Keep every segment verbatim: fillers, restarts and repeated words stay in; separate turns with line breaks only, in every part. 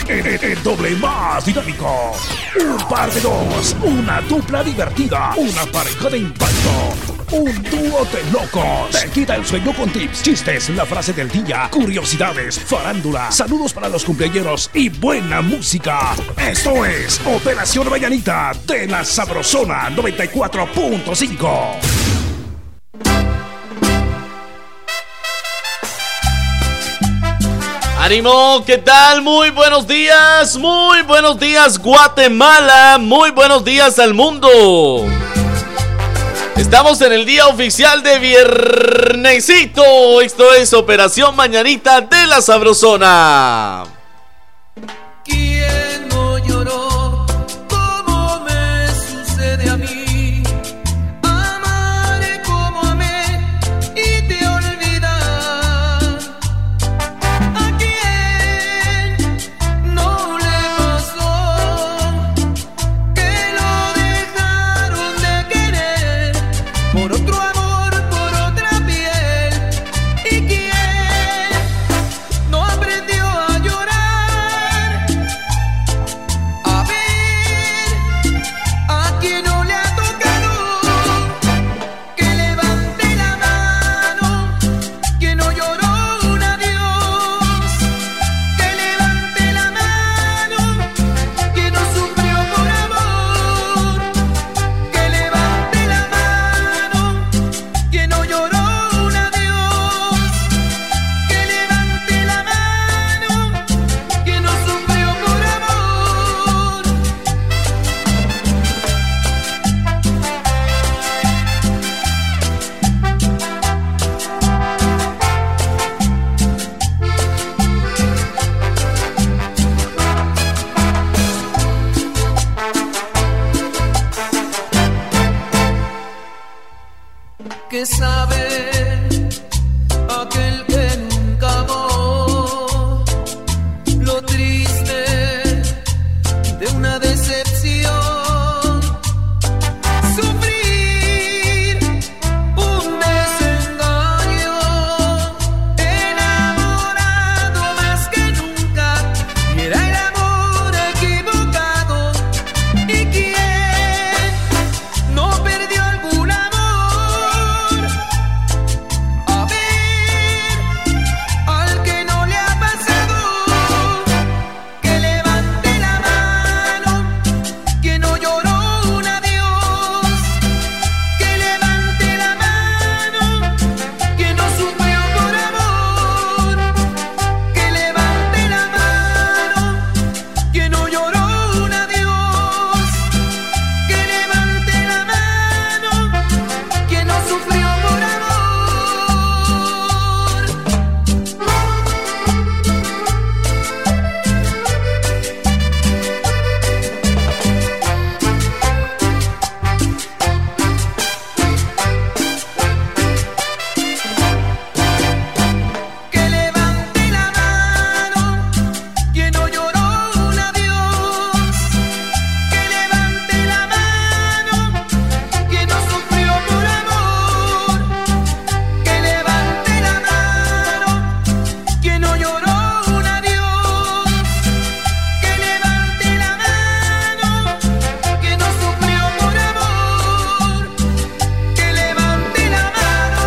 el, el, el doble más dinámico. Un par de dos, una dupla divertida, una pareja de impacto, un dúo de locos. Te quita el sueño con tips, chistes, la frase del día, curiosidades, farándula, saludos para los cumpleaños y buena música. Esto es Operación Mañanita de la Sabrosona noventa y cuatro punto cinco.
¡Ánimo! ¿Qué tal? Muy buenos días, muy buenos días Guatemala, muy buenos días al mundo. Estamos en el día oficial de viernesito. Esto es Operación Mañanita de la Sabrosona.
¿Quién no lloró como me sucede a mí? Amaré como amé y te olvidar. ¿A quién no le pasó que lo dejaron de querer por otro amor, por otra piel? ¿Y quién no aprendió a llorar? A ver, a quien no le ha tocado, que levante la mano, que no lloró un adiós, que levante la mano, que no sufrió por amor, que levante la mano, que no lloró un adiós, que levante la mano, que no sufrió por amor. Que sabe aquel que nunca amó lo triste de una decepción, sufrir un desengaño, enamorado más que nunca, y era el amor equivocado. ¿Y quién no perdió algún amor? A ver, al que no le ha pasado, que levante la mano, que no lloró un adiós, que levante la mano, que no sufrió por amor, que levante la mano, que no lloró un adiós, que levante la mano, que no sufrió por amor. Que levante la mano, que no lloró un adiós, que levante la mano, que no sufrió por amor, que levante la mano, que no lloró un adiós, que levante la mano, que no sufrió por amor, que levante la mano.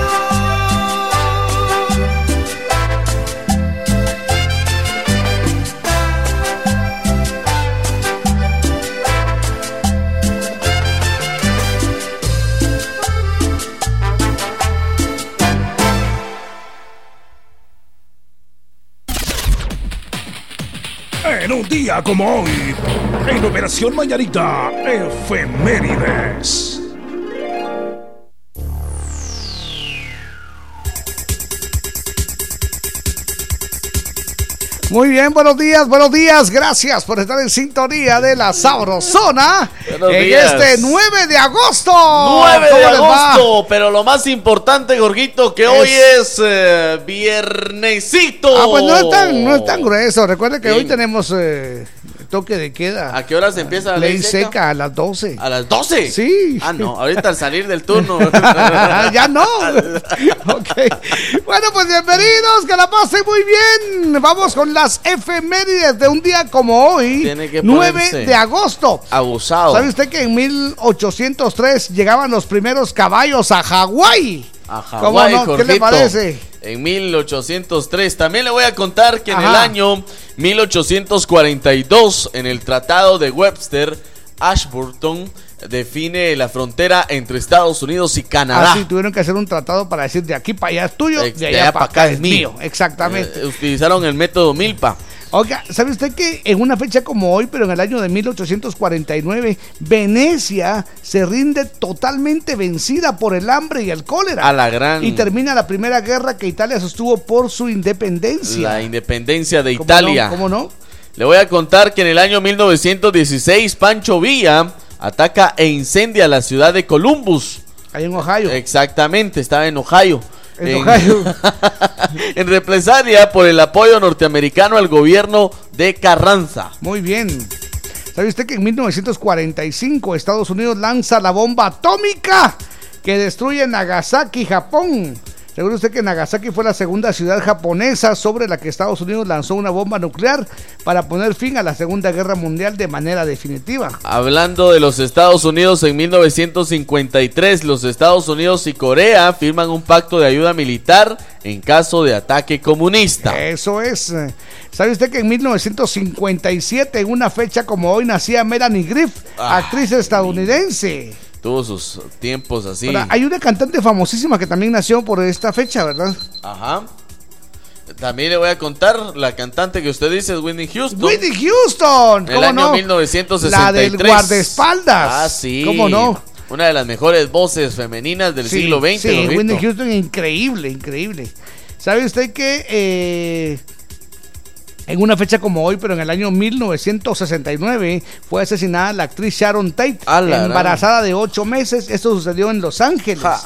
En un día como hoy, en Operación Mañanita, efemérides.
Muy bien, buenos días, buenos días. Gracias por estar en sintonía de la Sabrosona
Buenos
en
días.
este nueve de agosto.
nueve de
¿Cómo les va?
agosto, pero lo más importante, Jorgito, que hoy es eh, viernesito.
Ah, pues no es tan, no es tan grueso. Recuerden que
Bien.
hoy tenemos eh, toque de queda.
¿A qué hora se empieza la
ley,
ley
seca?
seca?
A las doce.
¿A las doce?
Sí.
Ah, no, ahorita al salir del turno.
Ya no. Okay. Bueno, pues bienvenidos, que la pasen muy bien. Vamos con las efemérides de un día como hoy,
Tiene que
nueve
ponerse
de agosto.
abusado.
¿Sabe usted que en mil ochocientos tres llegaban los primeros caballos a Hawái?
A Hawái,
¿Cómo no? ¿Qué le
Jorgito.
parece?
En mil ochocientos tres. También le voy a contar que en
Ajá.
el año mil ochocientos cuarenta y dos, en el Tratado de Webster, Ashburton define la frontera entre Estados Unidos y Canadá.
Ah, sí, tuvieron que hacer un tratado para decir de aquí para allá es tuyo,
Ex-
de allá, para acá es mío. Exactamente.
Eh, utilizaron el método Milpa.
Oiga, ¿sabe usted que en una fecha como hoy, pero en el año de mil ochocientos cuarenta y nueve, Venecia se rinde totalmente vencida por el hambre y el cólera?
A la gran.
Y termina la primera guerra que Italia sostuvo por su independencia.
La independencia de
¿Cómo
Italia.
no? ¿Cómo no?
Le voy a contar que en el año mil novecientos dieciséis, Pancho Villa ataca e incendia la ciudad de Columbus.
Ahí en Ohio.
Exactamente, estaba en Ohio.
En Ohio.
En represalia por el apoyo norteamericano al gobierno de Carranza.
Muy bien. ¿Sabe usted que en mil novecientos cuarenta y cinco Estados Unidos lanza la bomba atómica que destruye Nagasaki, Japón? ¿Seguro usted que Nagasaki fue la segunda ciudad japonesa sobre la que Estados Unidos lanzó una bomba nuclear para poner fin a la Segunda Guerra Mundial de manera definitiva?
Hablando de los Estados Unidos, en mil novecientos cincuenta y tres, los Estados Unidos y Corea firman un pacto de ayuda militar en caso de ataque comunista.
Eso es. ¿Sabe usted que en mil novecientos cincuenta y siete, en una fecha como hoy, nacía Melanie Griffith,
Ah,
actriz estadounidense?
Tuvo sus tiempos así.
Ahora, hay una cantante famosísima que también nació por esta fecha, ¿verdad?
Ajá. También le voy a contar, la cantante que usted dice es Whitney Houston.
Whitney Houston,
En el
¿cómo
año
no?
mil novecientos sesenta y tres.
La del guardaespaldas.
Ah, sí.
¿Cómo no?
Una de las mejores voces femeninas del
Sí,
siglo veinte.
Sí,
Jorgito.
Whitney Houston, increíble, increíble. ¿Sabe usted que eh, en una fecha como hoy, pero en el año mil novecientos sesenta y nueve, fue asesinada la actriz Sharon Tate,
A la
embarazada de ocho meses? Esto sucedió en Los Ángeles.
Ja.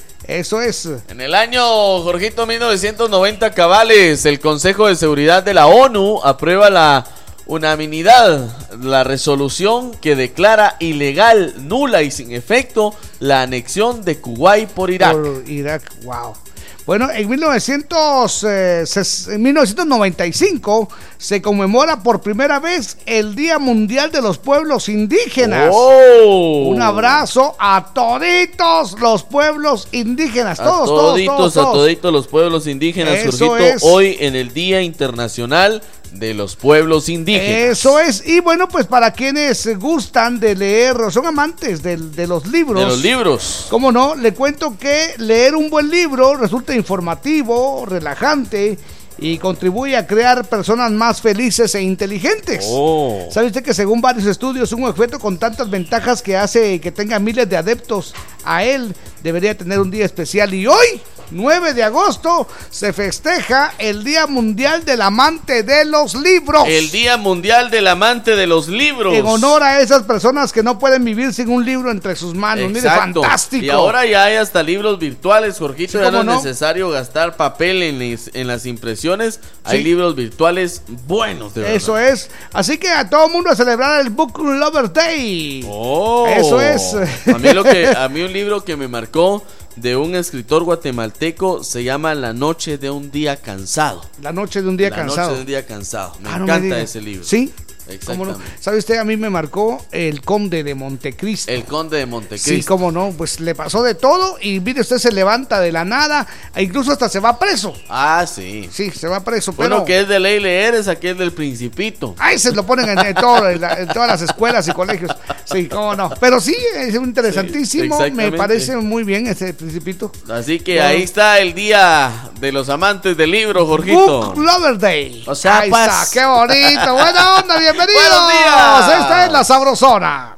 Eso es.
En el año, Jorgito, mil novecientos noventa cabales, el Consejo de Seguridad de la ONU aprueba la unanimidad, la resolución que declara ilegal, nula y sin efecto la anexión de Kuwait por Irak.
Por Irak, wow. Bueno, en, mil novecientos, eh, ses- en mil novecientos noventa y cinco se conmemora por primera vez el Día Mundial de los Pueblos Indígenas.
¡Oh!
Un abrazo a toditos los pueblos indígenas,
A
todos, todos,
toditos,
todos,
a
todos.
toditos los pueblos indígenas,
Eso
Jorgito,
es.
hoy en el Día Internacional de los Pueblos Indígenas.
Eso es, y bueno, pues para quienes gustan de leer, son amantes del- de, los libros.
De los libros.
¿Cómo no? Le cuento que leer un buen libro resulta informativo, relajante y contribuye a crear personas más felices e inteligentes.
Oh.
¿Sabe usted que según varios estudios, un objeto con tantas ventajas que hace que tenga miles de adeptos a él debería tener un día especial? Y hoy, nueve de agosto, se festeja el Día Mundial del Amante de los Libros.
El Día Mundial del Amante de los Libros.
En honor a esas personas que no pueden vivir sin un libro entre sus manos. Mire,
Exacto.
fantástico.
Y ahora ya hay hasta libros virtuales, Jorgito.
Sí,
ya no
¿cómo
es
no?
necesario gastar papel en, les- en las impresiones. Hay
Sí.
libros virtuales buenos, de verdad.
Eso es. Así que a todo mundo a celebrar el Book Lover Day.
Oh.
Eso es.
A mí, lo que, a mí un libro que me marcó de un escritor guatemalteco se llama La noche de un día cansado.
La noche de un día
La
cansado.
noche de un día cansado. Me
Ah, no me
encanta
diga.
ese libro.
Sí. ¿Cómo no?
Exactamente.
¿Sabe usted? A mí me marcó el Conde de Montecristo.
El Conde de Montecristo.
Sí, cómo no, pues le pasó de todo y mire, usted se levanta de la nada e incluso hasta se va preso.
Ah, sí.
Sí, se va preso,
Bueno,
pero
que es de ley leer es aquel del Principito.
ahí se lo ponen en, en todo, en, la- en todas las escuelas y colegios. Sí, cómo no. Pero sí, es interesantísimo,
Sí,
me
exactamente.
parece muy bien ese Principito.
Así que
Bueno.
ahí está el día de los amantes del libro, Jorgito.
Book Lover Day.
O sea,
ahí
pues.
está, qué bonito. Buena onda, bienvenidos.
Buenos días.
Esta es la Sabrosona.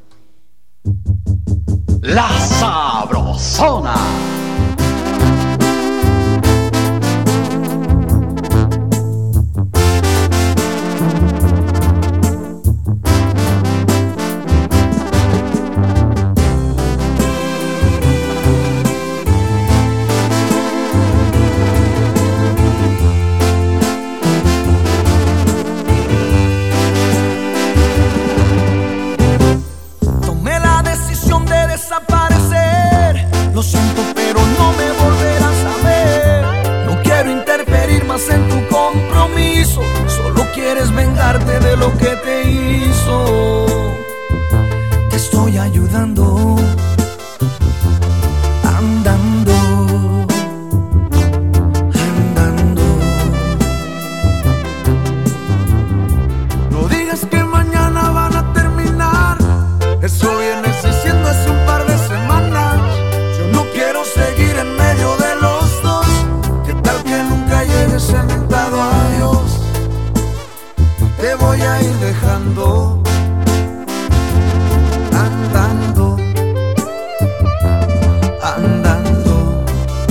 La Sabrosona.
olvidarte de lo que te hizo. Te estoy ayudando, andando, andando. No digas que mañana van a terminar, eso vienes diciendo hace un par de semanas. Yo no quiero seguir en medio de los dos. ¿Qué tal que nunca llegues sentado a Dios? Te voy a ir dejando, andando, andando.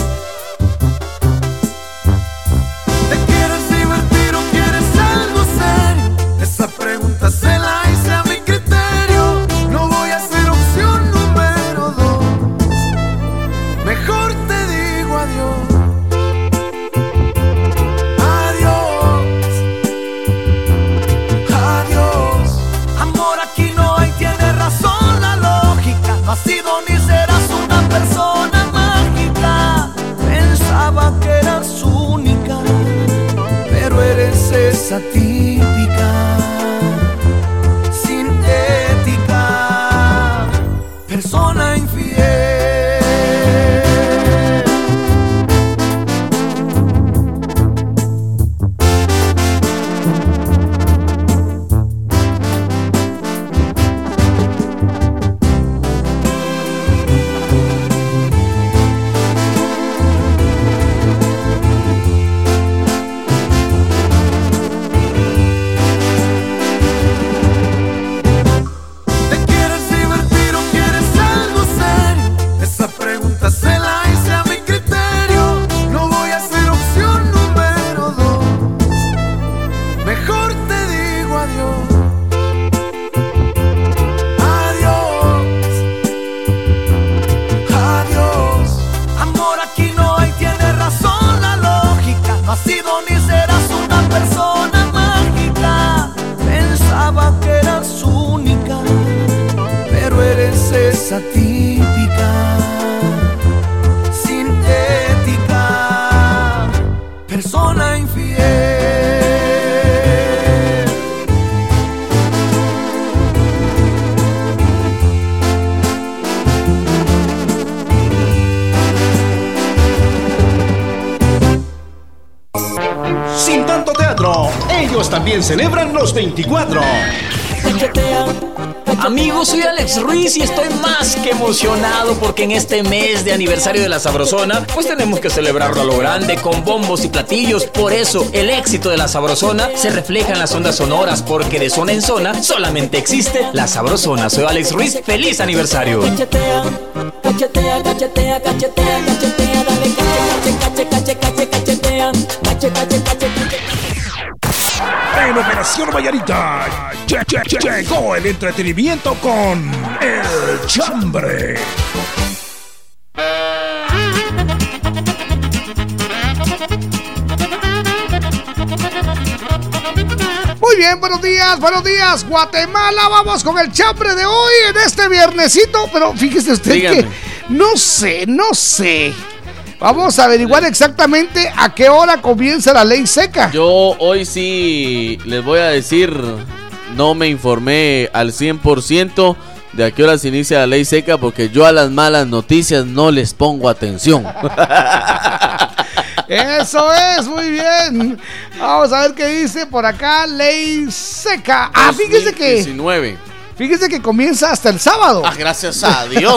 ¿Te quieres divertir o quieres algo serio? Esa pregunta se la hice a mi criterio. No voy a ser opción número dos. Mejor te digo adiós. No has sido ni serás una persona mágica. Pensaba que eras única, pero eres esa típica, sin ética, persona infiel. Esa típica, sin ética, persona infiel.
Sin tanto teatro, ellos también celebran los veinticuatro.
Amigos, soy Alex Ruiz y estoy más que emocionado porque en este mes de aniversario de La Sabrosona, pues tenemos que celebrarlo a lo grande con bombos y platillos. Por eso, el éxito de La Sabrosona se refleja en las ondas sonoras, porque de zona en zona solamente existe La Sabrosona. Soy Alex Ruiz, ¡feliz aniversario!
Cachetea, cachetea, cachetea, cachetea, cachetea, dale cache, cache, cache, cache, cachetea, cache, cache, cache, cache.
En Operación Vallarita lle- lle- lle- llegó el entretenimiento con El Chambre.
Muy bien, buenos días, buenos días, Guatemala. Vamos con el chambre de hoy en este viernesito. Pero fíjese usted
Dígame.
que no sé, no sé. Vamos a averiguar exactamente a qué hora comienza la ley seca.
Yo hoy sí les voy a decir, no me informé al cien por ciento de a qué hora se inicia la ley seca, porque yo a las malas noticias no les pongo atención.
Eso es, muy bien. Vamos a ver qué dice por acá, ley seca. Ah, fíjese que,
diecinueve.
fíjese que comienza hasta el sábado.
Ah, gracias a Dios.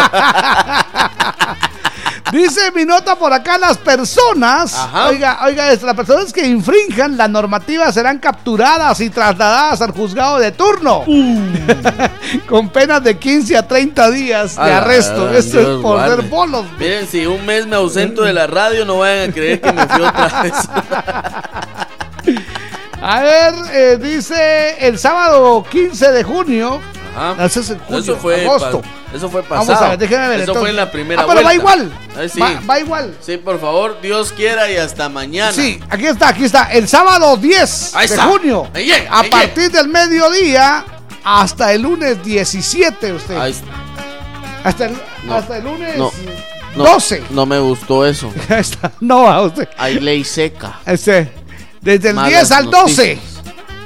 Dice mi nota por acá, las personas,
Ajá.
oiga, oiga, esto, las personas que infrinjan la normativa serán capturadas y trasladadas al juzgado de turno, con penas de quince a treinta días de
A la
arresto.
gran
Esto
Dios
es por
guarde.
ser bolos.
Miren, si un mes me ausento de la radio, no vayan a creer que me fui otra vez.
A ver, eh, dice el sábado quince de junio.
Ajá.
Ese es en junio,
Eso fue,
agosto.
pa- eso fue pasado.
Vamos a ver, déjenme ver.
Eso
entonces.
fue en la primera
Ah, pero
vuelta.
va igual.
Ay, sí.
va, va igual.
Sí, por favor, Dios quiera y hasta mañana.
Sí, aquí está, aquí está. El sábado diez
Ahí
de
está.
junio.
Ahí llega,
a
ahí
partir del mediodía hasta el lunes diecisiete, usted.
Ahí está.
Hasta, el,
No,
hasta el lunes
no, No,
doce.
No me gustó eso.
Ahí está. No, a usted.
Hay ley seca.
Este, desde el
Malas
diez al doce.
noticias.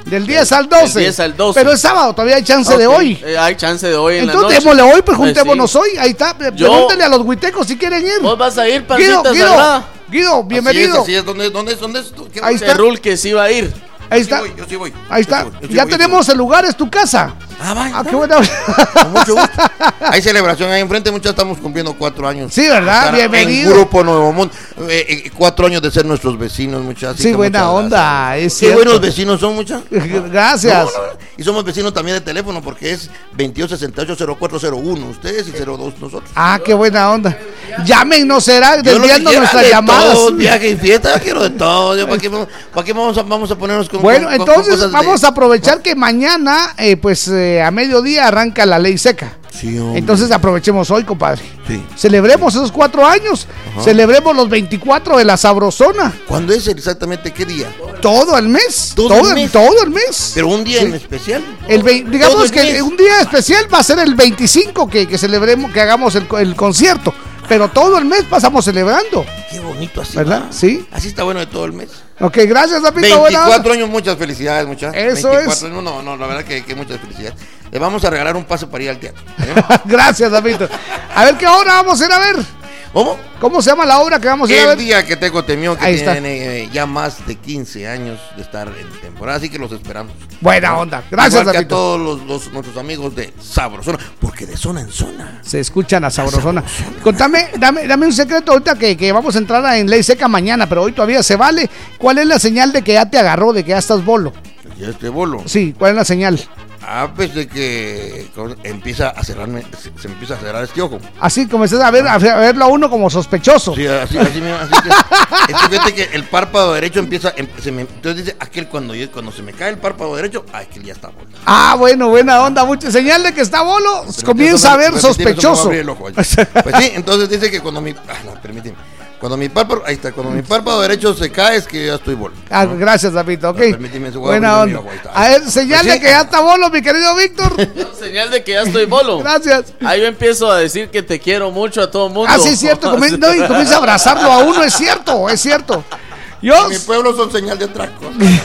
Del diez al doce.
Del diez al doce.
Pero es sábado, todavía hay chance okay. de hoy.
Eh, hay chance de hoy en
Entonces,
la noche.
démosle hoy, pues juntémonos eh, sí. hoy. Ahí está.
Yo...
Pregúntele a los huitecos si quieren ir.
Vos vas a ir, pancita
Guido, Guido,
salada.
Guido, bienvenido.
Así es, así es. ¿Dónde, dónde es? ¿Dónde es? ¿Qué
Ahí está.
Rul que sí va a ir.
Ahí está.
Yo sí voy, yo sí voy.
Ahí está.
Yo sí voy, yo sí
ya
voy,
tenemos el lugar, es tu casa.
Ah, vaya.
Ah, qué buena.
Con mucho gusto. Hay celebración ahí enfrente, muchachos, estamos cumpliendo cuatro años.
Sí, ¿verdad? Bienvenido.
En Grupo Nuevo Mundo. Eh, eh, cuatro años de ser nuestros vecinos, muchachos.
Sí, buena onda. Es
Qué buenos vecinos son, muchachos.
Gracias.
No, no, no. Y somos vecinos también de teléfono porque es veintidós sesenta y ocho cero cuatro cero uno. Ustedes y cero dos nosotros.
Ah, qué buena onda. Llámenos, será desviando nuestras
de
llamadas.
Todo, viaje y fiesta, yo quiero de todo. Yo, ¿Para qué, ¿para qué vamos, a, vamos a ponernos con
Bueno,
con,
entonces
con
vamos
de...
a aprovechar que mañana, eh, pues eh, a mediodía arranca la ley seca.
Sí,
entonces aprovechemos hoy, compadre.
Sí.
Celebremos esos cuatro años. Ajá. Celebremos los veinticuatro de la Sabrosona.
¿Cuándo es exactamente qué día?
Todo el mes.
Todo,
todo
el mes.
Todo el mes.
Pero un día
sí.
en especial.
El ve- digamos
el
que
mes.
un día especial va a ser el veinticinco que, que celebremos, que hagamos el, el concierto. Pero todo el mes pasamos celebrando.
Qué bonito así.
¿Verdad?
¿no?
Sí.
Así está bueno de todo el mes.
Ok, gracias, Zapito.
veinticuatro años, muchas felicidades, muchachos.
Eso
veinticuatro,
es.
No, no, no, la verdad que, que muchas felicidades. Le vamos a regalar un pase para ir al teatro. ¿eh?
Gracias, Zapito. A ver qué hora vamos a ir a ver.
¿Cómo?
¿Cómo se llama la obra que vamos a ir a ver?
El día que Teco Temió, que
Ahí
tiene eh, ya más de quince años de estar en temporada, así que los esperamos.
Buena onda. Gracias,
Igual que
Zapito.
a todos los, los, nuestros amigos de Sabrosona, porque de zona en zona
se escuchan a Sabrosona. Contame, dame, dame un secreto ahorita que, que vamos a entrar en ley seca mañana, pero hoy todavía se vale. ¿Cuál es la señal de que ya te agarró, de que ya estás bolo?
Ya este bolo.
Sí, ¿cuál es la señal?
Ah, pues de que empieza a cerrarme, se, se empieza a cerrar este ojo.
Así comencé a ver, a verlo a uno como sospechoso.
Sí, así, así mismo, así que, es que fíjate que el párpado derecho empieza, em, se me, entonces dice aquel cuando yo, cuando se me cae el párpado derecho, ay, que ya está bolo.
Ah, bueno, buena onda, mucha señal de que está bolo,
Pero
comienza a ver
me,
sospechoso.
Me ojo, pues sí, entonces dice que cuando mi, ah, no, permíteme. Cuando mi párpado, ahí está, cuando mi párpado derecho se cae es que ya estoy bolo.
Ah, ¿no? Gracias, Zapito, ok.
No,
buena onda. Ojo, a ver, señal pues de sí. que ya está bolo, mi querido Víctor.
Señal de que ya estoy bolo.
Gracias.
Ahí yo empiezo a decir que te quiero mucho a todo mundo.
Ah, sí, es cierto, Comen, no, y comienza a abrazarlo a uno, es cierto, es cierto. Yo,
en mi pueblo son señal de atraco.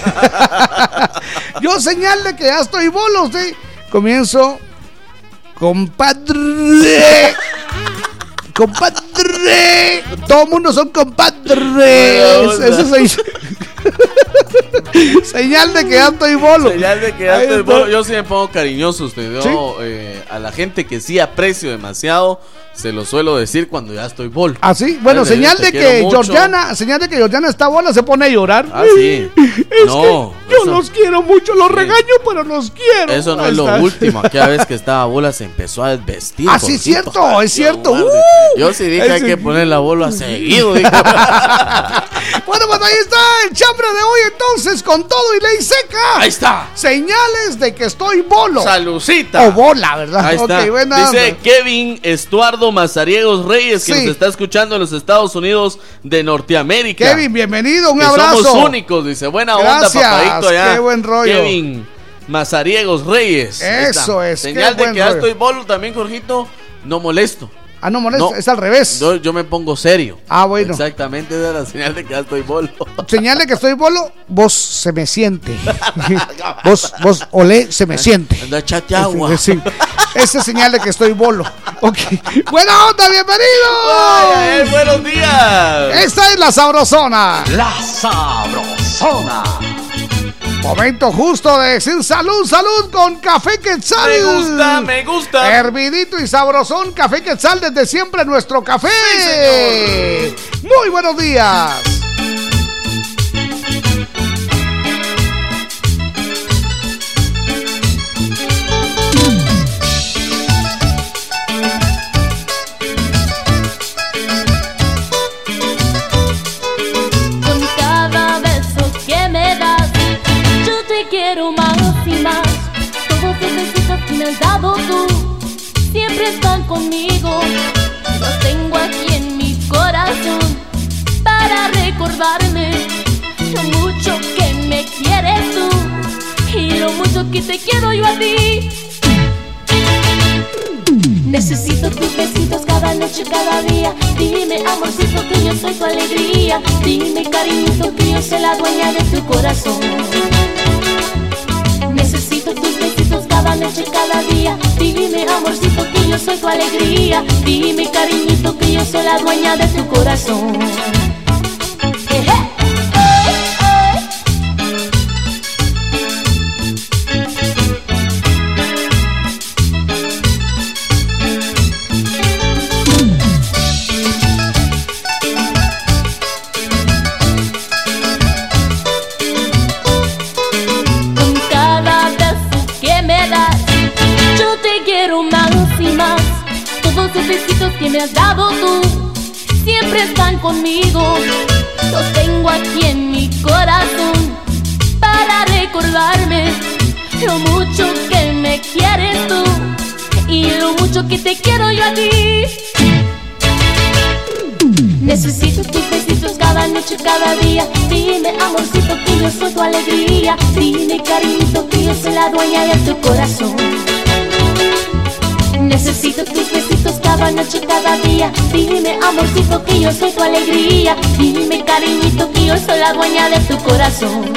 Yo señal de que ya estoy bolo, ¿sí? Comienzo, compadre. Compadre, todo el mundo son compadres. Eso soy señal de que ya estoy bolo.
Señal de que ya estoy bolo. Yo sí me pongo cariñoso, usted. Yo, ¿sí? eh, a la gente que sí aprecio demasiado, se lo suelo decir cuando ya estoy bolo.
Ah, sí, bueno,
Entonces,
señal de que Georgiana, señal de que Georgiana está bola, se pone a llorar.
Ah, sí.
Es
no,
que yo
eso,
los quiero mucho, los
sí.
regaño, pero los quiero.
Eso no
Ahí
es
está.
lo último. Aquella vez que estaba bola se empezó a desvestir.
Ah, sí, es cierto,
Ay,
es cierto.
Yo,
uh,
yo sí dije, hay que poner la bola seguido.
Bueno, pues ahí está el chambre de hoy, entonces, con todo y ley seca.
Ahí está.
Señales de que estoy bolo.
Salucita.
O bola, ¿verdad?
Ahí está.
Okay, buena
dice
onda.
Kevin Estuardo Mazariegos Reyes, que
sí.
nos está escuchando en los Estados Unidos de Norteamérica.
Kevin, bienvenido, un
que
abrazo.
Somos únicos, dice. Buena
Gracias,
onda, papadito allá.
Qué buen rollo.
Kevin Mazariegos Reyes.
Eso es.
Señal
qué
de que ya estoy bolo también, Jorgito. No molesto.
Ah, no molesta,
no,
es al revés.
Yo, yo me pongo serio.
Ah, bueno.
Exactamente, esa es la señal de que ya estoy bolo.
Señal de que estoy bolo, vos se me siente. vos, vos, olé, se me siente.
Anda, echate agua.
Sí, esa es señal de que estoy bolo. Ok. Buena onda, bienvenido.
Ay, ay, buenos días.
Esta es la Sabrosona.
La Sabrosona.
Momento justo de decir salud, salud con Café Quetzal.
Me gusta, me gusta.
Hervidito y sabrosón, Café Quetzal desde siempre nuestro café.
Sí,
señor. Muy buenos días.
Con cada beso que me das, yo te quiero más y más. Todos los besitos que me has dado tú siempre están conmigo. Los tengo aquí en mi corazón para recordarme lo mucho que me quieres tú y lo mucho que te quiero yo a ti. Necesito tus besitos cada noche, cada día. Dime, amorcito, que yo soy tu alegría. Dime, cariñito, que yo soy la dueña de tu corazón. cada día. Dime, amorcito, que yo soy tu alegría. Dime, cariñito, que yo soy la dueña de tu corazón. Eh, eh. Todos los besitos que me has dado tú siempre están conmigo. Los tengo aquí en mi corazón para recordarme lo mucho que me quieres tú y lo mucho que te quiero yo a ti. Necesito tus besitos cada noche, cada día. Dime, amorcito, que yo soy tu alegría. Dime, cariñito, que yo soy la dueña de tu corazón. Necesito tus besitos cada noche, cada día. Dime, amorcito, que yo soy tu alegría. Dime, cariñito, que yo soy la dueña de tu corazón.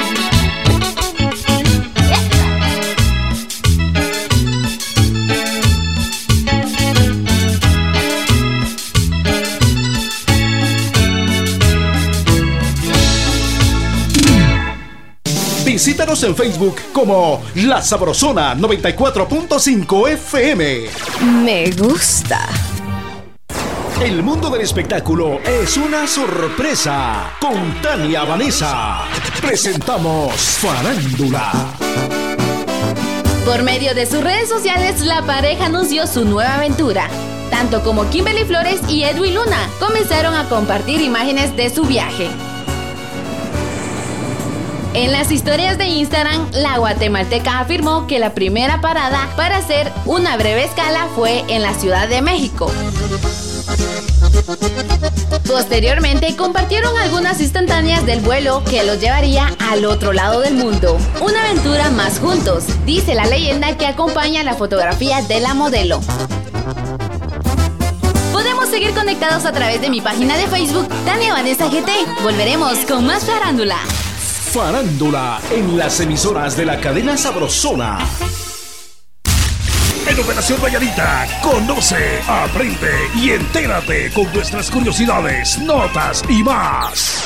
Visítanos en Facebook como La Sabrosona noventa y cuatro punto cinco F M.
Me gusta.
El mundo del espectáculo es una sorpresa. Con Tania Vanessa presentamos Farándula.
Por medio de sus redes sociales, la pareja anunció su nueva aventura. Tanto como Kimberly Flores y Edwin Luna comenzaron a compartir imágenes de su viaje. En las historias de Instagram, la guatemalteca afirmó que la primera parada para hacer una breve escala fue en la Ciudad de México. Posteriormente, compartieron algunas instantáneas del vuelo que los llevaría al otro lado del mundo. Una aventura más juntos, dice la leyenda que acompaña la fotografía de la modelo. Podemos seguir conectados a través de mi página de Facebook, Tania Vanessa G T. Volveremos con más farándula.
Farándula en las emisoras de la cadena Sabrosona. En Operación Valladita, conoce, aprende y entérate con nuestras curiosidades, notas y más.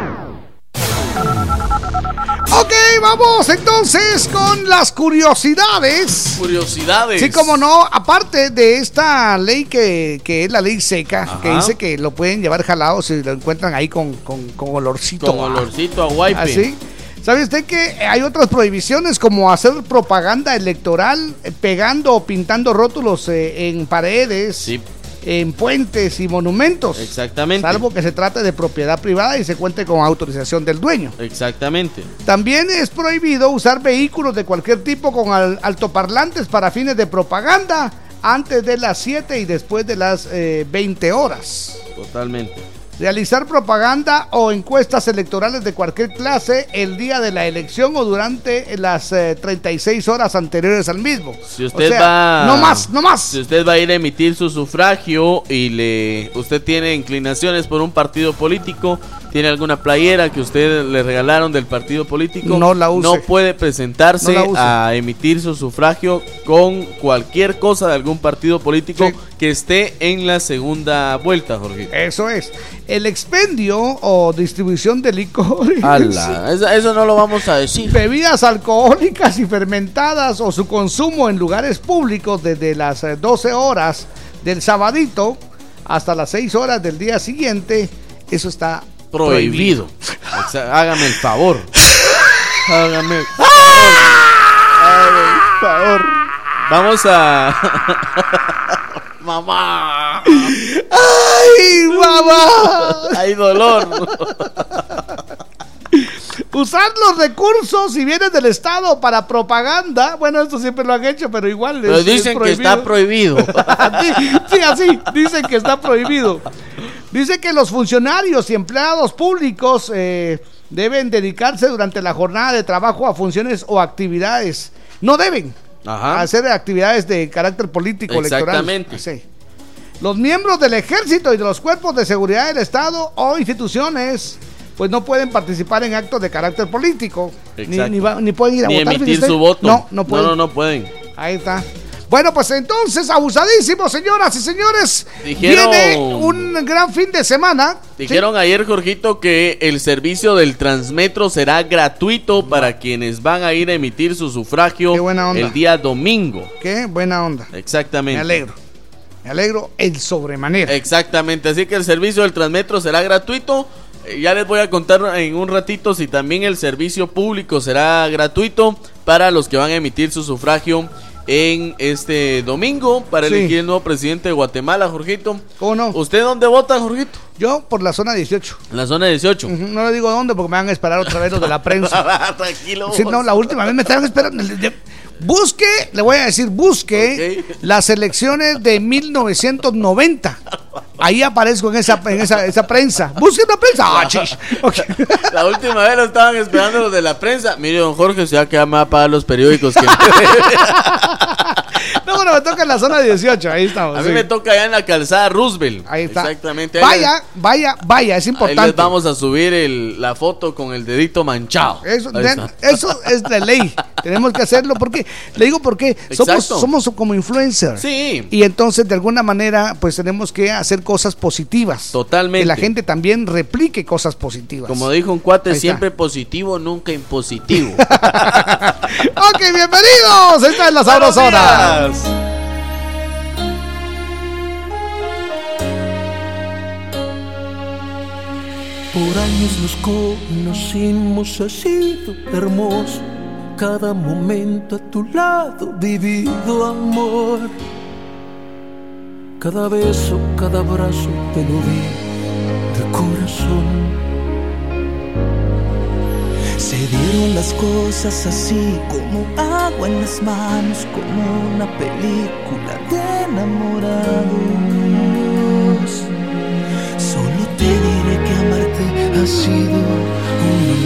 Ok, vamos entonces con las curiosidades.
Curiosidades.
Sí, como no, aparte de esta ley que, que es la ley seca,
Ajá.
que dice que lo pueden llevar jalado si lo encuentran ahí con, con, con olorcito.
Con olorcito a guaype.
Así. ¿Sabe usted que hay otras prohibiciones como hacer propaganda electoral eh, pegando o pintando rótulos eh, en paredes,
Sí.
en puentes y monumentos?
Exactamente.
Salvo que se trate de propiedad privada y se cuente con autorización del dueño.
Exactamente.
También es prohibido usar vehículos de cualquier tipo con al- altoparlantes para fines de propaganda antes de las siete y después de las eh, veinte horas.
Totalmente.
Realizar propaganda o encuestas electorales de cualquier clase el día de la elección o durante las eh, treinta y seis horas anteriores al mismo.
Si usted
O sea,
va...
no más, no más.
Si usted va a ir a emitir su sufragio y le usted tiene inclinaciones por un partido político, tiene alguna playera que usted le regalaron del partido político,
No la use.
no puede presentarse
No la use.
a emitir su sufragio con cualquier cosa de algún partido político
Sí.
que esté en la segunda vuelta, Jorge.
Eso es. El expendio o distribución de licores,
Ala, eso, eso no lo vamos a decir.
bebidas alcohólicas y fermentadas o su consumo en lugares públicos desde las eh, doce horas del sabadito hasta las seis horas del día siguiente, eso está
Prohibido. Exa- Hágame el favor. Hágame el favor. Hágame el favor. Vamos a... Mamá.
¡Ay, mamá!
Hay dolor.
Usar los recursos si vienen del Estado para propaganda. Bueno, esto siempre lo han hecho, pero igual
Pero
es,
dicen
es
que está prohibido.
sí, sí, así, dicen que está prohibido. Dice que los funcionarios y empleados públicos eh, deben dedicarse durante la jornada de trabajo a funciones o actividades. No deben
Ajá.
hacer actividades de carácter político
Exactamente.
electoral. Sí. Los miembros del ejército y de los cuerpos de seguridad del Estado o instituciones pues no pueden participar en actos de carácter político. Ni,
Exacto.
ni, va- ni pueden ir a
Ni
votar.
emitir
fíjese.
su voto.
No, no pueden.
No, no, no pueden.
Ahí está. Bueno, pues entonces, abusadísimo, señoras y señores.
Dijeron,
viene un gran fin de semana.
Dijeron ¿sí? ayer, Jorgito, que el servicio del Transmetro será gratuito para quienes van a ir a emitir su sufragio el día domingo.
Qué buena onda.
Exactamente.
Me alegro. Me alegro el sobremanera.
Exactamente, así que el servicio del Transmetro será gratuito. Eh, ya les voy a contar en un ratito si también el servicio público será gratuito para los que van a emitir su sufragio en este domingo para sí. elegir el nuevo presidente de Guatemala, Jorgito.
¿Cómo no?
¿Usted dónde vota, Jorgito?
Yo por la zona dieciocho.
La zona dieciocho.
Uh-huh. No le digo dónde porque me van a esperar otra vez los de la prensa.
Tranquilo.
Sí, no, la última vez me estaban esperando. Busque, le voy a decir, busque okay. las elecciones de mil novecientos noventa. Ahí aparezco en esa, en esa, esa prensa. Busque la prensa. Ah, chish. Okay.
La última vez lo estaban esperando los de la prensa. Mire, don Jorge, se va a quedar más a pagar los periódicos que...
No, bueno, me toca en la zona dieciocho, ahí estamos.
A
sí.
mí me toca allá en la calzada Roosevelt.
Ahí está.
Exactamente.
Ahí vaya, les... vaya, vaya, es importante.
Ahí les vamos a subir el, la foto con el dedito manchado.
Eso, de, eso es de ley. Tenemos que hacerlo porque, le digo porque somos, somos como influencers.
Sí.
Y entonces, de alguna manera, pues tenemos que hacer cosas positivas.
Totalmente.
Que la gente también replique cosas positivas.
Como dijo un cuate, siempre positivo, nunca impositivo.
Ok, bienvenidos. Esta es la Sabrosona.
Por años nos conocimos, ha sido hermoso. Cada momento a tu lado vivido amor. Cada beso, cada abrazo te lo di de corazón. Se dieron las cosas así como agua en las manos, como una película de enamorados. Solo te diré que amarte ha sido un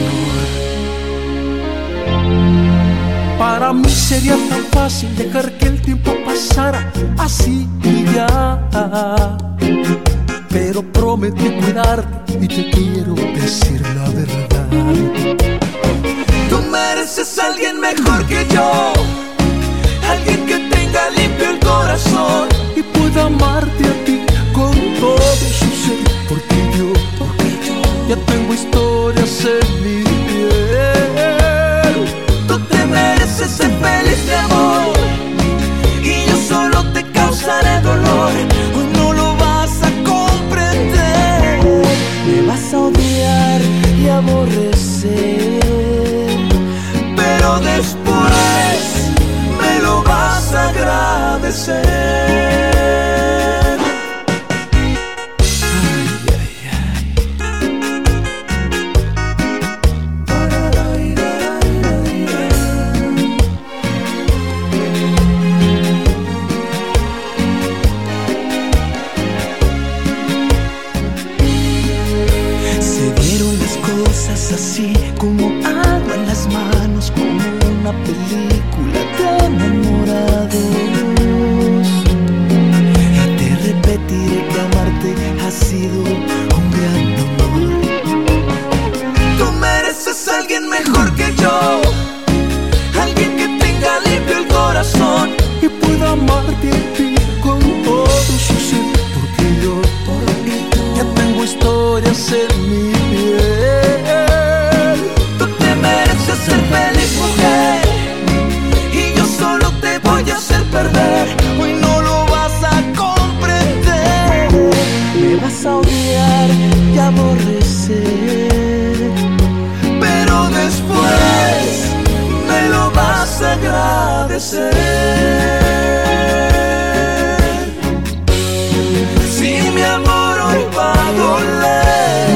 honor. Para mí sería tan fácil dejar que el tiempo pasara así y ya, pero prometí cuidarte y te quiero decir la verdad. Tú mereces a alguien mejor que yo, alguien que tenga limpio el corazón y pueda amarte a ti con todo su ser. Porque yo, porque yo ya tengo historias en mi piel. Tú te mereces ser feliz, mi amor, y yo solo te causaré dolor. Hoy no lo vas a comprender, me vas a odiar y aborrecer, pero después me lo vas a agradecer. Así como agua en las manos, como una película de enamorados. Y te repetiré que amarte ha sido un gran amor. Tú mereces a alguien mejor que yo, alguien que tenga limpio el corazón y pueda amarte a ti con todo su ser. Porque yo, porque yo ya tengo historias en mi piel. Ser feliz, mujer, y yo solo te voy a hacer perder. Hoy no lo vas a comprender, me vas a odiar y aborrecer, pero después me lo vas a agradecer. Si mi amor hoy va a doler,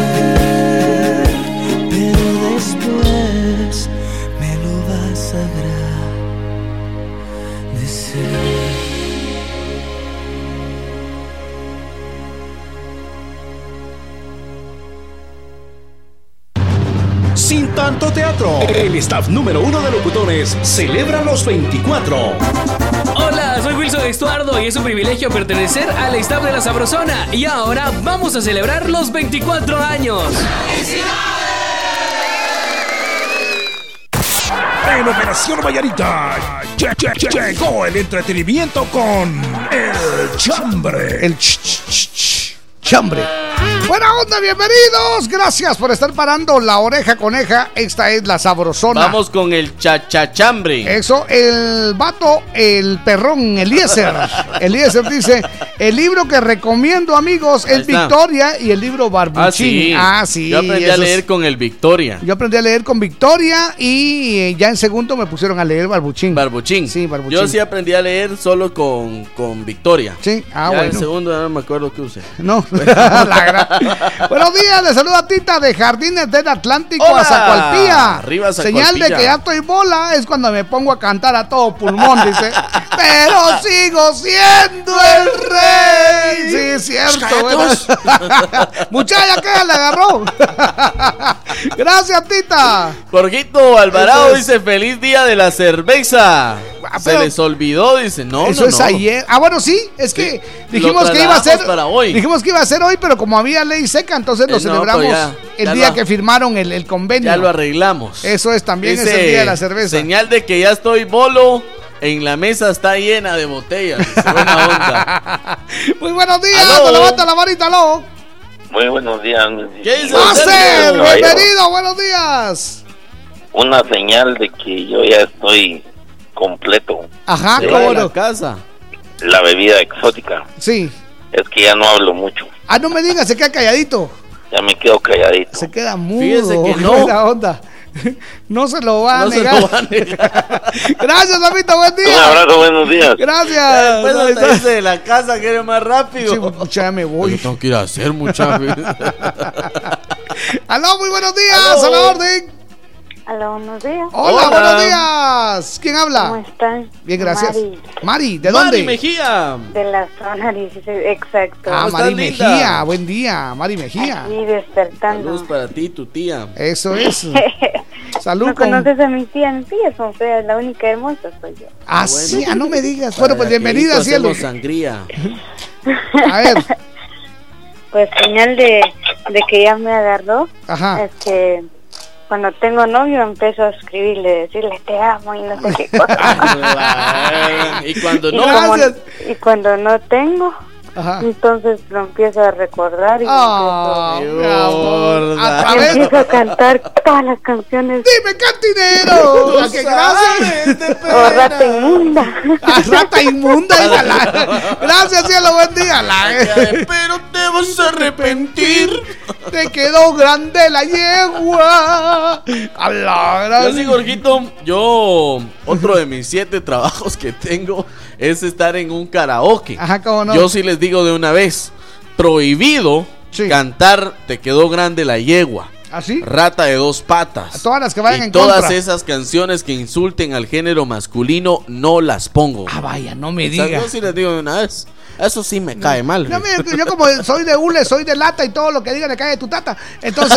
sin tanto teatro, el staff número uno de locutores celebra los veinticuatro.
Hola, soy Wilson Estuardo y es un privilegio pertenecer al staff de La Sabrosona. Y ahora vamos a celebrar los veinticuatro años.
En Operación Vallarita lle- lle- lle- llegó el entretenimiento con El Chambre.
El ch ch ch ch chambre. Buena onda, bienvenidos. Gracias por estar parando la oreja coneja. Esta es la Sabrosona.
Vamos con el chachachambre.
Eso, el vato, el perrón, Eliezer. Eliezer dice: el libro que recomiendo, amigos,
Ahí
es
está.
Victoria y el libro Barbuchín.
Ah, sí.
Ah, sí.
Yo aprendí a
esos-
leer con el Victoria.
Yo aprendí a leer con Victoria y eh, ya en segundo me pusieron a leer Barbuchín.
Barbuchín.
Sí, Barbuchín.
Yo sí aprendí a leer solo con, con Victoria.
Sí, ah,
Ya
bueno.
en segundo ya no me acuerdo qué usé.
No, la gran- Buenos días, le saluda Tita de Jardines del Atlántico
Hola.
a Zacualpía.
Arriba,
Señal
Zacualpía.
de que ya estoy bola es cuando me pongo a cantar a todo pulmón, dice. Pero sigo siendo el rey. Sí, es cierto. Bueno. Muchacha, ¿qué le agarró? Gracias, Tita.
Jorgito Alvarado
Eso es-
dice: feliz día de la cerveza. Se
pero-
les olvidó, dice. No,
Eso
no,
es
no.
ayer. Ah, bueno, sí, es que
Sí,
dijimos
lo
que iba a ser
trasladamos para hoy.
Dijimos que iba a ser hoy, pero como había ley seca, entonces lo
Eh, no,
celebramos
pues ya,
el
ya
día
lo-
que firmaron el, el convenio.
Ya lo arreglamos.
Eso es, también es
Dice,
el día de la cerveza.
Señal de que ya estoy bolo. En la mesa está llena de botellas. Dice, buena onda.
Muy buenos días,
Aló.
te levanta la manita, aló.
Muy buenos días.
¿Qué dice
Máster,
Sergio?
bienvenido, buenos días.
Una señal de que yo ya estoy completo.
Ajá,
Sí.
cómo
la
no.
casa.
La bebida exótica.
Sí.
Es que ya no hablo mucho.
Ah, no me digas, se queda calladito.
Ya me quedo calladito.
Se queda mudo.
Fíjese que no.
Buena onda. No se lo va a
No se
negar.
lo va a negar.
Gracias, Mamita, buen
Un
día.
abrazo, buenos días.
Gracias.
Después
Ahí
hasta
está.
dice de la casa que eres más rápido.
Sí, mucha, ya me voy.
Yo tengo que ir a hacer, muchachos.
Aló, muy buenos días,
Aló.
a la orden.
Hola, buenos días.
Hola,
Hola.
buenos días. ¿Quién
¿Cómo
habla?
están?
Bien, gracias.
Mari,
Mari, ¿de
Mari
dónde?
Mejía.
de la zona dieciséis, exacto.
Ah,
¿Cómo
Mari
estás, linda?
Mejía, buen día, Mari Mejía.
Aquí despertando.
Saludos para ti, tu tía.
Eso es. Salud
¿No
con...
conoces a mi tía? Mi tía son feas, la única hermosa soy yo.
Ah,
Bueno.
sí, ah, no me digas. Bueno, pues
Para
bienvenida,
aquelito
cielo.
hacemos sangría.
A ver,
Pues señal de, de que ya me agarró
ajá.
es que cuando tengo novio empiezo a escribirle, decirle te amo y no sé qué cosa.
Y cuando
y,
no,
como-
Gracias.
y cuando no tengo,
Ajá.
entonces lo empiezo a recordar y
Ah,
Qué
mi amor.
gorda.
A
empiezo, y
través...
empiezo a cantar todas las canciones.
¡Dime, cantinero! ¿A qué gracias?
Oh, rata inmunda.
Ah, rata inmunda, hija, la- Gracias, cielo, buen día. La-
pero te vas a arrepentir.
Te quedó grande la yegua. A la gran-
Yo sí, Jorgito, yo otro de mis siete trabajos que tengo es estar en un karaoke.
Ajá, cómo no.
Yo sí les digo de una vez, prohibido
Sí.
cantar Te quedó grande la yegua,
¿Así?
Rata de dos patas.
Todas las que vayan
y
en
todas
contra.
esas canciones que insulten al género masculino no las pongo.
Ah, vaya, no me
O sea,
digas.
yo sí les digo de una vez. Eso sí me cae mal.
No, mira, yo como soy de hule, soy de lata y todo lo que diga le cae de tu tata. Entonces,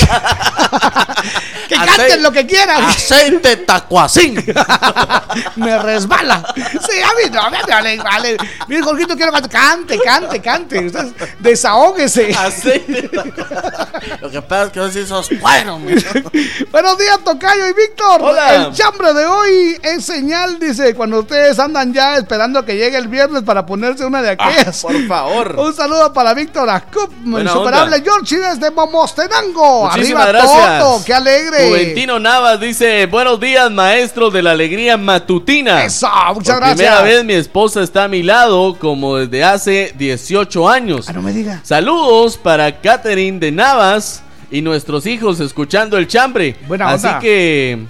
que canten
Aceite-
lo que quieran.
Aceite tacuacín.
Me resbala. Sí, a mí no, a mí no le vale. Mira, Jorgito, quiero cantar. Cante, cante, cante. Ustedes desahóguese.
Aceite tacuacín. Lo que pasa es que vos sí sos bueno, mi.
Buenos días, Tocayo y Víctor.
Hola.
El chambre de hoy es señal, dice, cuando ustedes andan ya esperando que llegue el viernes para ponerse una de aquellas.
Ah, por favor.
Un saludo para Víctor Ascup,
Buena
insuperable
onda.
Georgie desde Momostenango.
Muchísimas
Arriba
gracias.
Toto, qué alegre.
Juventino Navas dice: buenos días, maestros de la alegría matutina.
Eso, muchas
Por
gracias.
primera vez mi esposa está a mi lado como desde hace dieciocho años.
Ah, no me diga.
Saludos para Catherine de Navas y nuestros hijos escuchando el chambre.
Buena
Así
onda.
que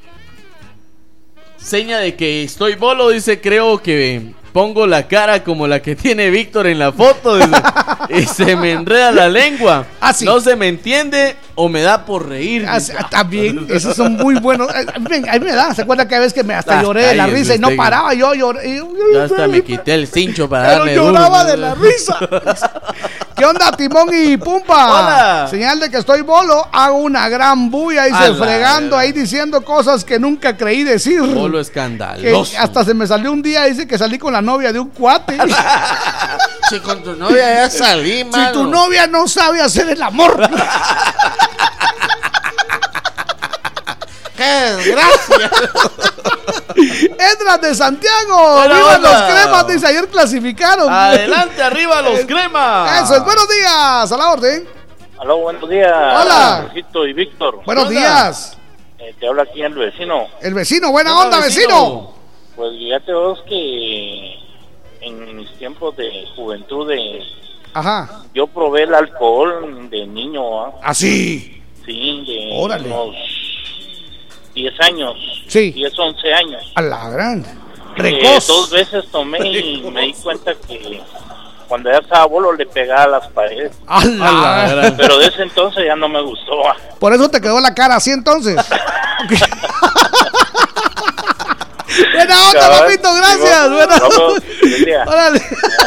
seña de que estoy bolo, dice, creo que pongo la cara como la que tiene Víctor en la foto, dice, y se me enreda la lengua.
Ah, sí.
No se me entiende o me da por reír.
Ah, sí, ah, también, esos son muy buenos. A mí, a mí me da, ¿se acuerda que a veces que me hasta
Ah,
lloré de la
cállese
risa y no
usted.
paraba? Yo lloré.
Yo hasta me quité el cincho para
Pero
darle
lloraba
duro.
de la risa. ¿Qué onda, Timón y Pumpa?
Hola.
Señal de que estoy bolo, hago una gran bulla y
A
se
la
fregando
vera.
ahí diciendo cosas que nunca creí decir.
Bolo
Que
escandaloso.
hasta se me salió un día, dice que salí con la novia de un cuate.
Si con tu novia ya salí,
Si
mano.
tu novia no sabe hacer el amor.
¡Qué desgracia!
Edras de Santiago.
Buena
¡Viva
onda!
los cremas! Dice, ayer clasificaron.
Adelante, arriba los cremas.
Eso es, buenos días, a la orden.
Aló, buenos días.
Hola.
Jorgito y Víctor.
Buenos días.
Eh, te habla aquí el vecino.
El vecino, buena onda, vecino.
Pues fíjate vos que en mis tiempos de juventud de,
Ajá.
yo probé el alcohol de niño. ¿Ah?
¿Ah, sí?
Sí, de
Órale.
unos diez años.
Sí.
diez, once años.
A la gran.
Eh,
Precoz.
dos veces tomé y me di cuenta que cuando ya estaba bolo le pegaba a las paredes.
A la gran.
Pero de ese entonces ya no me gustó. ¿Ah?
Por eso te quedó la cara así entonces. Buena onda,
Cabal,
papito, gracias.
sí,
Buena
vamos,
onda.
buen día.
Órale.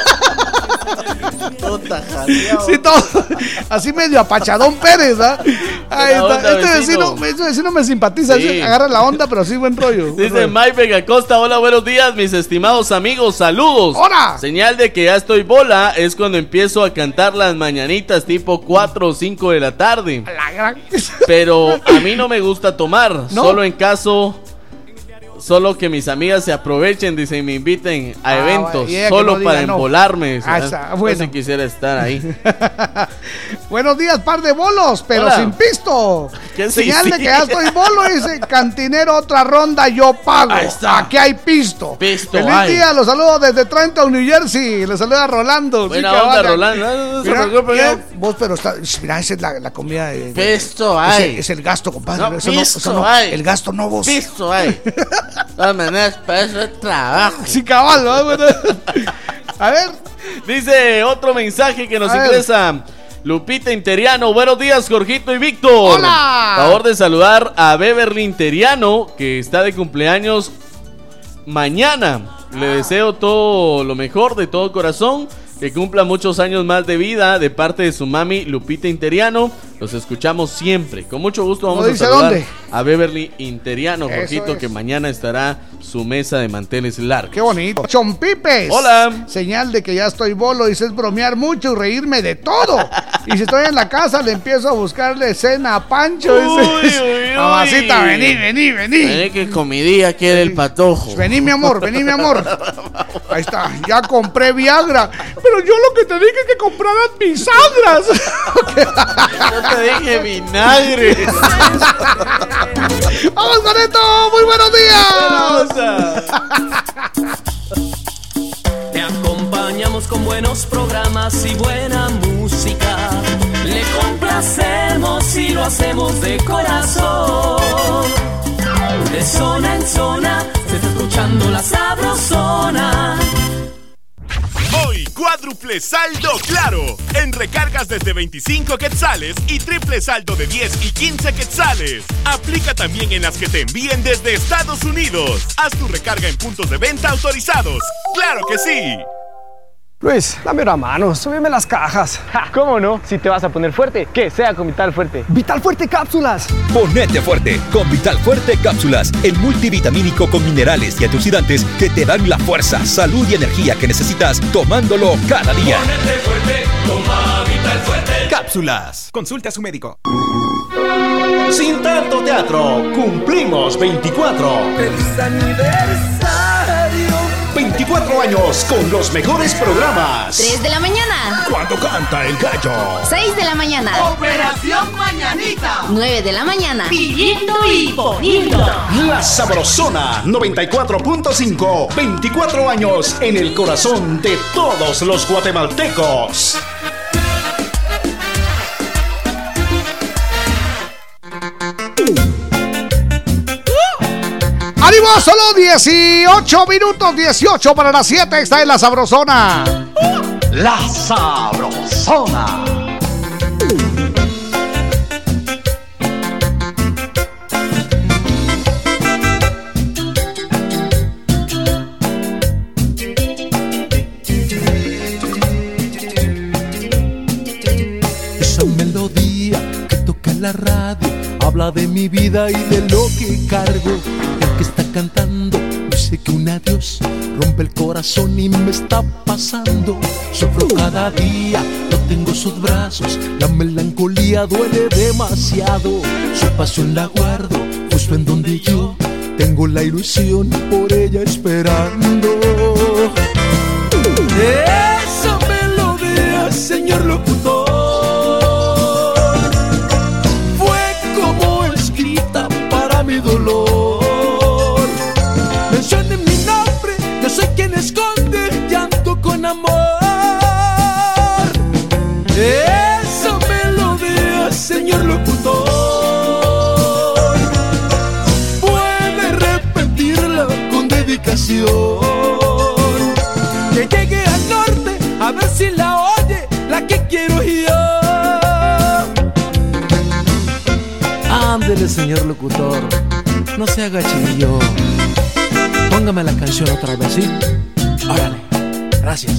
Sí, todo, así medio apachadón Pérez, ¿ah? Ahí
Buena
está.
onda,
Este vecino,
vecino.
este vecino me simpatiza,
Sí.
así, agarra la onda, pero sí buen rollo. buen
Dice
rollo.
Mike Acosta, hola, buenos días, mis estimados amigos, saludos.
¡Hola!
Señal de que ya estoy bola es cuando empiezo a cantar las mañanitas tipo cuatro o cinco de la tarde.
La gran.
Pero a mí no me gusta tomar,
¿No?
solo en caso, solo que mis amigas se aprovechen, dicen, me inviten a
Ah,
eventos,
y ella que
solo
no diga
para
no.
embolarme. dice,
Ah, está,
"Ah,
bueno.
no sé si quisiera estar ahí.
Buenos días, par de bolos, pero
Hola.
sin pisto.
¿Qué sí,
Señal
sí?
de que ya estoy bolo, dice cantinero, otra ronda, yo pago.
Ahí está.
Aquí hay pisto.
Pisto
Feliz
hay.
día, los saludo desde Trenton, New Jersey. Les saluda Rolando.
Buena
Sí,
onda,
cabal.
Rolando. No, no se
Mira,
preocupe,
mira,
¿eh?
vos, pero está, mira, esa es la, la comida de. de-
Pisto
es,
hay.
el, es el gasto, compadre.
No,
eso no,
pisto
eso no,
hay.
el gasto no vos.
Pisto hay. De todas maneras, para eso es trabajo.
Sí, cabal, ¿no? Bueno. A ver.
Dice otro mensaje que nos
A ver.
ingresa Lupita Interiano. Buenos días, Jorgito y Víctor.
¡Hola!
Favor de saludar a Beverly Interiano, que está de cumpleaños mañana. Le deseo todo lo mejor de todo corazón. Que cumpla muchos años más de vida de parte de su mami Lupita Interiano. Los escuchamos siempre. Con mucho gusto vamos
¿No
a
dice
saludar
dónde?
a Beverly Interiano,
Eso
Jorgito,
es.
que mañana estará su mesa de manteles largos.
Qué bonito. Chompipes.
Hola.
Señal de que ya estoy bolo. Dice es bromear mucho y reírme de todo. Y si estoy en la casa, le empiezo a buscarle cena a Pancho. Dice,
Uy, uy, uy.
mamacita, vení, vení, vení.
Vení que comidía quiere el patojo.
Vení, mi amor, vení, mi amor. Ahí está, ya compré Viagra. Pero yo lo que te dije es que compraras bisagras.
Yo te dije vinagre.
Vamos con esto, muy buenos días.
Te acompañamos con buenos programas y buena música. Le complacemos y lo hacemos de corazón. De zona en zona se está escuchando la sabrosona.
Hoy, cuádruple saldo claro. En recargas desde veinticinco quetzales y triple saldo de diez y quince quetzales. Aplica también en las que te envíen desde Estados Unidos. Haz tu recarga en puntos de venta autorizados. ¡Claro que sí!
Luis, dame una mano, súbeme las cajas.
Ja, ¿cómo no? Si te vas a poner fuerte, que sea con Vital Fuerte.
Vital Fuerte Cápsulas.
Ponete fuerte con Vital Fuerte Cápsulas, el multivitamínico con minerales y antioxidantes que te dan la fuerza, salud y energía que necesitas tomándolo cada día.
Ponete fuerte, toma Vital Fuerte.
Cápsulas. Consulta a su médico.
Sin tanto teatro, cumplimos veinticuatro.
¡Feliz aniversario!
veinticuatro años con los mejores programas.
tres de la mañana.
Cuando canta el gallo.
seis de la mañana.
Operación Mañanita.
nueve de la mañana.
Pidiendo y poniendo.
La Sabrosona noventa y cuatro punto cinco. veinticuatro años en el corazón de todos los guatemaltecos.
¡Ánimo! Solo dieciocho minutos, dieciocho para las siete. Está en la Sabrosona.
La Sabrosona.
Esa melodía que toca en la radio habla de mi vida y de lo que cargo. El que está cantando dice que un adiós rompe el corazón y me está pasando. Sufro cada día, no tengo sus brazos. La melancolía duele demasiado. Su pasión la guardo justo en donde yo tengo la ilusión por ella esperando. Esa melodía, señor locutor, fue como escrita para mi dolor. Mencione mi nombre, yo soy quien esconde llanto con amor. Esa melodía, señor locutor, puede repetirla con dedicación. Que llegue al norte a ver si la oye la que quiero yo.
Ándele, señor locutor, no se haga chillo. Póngame la canción otra vez, ¿sí? Órale, gracias.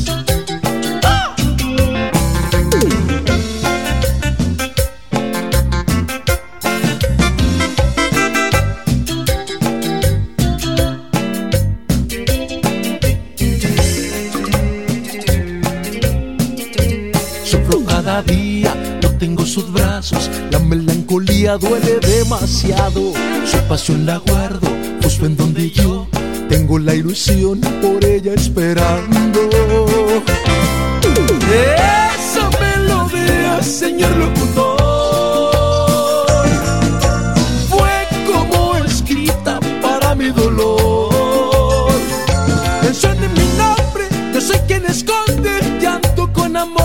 Sufro cada día, no tengo sus brazos, la melancolía duele demasiado. Su pasión la guardo justo en donde yo tengo la ilusión por ella esperando. Esa melodía, señor locutor, fue como escrita para mi dolor. Mencione mi nombre, yo soy quien esconde llanto con amor.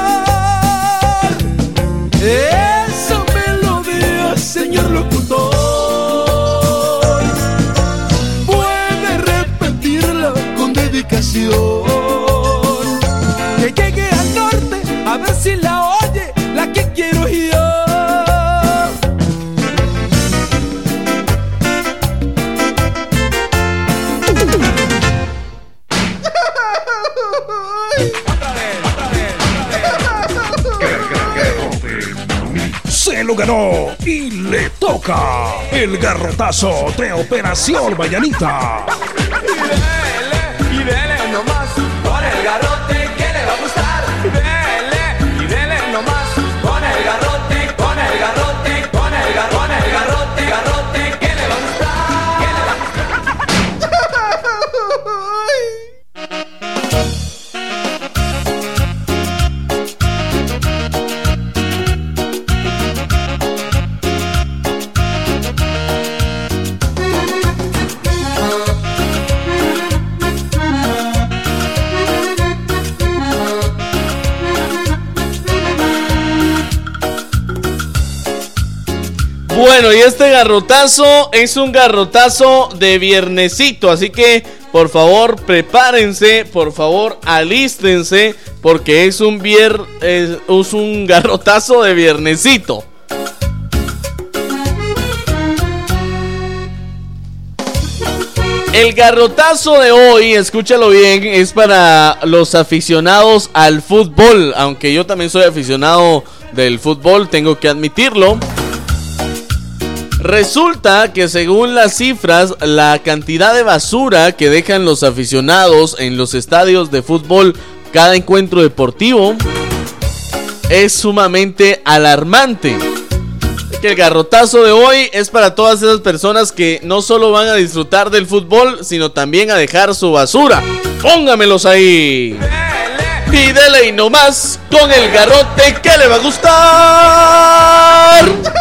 Esa melodía, señor locutor, puede repetirla con dedicación. Que llegue al norte a ver si la oye la que quiero yo.
Se lo ganó y le toca el garrotazo de Operación Mañanita.
Y dele nomás con el garrote que le va a gustar. Dele y dele nomás con el garrote, con el garrote, con el garrote, el garrote, garrote que le va a gustar, que le va a
Bueno, y este garrotazo es un garrotazo de viernesito, así que por favor prepárense, por favor alístense, porque es un vier, es, es un garrotazo de viernesito. El garrotazo de hoy, escúchalo bien, es para los aficionados al fútbol, aunque yo también soy aficionado del fútbol, tengo que admitirlo. Resulta que según las cifras, la cantidad de basura que dejan los aficionados en los estadios de fútbol cada encuentro deportivo es sumamente alarmante. Que el garrotazo de hoy es para todas esas personas que no solo van a disfrutar del fútbol, sino también a dejar su basura. Póngamelos ahí. Y dele y no más con el garrote que le va a gustar.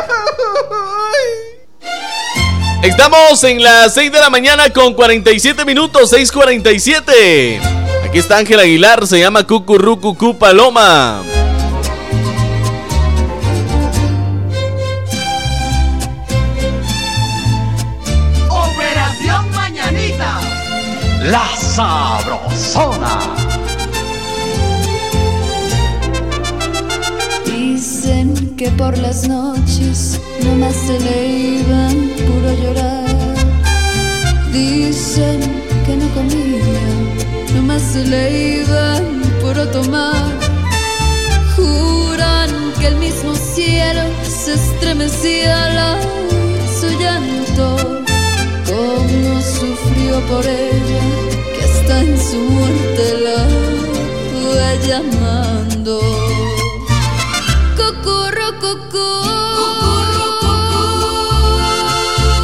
Estamos en las seis de la mañana con cuarenta y siete minutos, seis cuarenta y siete. Aquí está Ángel Aguilar, se llama Cucurrucucú Paloma.
Operación Mañanita, la sabrosona.
Dicen que por las noches nomás se le iban puro llorar. Dicen que no comía, nomás se le iban puro tomar. Juran que el mismo cielo se estremecía al oír su llanto. Cómo sufrió por ella, que hasta en su muerte la fue llamando. Cucurru, cucú.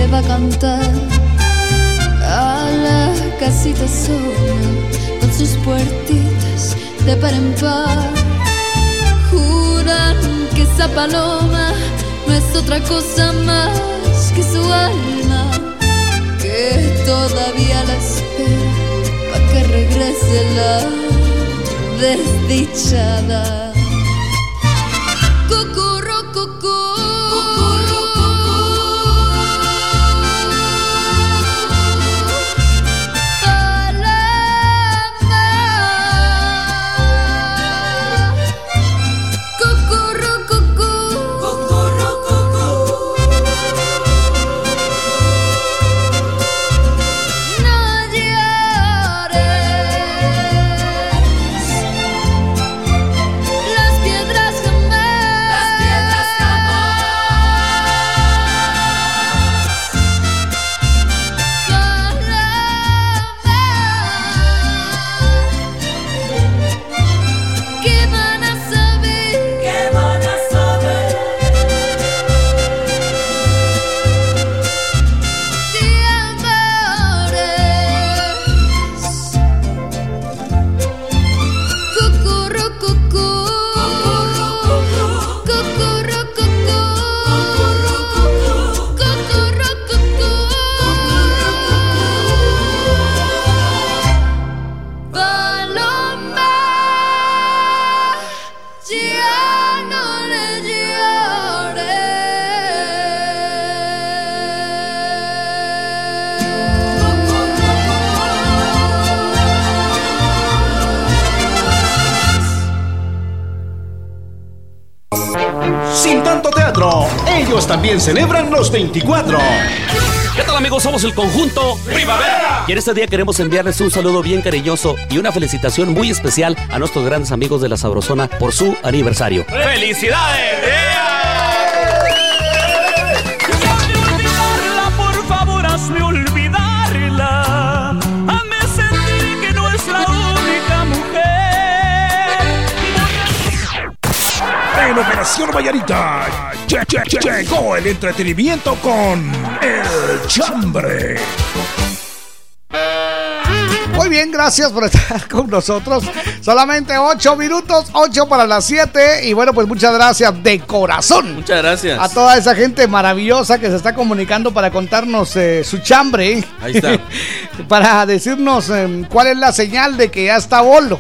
lleva a cantar a la casita sola con sus puertitas de par en par. Juran que esa paloma no es otra cosa más que su alma, que todavía la espera pa' que regrese la desdichada. Cucurru, cucú.
Sin tanto teatro, ellos también celebran los veinticuatro.
¿Qué tal, amigos? Somos el conjunto Primavera. Y en este día queremos enviarles un saludo bien cariñoso y una felicitación muy especial a nuestros grandes amigos de la Sabrosona por su aniversario.
¡Felicidades!
Por favor, hazme olvidarla. Hazme sentir que no es la única mujer.
En Operación Vallarita che, che, che, llegó el entretenimiento con El Chambre.
Muy bien, gracias por estar con nosotros. Solamente ocho minutos, ocho para las siete. Y bueno, pues muchas gracias de corazón.
Muchas gracias.
A toda esa gente maravillosa que se está comunicando para contarnos eh, su chambre.
Ahí está.
Para decirnos eh, cuál es la señal de que ya está bolo.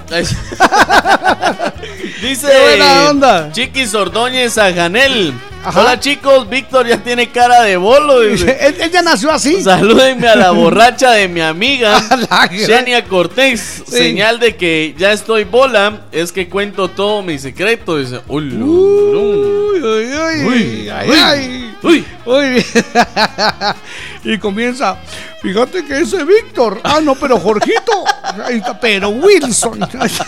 Dice
Qué buena onda.
Chiquis Ordóñez a Janel.
Ajá.
Hola, chicos, Víctor ya tiene cara de bolo.
Él, él ya nació así.
Salúdenme a la borracha de mi amiga Xenia Cortés. Sí. Señal de que ya estoy bola es que cuento todo mi secreto. Dice, uy, uy,
uy, uy, uy, ay, ay.
Uy.
Uy. Y comienza, fíjate que ese Víctor. Ah, no, pero Jorgito. Ahí está, pero Wilson.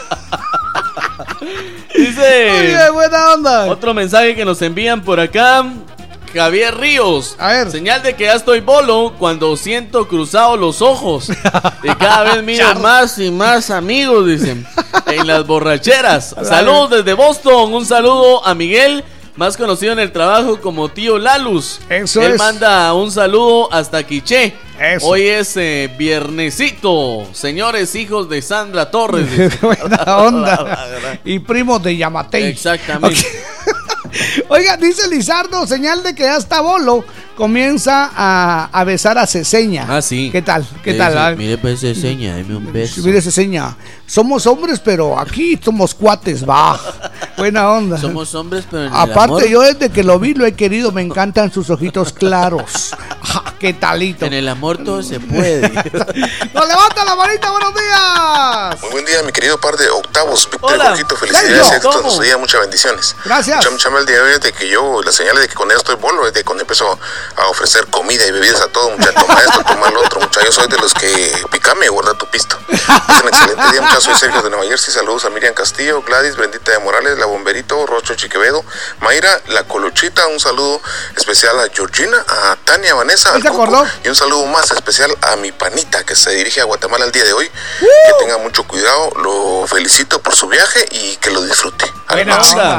Dice,
oye, buena onda.
Otro mensaje que nos envían por acá, Javier Ríos.
A ver.
Señal de que ya estoy bolo cuando siento cruzados los ojos. Y cada vez miro más y más amigos, dicen, en las borracheras. Saludos desde Boston. Un saludo a Miguel, más conocido en el trabajo como Tío Lalus.
Eso
Él
es.
manda un saludo hasta Quiché.
Eso.
Hoy es eh, viernesito, señores hijos de Sandra Torres.
Buena onda. Y primos de Yamatei.
Exactamente.
Okay. Oiga, dice Lizardo, señal de que ya está bolo, comienza a, a besar a Ceseña.
Ah, sí.
¿Qué tal? ¿Qué
Le
tal?
dice,
Ah?
mire, pues, Ceseña, deme un beso.
Mire, Ceseña, somos hombres, pero aquí somos cuates, va. Buena onda.
Somos hombres, pero en el
Aparte,
amor,
yo desde que lo vi lo he querido, me encantan sus ojitos claros. Ja, ¿qué talito?
en el amor todo se puede.
¡Nos levanta la manita! ¡Buenos días!
Muy buen día, mi querido par de octavos, Víctor y
Hola.
Jorgito. Felicidades,
Sergio,
éxitos
¿cómo?
en su día, muchas bendiciones.
Gracias.
Cham, cham, el día de hoy es de que yo, la señal de que cuando ya estoy bolo es de cuando empiezo a ofrecer comida y bebidas a todo, muchacho. Toma esto, toma el otro, muchacho. Yo soy de los que picame y guarda tu pisto. Es un excelente día, muchachos. Soy Sergio de Nueva Jersey. Saludos a Miriam Castillo, Gladys, Bendita de Morales, La Bomberito, Rocho Chiquevedo, Mayra, La Colochita. Un saludo especial a Georgina, a Tania, Vanessa, al
¿Se
Cuco,
acordó?
y un saludo más especial a mi panita que se dirige a Guatemala el día de hoy. Que tenga mucho cuidado, lo felicito por su viaje y que lo disfrute.
Buena
Además,
onda.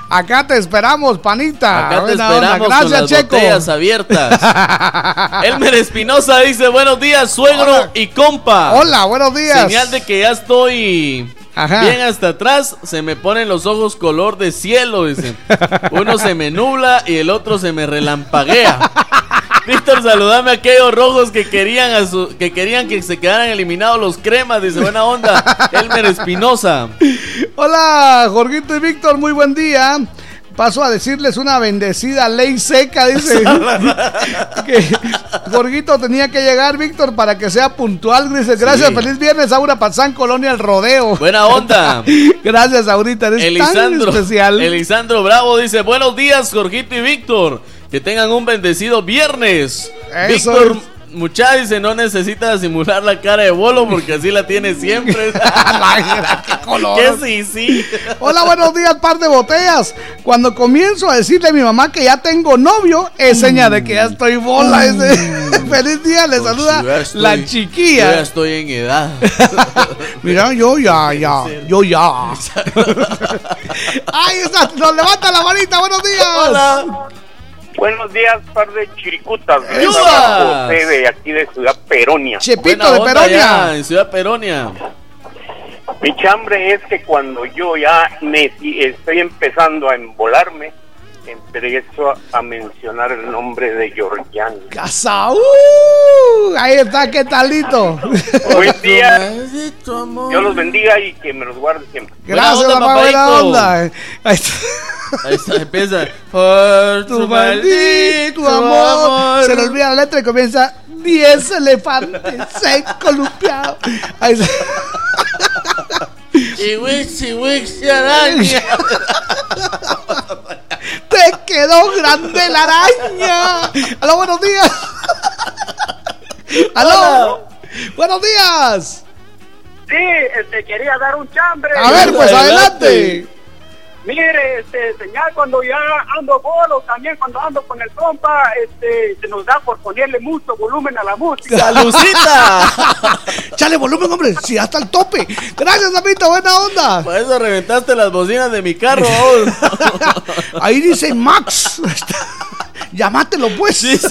Acá te esperamos, panita.
Acá te
Buena
esperamos
onda. Gracias,
con las
Checo.
botellas abiertas. Elmer Espinosa dice, buenos días, suegro
Hola.
y compa.
Hola, buenos días.
Señal de que ya estoy
Ajá.
bien hasta atrás, se me ponen los ojos color de cielo, dice. Uno se me nubla y el otro se me relampaguea. Víctor, saludame a aquellos rojos que querían a su, que querían que se quedaran eliminados los cremas, dice, buena onda. Elmer Espinosa.
Hola, Jorgito y Víctor, muy buen día. Paso a decirles una bendecida ley seca, dice. Que Jorgito tenía que llegar, Víctor, para que sea puntual. Dice, gracias,
Sí.
feliz viernes, Aura Pazán, Colonia El Rodeo.
Buena onda.
Gracias, Aurita, eres
Elisandro,
tan especial.
Elisandro Bravo dice, buenos días, Jorgito y Víctor. Que tengan un bendecido viernes.
Eso
Víctor
es.
Mucha dice, no necesita simular la cara de bolo porque así la tiene siempre.
¡Qué color!
Que sí, sí.
Hola, buenos días, par de botellas. Cuando comienzo a decirle a mi mamá que ya tengo novio, es señal de que ya estoy bola. Ese. Feliz día, le
Pues
saluda
yo ya estoy-
la
Yo ya
chiquilla.
estoy en edad.
Mira, yo ya, ya, yo ya. Ahí está, nos levanta la manita, buenos días.
Hola.
Buenos días, par de chiricutas. Les
¡Ayudas!
habla José de aquí de Ciudad Peronia.
Chepito
Buena
de
onda
Peronia.
ya, en Ciudad Peronia.
Mi chambre es que cuando yo ya me estoy empezando a embolarme, empiezo a mencionar el nombre de Georgian.
Casa, uh, ahí está, qué talito.
Buen día. Dios los bendiga y que me los guarde siempre.
Gracias,
Buena onda,
papá, buena
papadito.
onda. Ahí está.
Ahí está, empieza. Por
Tu maldito amor. Se le olvida la letra y comienza diez elefantes se columpiado. Ahí está.
Y Wix, y Wix, y araña.
Te quedó grande la araña. Aló, buenos días. Aló. Buenos días.
Sí, este, quería dar un chambre.
A ver, pues adelante.
Mire, este, señal, cuando ya ando bolo, también cuando ando con el compa, este, se nos da por ponerle mucho volumen a la música.
¡Salucita!
Chale volumen, hombre, si hasta el tope. Gracias, Zapito, buena onda.
Por eso reventaste las bocinas de mi carro. vos.
Ahí dice Max. Llámatelo, pues.
Dice-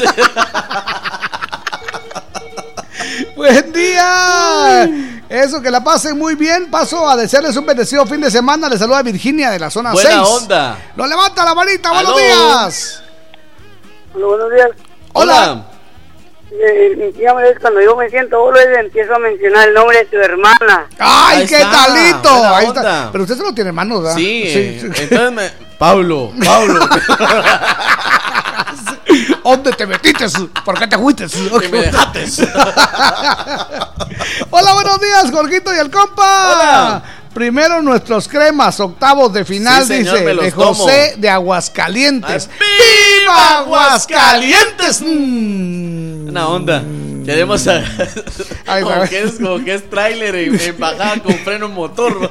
Buen día. Eso, que la pasen muy bien. Paso a desearles un bendecido fin de semana. Les saluda Virginia de la zona
Buena
seis.
onda.
Nos levanta la manita. Buenos
Aló.
días.
Hola, buenos días.
Hola.
Eh, mi tía me dice, cuando yo me siento bolo, le empiezo a mencionar el nombre de tu hermana.
Ay,
Ahí
qué
está,
talito.
buena
Ahí
onda.
está. Pero usted solo tiene manos, ¿verdad?
Sí, eh, entonces me... Pablo, Pablo.
¿Dónde te metiste? ¿Por qué te fuiste?
Que me dejaste.
Hola, buenos días, Jorgito y el compa.
Hola.
Primero nuestros cremas, octavos de final,
Sí, señor,
dice,
me los
de José de Aguascalientes. ¡Viva Aguascalientes! Mm.
Una onda. Queremos a...
Ay,
como,
güey.
que es, como que es tráiler en, en bajada con freno motor.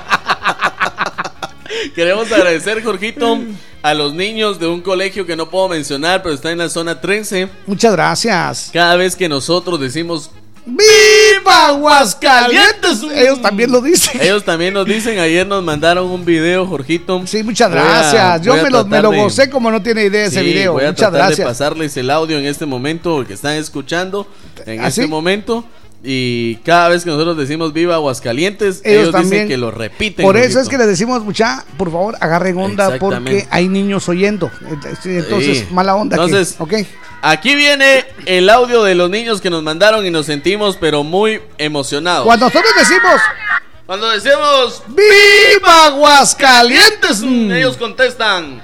Queremos agradecer, Jorgito, a los niños de un colegio que no puedo mencionar, pero está en la zona trece.
Muchas gracias.
Cada vez que nosotros decimos
¡Viva Aguascalientes! Ellos también lo dicen.
ellos también nos dicen, ayer nos mandaron un video, Jorgito.
Sí, muchas
Voy a-
gracias. Yo
voy a
me lo, me
tratar
lo
de-
gocé como no tiene idea ese
Sí,
video.
voy a
Muchas
tratar de
gracias.
pasarles el audio en este momento porque están escuchando en
¿Ah,
este
sí?
momento. Y cada vez que nosotros decimos viva Aguascalientes,
Ellos
ellos,
también.
dicen que lo repiten.
Por eso
Jorgito.
es que les decimos, mucha, por favor, agarren onda
Exactamente.
porque hay niños oyendo. Entonces,
Sí.
mala onda.
Entonces,
que- ok.
aquí viene el audio de los niños que nos mandaron y nos sentimos pero muy emocionados.
Cuando nosotros decimos
Cuando decimos
¡Viva Aguascalientes!
mm, ellos contestan.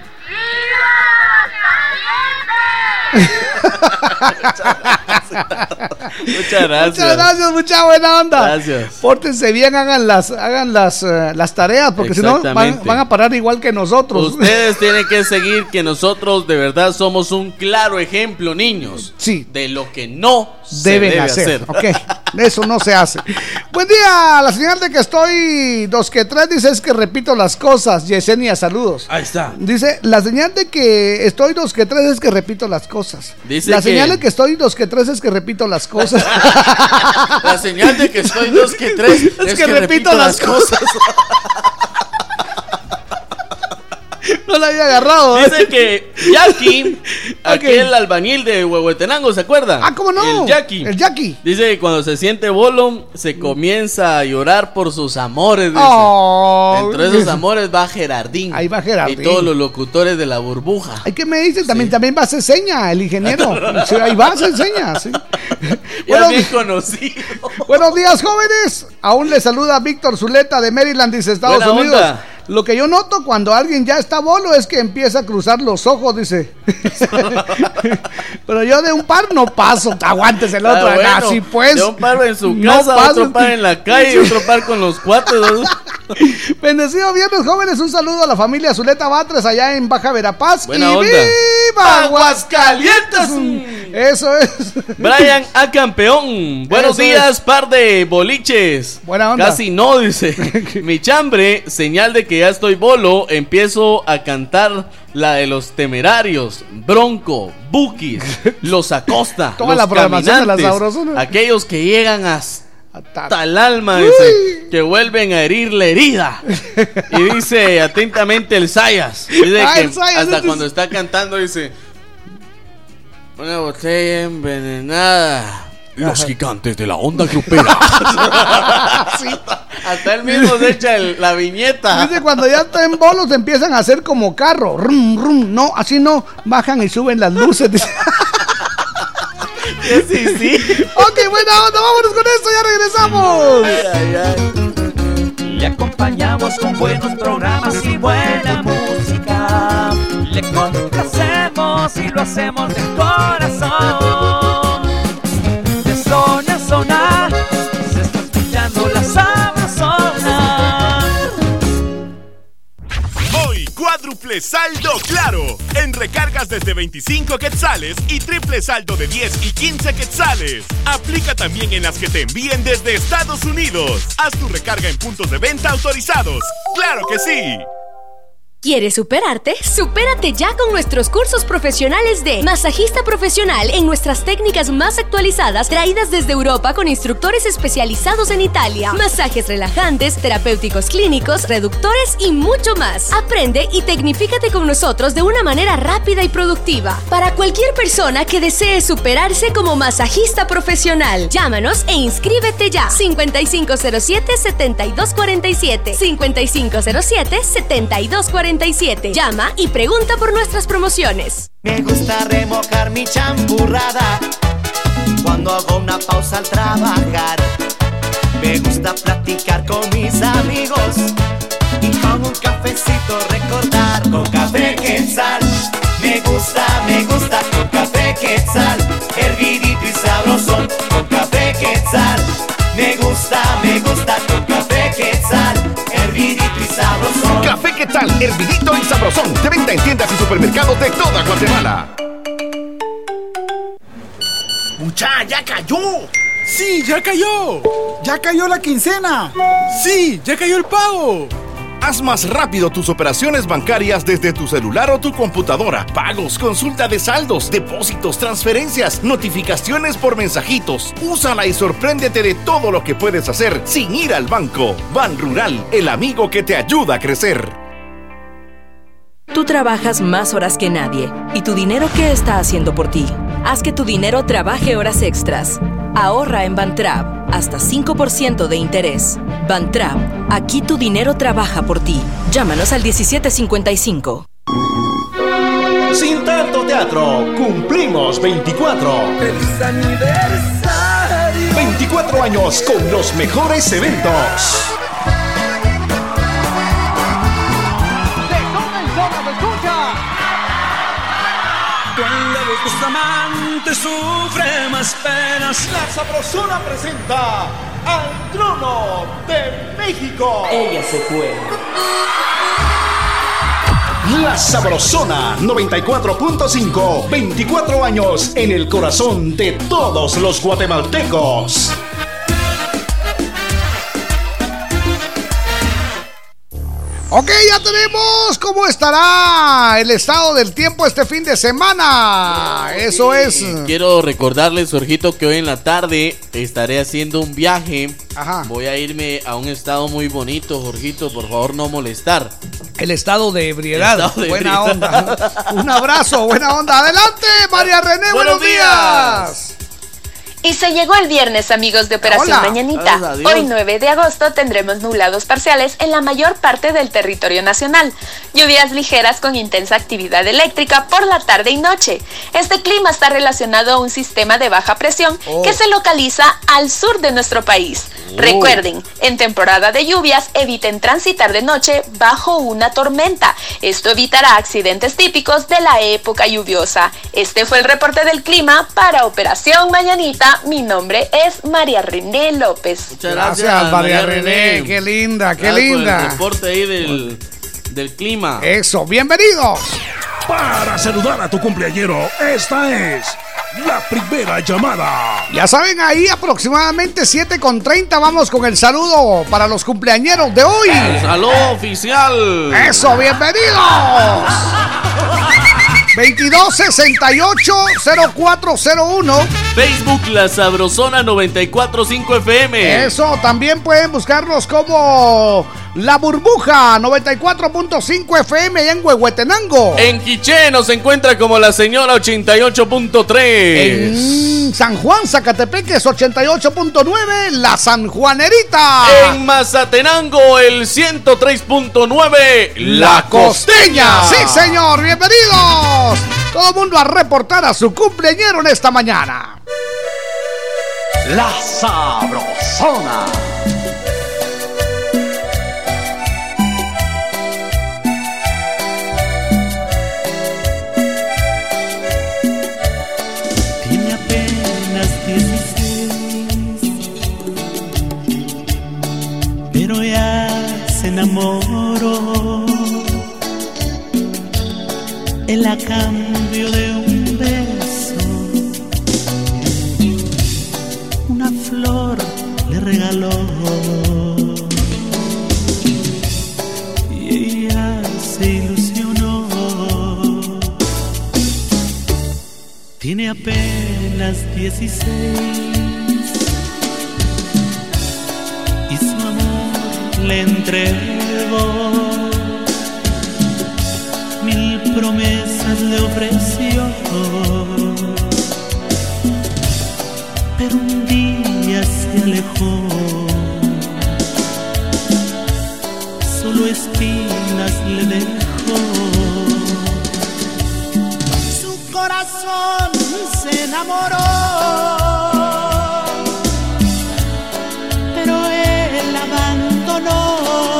Muchas gracias.
Muchas gracias, mucha buena onda.
Gracias.
Pórtense bien, hagan las, hagan las, eh, las tareas, porque si no van,
Exactamente.
van a parar igual que nosotros.
Ustedes tienen que seguir que nosotros de verdad somos un claro ejemplo, niños.
Sí.
De lo que no
Deben
se debe
hacer.
hacer.
Ok, eso no se hace. Buen día, la señal de que estoy dos que tres dice es que repito las cosas. Yesenia, saludos.
Ahí está.
Dice, la señal de que estoy dos que tres es que repito las cosas.
Dice
la
que-
señal de que estoy dos que tres es que repito las cosas.
La señal de que estoy dos que tres es,
que repito las
cosas.
No la había agarrado.
Dice que Jackie, aquel albañil de Huehuetenango, ¿se acuerda?
Ah, ¿cómo no?
El Jackie.
El Jackie.
Dice que cuando se siente bolo, se comienza a llorar por sus amores. Dice.
Oh,
Entre esos amores va Gerardín.
Ahí va Gerardín.
Y todos los locutores de la burbuja.
Ay, ¿qué me dice? También, sí. también va a hacer seña, el ingeniero. Sí, ahí va a hacer seña, sí.
Ya bien conocido.
Buenos días, jóvenes. Aún le saluda Víctor Zuleta de Maryland, dice Estados
Buena
Unidos.
Onda.
Lo que yo noto cuando alguien ya está bolo es que empieza a cruzar los ojos, dice. Pero yo de un par no paso. Aguántese el otro.
Ah, bueno,
así pues.
De un par en su
no
casa,
paso.
otro par en la calle, otro par con los cuates.
Bendecido viernes, jóvenes. Un saludo a la familia Zuleta Batres allá en Baja Verapaz.
Buena
y
onda.
¡viva Aguascalientes! Eso es.
Brian A. Campeón. Buenos
Eso
días,
es.
par de boliches.
Buena onda.
Casi no, dice. Mi chambre, señal de que ya estoy bolo, empiezo a cantar la de los Temerarios, Bronco, Bukis, Los Acosta,
Toda
los
la programación de la
Caminantes,
Sabrosona.
aquellos que llegan hasta el alma, dice, que vuelven a herir la herida. Y dice atentamente el Sayas. Dice
Ah,
que
el Sayas,
hasta
ese
cuando
es-
está cantando dice: una botella envenenada.
Los gigantes de la onda grupera.
Sí, hasta él mismo se echa el- la viñeta.
Dice, cuando ya está en bolos empiezan a hacer como carro. Rum, rum. No, así no. Bajan y suben las luces. Dice.
Sí, sí.
Ok, buena onda. Vámonos con esto. Ya regresamos.
Ay, ay, ay.
Le acompañamos con buenos programas y buena música. Le complacemos y lo hacemos de corazón. De zona a zona se está escuchando la Sabrosona.
Hoy, cuádruple saldo claro. En recargas desde veinticinco quetzales y triple saldo de diez y quince quetzales. Aplica también en las que te envíen desde Estados Unidos. Haz tu recarga en puntos de venta autorizados. ¡Claro que sí!
¿Quieres superarte? Supérate ya con nuestros cursos profesionales de masajista profesional en nuestras técnicas más actualizadas traídas desde Europa con instructores especializados en Italia, masajes relajantes, terapéuticos clínicos, reductores y mucho más. Aprende y tecnifícate con nosotros de una manera rápida y productiva. Para cualquier persona que desee superarse como masajista profesional, llámanos e inscríbete ya. cincuenta y cinco cero siete, setenta y dos cuarenta y siete cincuenta y cinco cero siete, setenta y dos cuarenta y siete. Llama y pregunta por nuestras promociones.
Me gusta remojar mi champurrada cuando hago una pausa al trabajar. Me gusta platicar con mis amigos y con un cafecito recordar. Con Café Quetzal, me gusta, me gusta. Con Café Quetzal, hervidito y sabrosón. Con Café Quetzal, me gusta, me gusta. Con Café Quetzal, hervidito y sabrosón.
Café Quetzal, hervidito y sabrosón. De venta en tiendas y supermercados de toda Guatemala.
¡Mucha, ya cayó! ¡Sí, ya cayó! ¡Ya cayó la quincena! ¡Sí, ya cayó el pago!
Haz más rápido tus operaciones bancarias desde tu celular o tu computadora. Pagos, consulta de saldos, depósitos, transferencias, notificaciones por mensajitos. Úsala y sorpréndete de todo lo que puedes hacer sin ir al banco. Ban Rural, el amigo que te ayuda a crecer.
Tú trabajas más horas que nadie. ¿Y tu dinero qué está haciendo por ti? Haz que tu dinero trabaje horas extras. Ahorra en Bantrap. Hasta cinco por ciento de interés. Bantrap. Aquí tu dinero trabaja por ti. Llámanos al diecisiete cincuenta y cinco.
Sin tanto teatro, cumplimos veinticuatro.
¡Feliz aniversario!
veinticuatro años con los mejores eventos.
Cuando los amantes sufren más penas,
La Sabrosona presenta al trono de México.
ella se fue.
La Sabrosona noventa y cuatro punto cinco. veinticuatro años en el corazón de todos los guatemaltecos.
Ok, ya tenemos cómo estará el estado del tiempo este fin de semana. Eso es.
Quiero recordarles, Jorgito, que hoy en la tarde estaré haciendo un viaje.
Ajá.
Voy a irme a un estado muy bonito, Jorgito, por favor no molestar.
El estado de ebriedad.
Estado de
buena
ebriedad.
onda. Un abrazo, buena onda. Adelante, María René, buenos, buenos días. días.
Y se llegó el viernes, amigos de Operación
Hola.
Mañanita. Hoy, nueve de agosto, tendremos nublados parciales en la mayor parte del territorio nacional. Lluvias ligeras con intensa actividad eléctrica por la tarde y noche. Este clima está relacionado a un sistema de baja presión oh. que se localiza al sur de nuestro país. Oh. Recuerden, en temporada de lluvias, eviten transitar de noche bajo una tormenta. Esto evitará accidentes típicos de la época lluviosa. Este fue el reporte del clima para Operación Mañanita. Mi nombre es María René López.
Muchas gracias, gracias María, María René.
René. Qué linda, qué
gracias
linda.
Por el reporte ahí del, del clima.
Eso, bienvenidos.
Para saludar a tu cumpleañero, esta es la primera llamada.
Ya saben, ahí aproximadamente siete con treinta vamos con el saludo para los cumpleañeros de hoy.
El saludo oficial.
Eso, bienvenidos. veintidós sesenta y ocho cero cuatro cero uno.
Facebook La Sabrosona noventa y cuatro punto cinco F M.
Eso, también pueden buscarnos como La Burbuja noventa y cuatro punto cinco F M en Huehuetenango.
En Quiché nos encuentra como La Señora ochenta y ocho punto tres.
En San Juan, Zacatepeques ochenta y ocho punto nueve, La Sanjuanerita.
En Mazatenango el ciento tres punto nueve, La Costeña.
Sí, señor, bienvenidos. Todo el mundo a reportar a su cumpleañero en esta mañana.
La Sabrosona.
Tiene apenas dieciséis, pero ya se enamoró. Él a cambio de un beso, una flor le regaló. Y ella se ilusionó. Tiene apenas dieciséis y su amor le entregó. Mil promesas le ofreció, pero un día se alejó. Solo espinas le dejó. Su corazón se enamoró, pero él abandonó.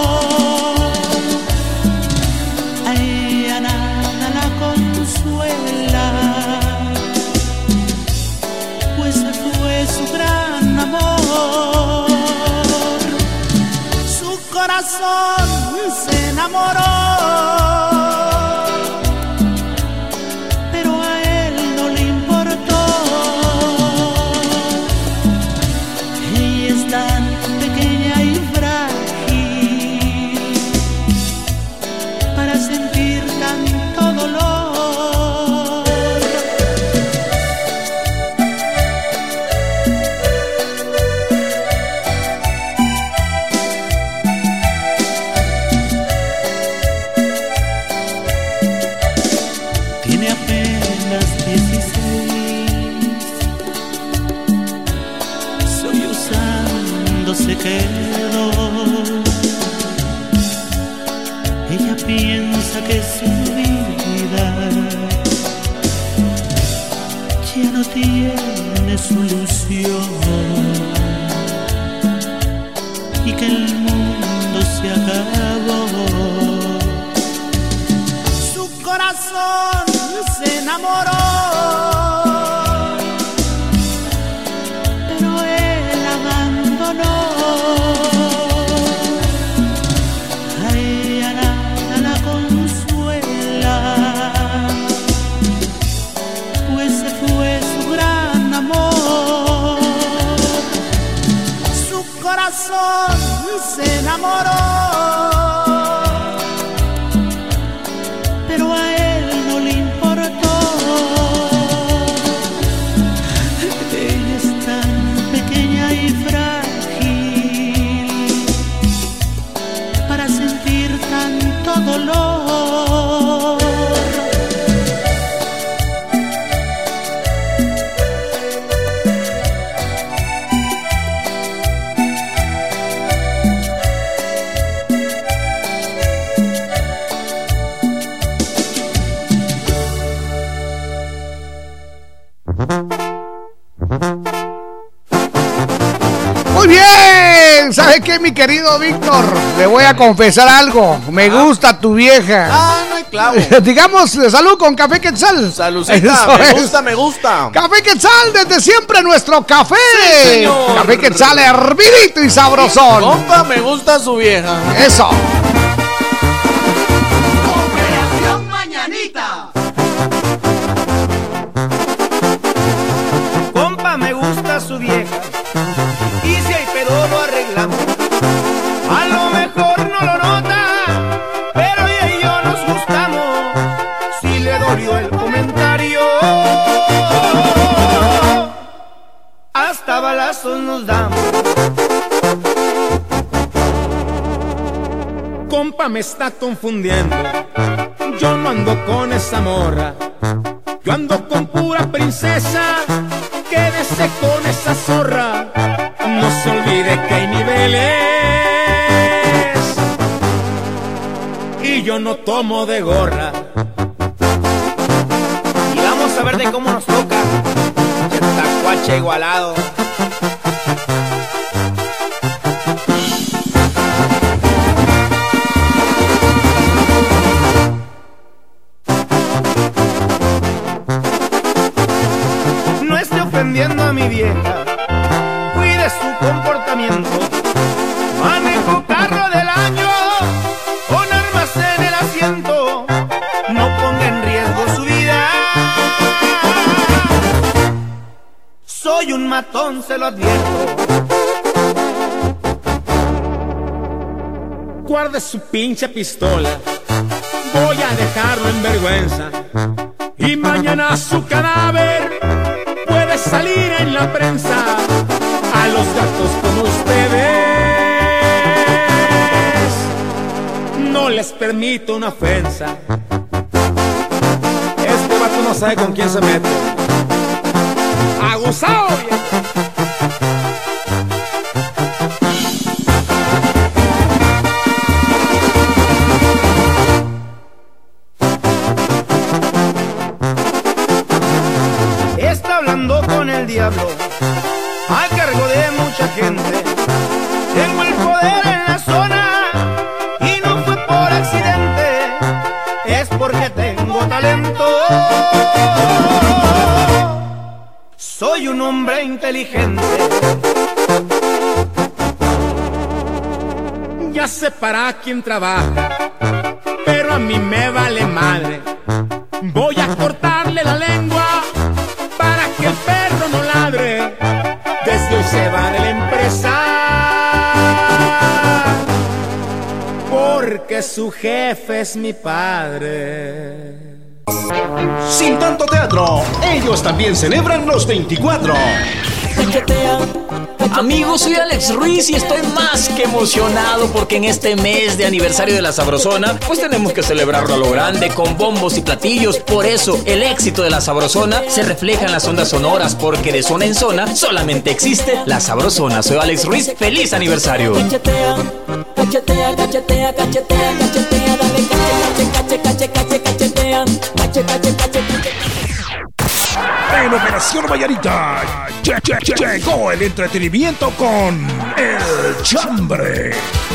Pues fue su gran amor. Su corazón se enamoró, pero a él no le importó. Ella es tan pequeña y frágil para sentir tanto dolor. Se quedó. Ella piensa que su vida ya no tiene solución y que el mundo se acabó. Su corazón se enamoró, pero él abandonó. Se enamoró, pero a él no le importó. Ella es tan pequeña y frágil para sentir tanto dolor.
Oye, ¿sabe qué, mi querido Víctor? Le voy a confesar algo. Me ah. gusta tu vieja.
Ah, no hay clavo.
Digamos, salud con Café Quetzal.
Saludcita, Eso me es. gusta, me gusta.
Café Quetzal, desde siempre nuestro café.
Sí, señor.
Café Quetzal, hervidito y sabrosón.
Compa, me gusta su vieja.
Eso.
Operación Mañanita.
Compa, me gusta su vieja. Y si hay pedo lo arreglamos. A lo mejor no lo nota, pero ella y yo nos gustamos. Si le dolió el comentario, hasta balazos nos damos. Compa, me está confundiendo. Yo no ando con esa morra. Yo ando con pura princesa. Quédese con esa zorra. No se olvide que hay niveles. Y yo no tomo de gorra. Y vamos a ver de cómo nos toca. Tacuache igualado. No esté ofendiendo a mi vieja. Cuide su comportamiento. Manejo carro del año con armas en el asiento. No ponga en riesgo su vida. Soy un matón, se lo advierto. Guarde su pinche pistola. Voy a dejarlo en vergüenza. Y mañana su cadáver puede salir en la prensa. A los gatos como ustedes no les permito una ofensa. Este vato no sabe con quién se mete. ¡Aguzado! Está hablando con el diablo a cargo de mucha gente. Tengo el poder en la zona y no fue por accidente, es porque tengo talento. Soy un hombre inteligente. Ya sé para quién trabaja, pero a mí me vale madre. Voy a cortarle la lengua para que el perro no ladre. Desde hoy se va de la empresa porque su jefe es mi padre.
Sin tanto teatro, ellos también celebran los veinticuatro.
Amigos, soy Alex Ruiz y estoy más que emocionado porque en este mes de aniversario de La Sabrosona, pues tenemos que celebrarlo a lo grande con bombos y platillos. Por eso, el éxito de La Sabrosona se refleja en las ondas sonoras, porque de zona en zona solamente existe La Sabrosona. Soy Alex Ruiz, ¡feliz aniversario!
Cachetea, cachetea, cachetea, cachetea, cachetea, dale cache, cache, cache, cache, cachetea, cache, cache, cache, cache.
En Operación Mañanita llegó el entretenimiento con El Chambre.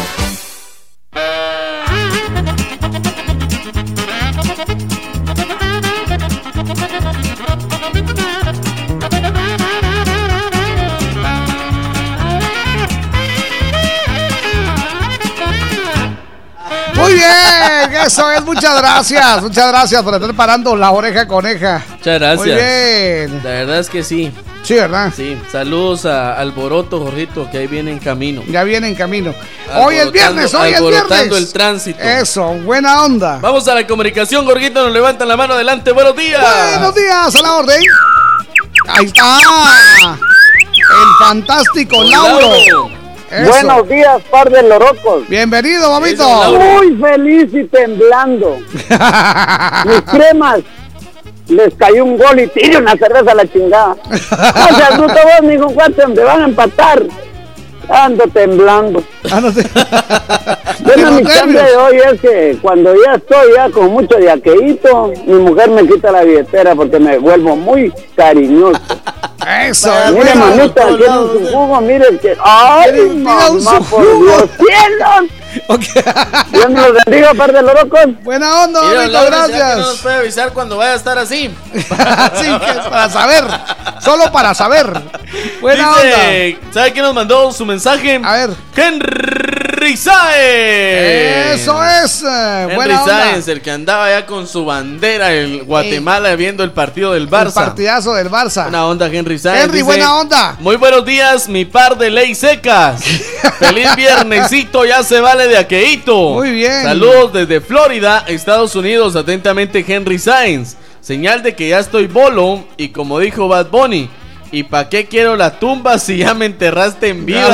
Muy bien, eso es, muchas gracias, muchas gracias por estar parando la oreja coneja.
Muchas gracias.
Muy bien.
La verdad es que sí.
Sí, ¿verdad?
Sí, saludos a Alboroto, Jorgito, que ahí viene en camino.
Ya viene en camino. Hoy es viernes, hoy es viernes.
el tránsito.
Eso, buena onda.
Vamos a la comunicación, Jorgito, nos levantan la mano adelante. Buenos días.
Buenos días, a la orden. Ahí está. El fantástico Lauro. Eso.
Buenos días, par de lorocos.
Bienvenido, mamito.
Muy feliz y temblando. Mis cremas. Les cayó un gol y tire una cerveza a la chingada. No seas bruto vos, mijo, cuate, me van a empatar. Ando temblando.
Ah, no te...
Bueno, mi cambio de hoy es que cuando ya estoy ya con mucho de aqueíto, mi mujer me quita la billetera porque me vuelvo muy cariñoso.
Eso.
Mire, mamita, quiere un jugo, mire que... ¡Ay, mamá, por Dios! ¡Cielo!
Okay.
Dios me los bendiga, par de lorocos.
Buena onda,
Mira,
bonito,
Laura,
gracias.
¿será que no nos puede avisar cuando vaya a estar así?
Sí, que para saber. Solo para saber. Buena
Dice,
onda.
¿sabe quién nos mandó su mensaje?
A ver.
Henry Sáenz.
Eso es. eh,
Henry
buena onda.
Sáenz, el que andaba ya con su bandera en Guatemala
Ey.
viendo el partido del Barça.
El partidazo del Barça.
Buena onda, Henry Sáenz.
Henry,
dice,
buena onda.
Muy buenos días, mi par de ley secas. Feliz viernesito, ya se vale de aqueíto.
Muy bien.
Saludos desde Florida, Estados Unidos. Atentamente, Henry Sáenz. Señal de que ya estoy bolo. Y como dijo Bad Bunny, ¿y pa' qué quiero la tumba si ya me enterraste en vida?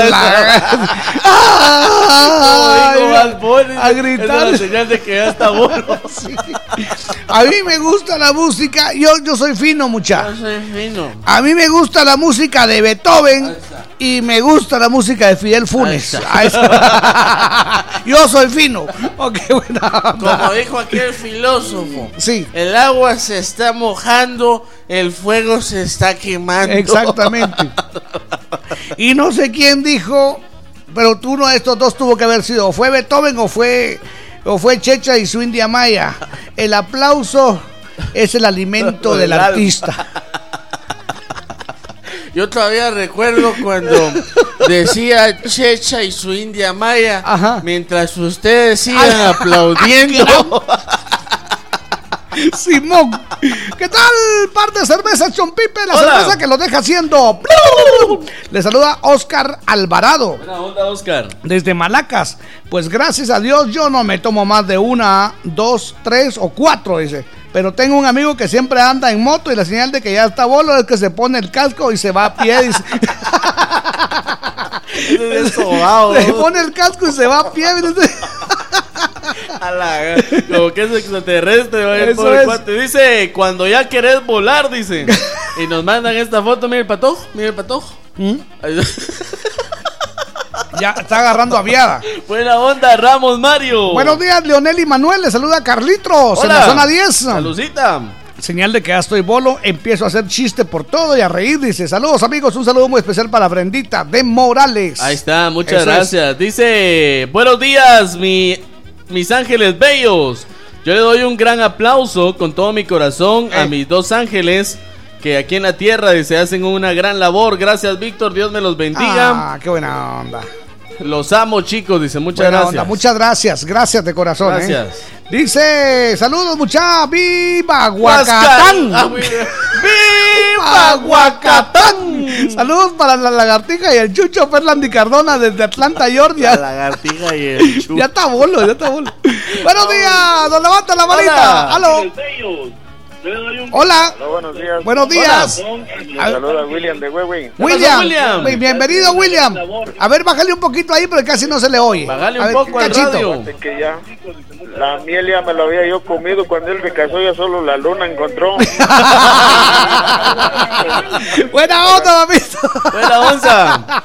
Ay,
Como dijo Bad Bunny,
a gritar.
esa es la señal de que ya está bolo.
Sí. A mí me gusta la música. Yo, yo soy fino, muchacho.
Yo soy fino.
A mí me gusta la música de Beethoven y me gusta la música de Fidel Funes. Yo soy fino. Okay, buena onda.
Como dijo aquel filósofo,
sí.
El agua se está mojando, el fuego se está quemando.
Exactamente. Y no sé quién dijo, pero uno de estos dos tuvo que haber sido, o fue Beethoven o fue, o fue Checha y su India Maya. El aplauso es el alimento del artista.
Yo todavía recuerdo cuando decía Checha y su India Maya, ajá, mientras ustedes sigan ay, aplaudiendo.
Simón, ¿qué tal? Par de cervezas Chompipe, la
Hola.
cerveza que lo deja haciendo. Le saluda Oscar Alvarado.
Buena onda, Oscar.
Desde Malacas. Pues gracias a Dios yo no me tomo más de una, dos, tres o cuatro, dice. Pero tengo un amigo que siempre anda en moto y la señal de que ya está bolo es que se pone el casco y se va a pie, dice.
Es sobao,
se
¿no?
pone el casco y se va a pie, dice.
A la, como que es extraterrestre, vaya,
Eso
pobre
es.
cuate. Dice, cuando ya querés volar, dice. Y nos mandan esta foto, mire el patojo, mire el patojo.
¿Mm? Ya está agarrando aviada.
Buena onda, Ramos Mario.
Buenos días, Leonel y Manuel. Le saluda a Carlitos.
Hola.
En la zona diez.
Salucita.
Señal de que ya estoy bolo. Empiezo a hacer chiste por todo y a reír. Dice, saludos amigos. Un saludo muy especial para Brendita de Morales.
Ahí está, muchas
Eso
gracias.
es.
Dice, buenos días, mi, mis ángeles bellos. Yo le doy un gran aplauso con todo mi corazón
Eh.
a mis dos ángeles que aquí en la tierra dice, hacen una gran labor. Gracias, Víctor. Dios me los bendiga.
Ah, qué buena onda.
Los amo, chicos, dice, muchas
Buena
gracias.
onda, muchas gracias, gracias de corazón.
Gracias.
¿eh? Dice, saludos muchachos, viva Huacatán.
Ah, muy bien. ¡Viva Huacatán!
Saludos para la lagartija y el chucho Ferland y Cardona desde Atlanta, Georgia.
La lagartija y el chucho.
Ya está bolo, ya está bolo. Buenos días, nos levanta la manita. Aló. Hola.
Hola, buenos días.
Buenos días.
Hola. Saluda William de Huehue.
William,
William?
bienvenido William. A ver, bájale un poquito ahí porque casi no se le oye.
Bájale un
A ver,
poco al
cachito.
radio.
Que ya la miel ya me la había yo comido cuando él me casó, ya solo la luna encontró.
Buena onda, mamito.
Buena onza.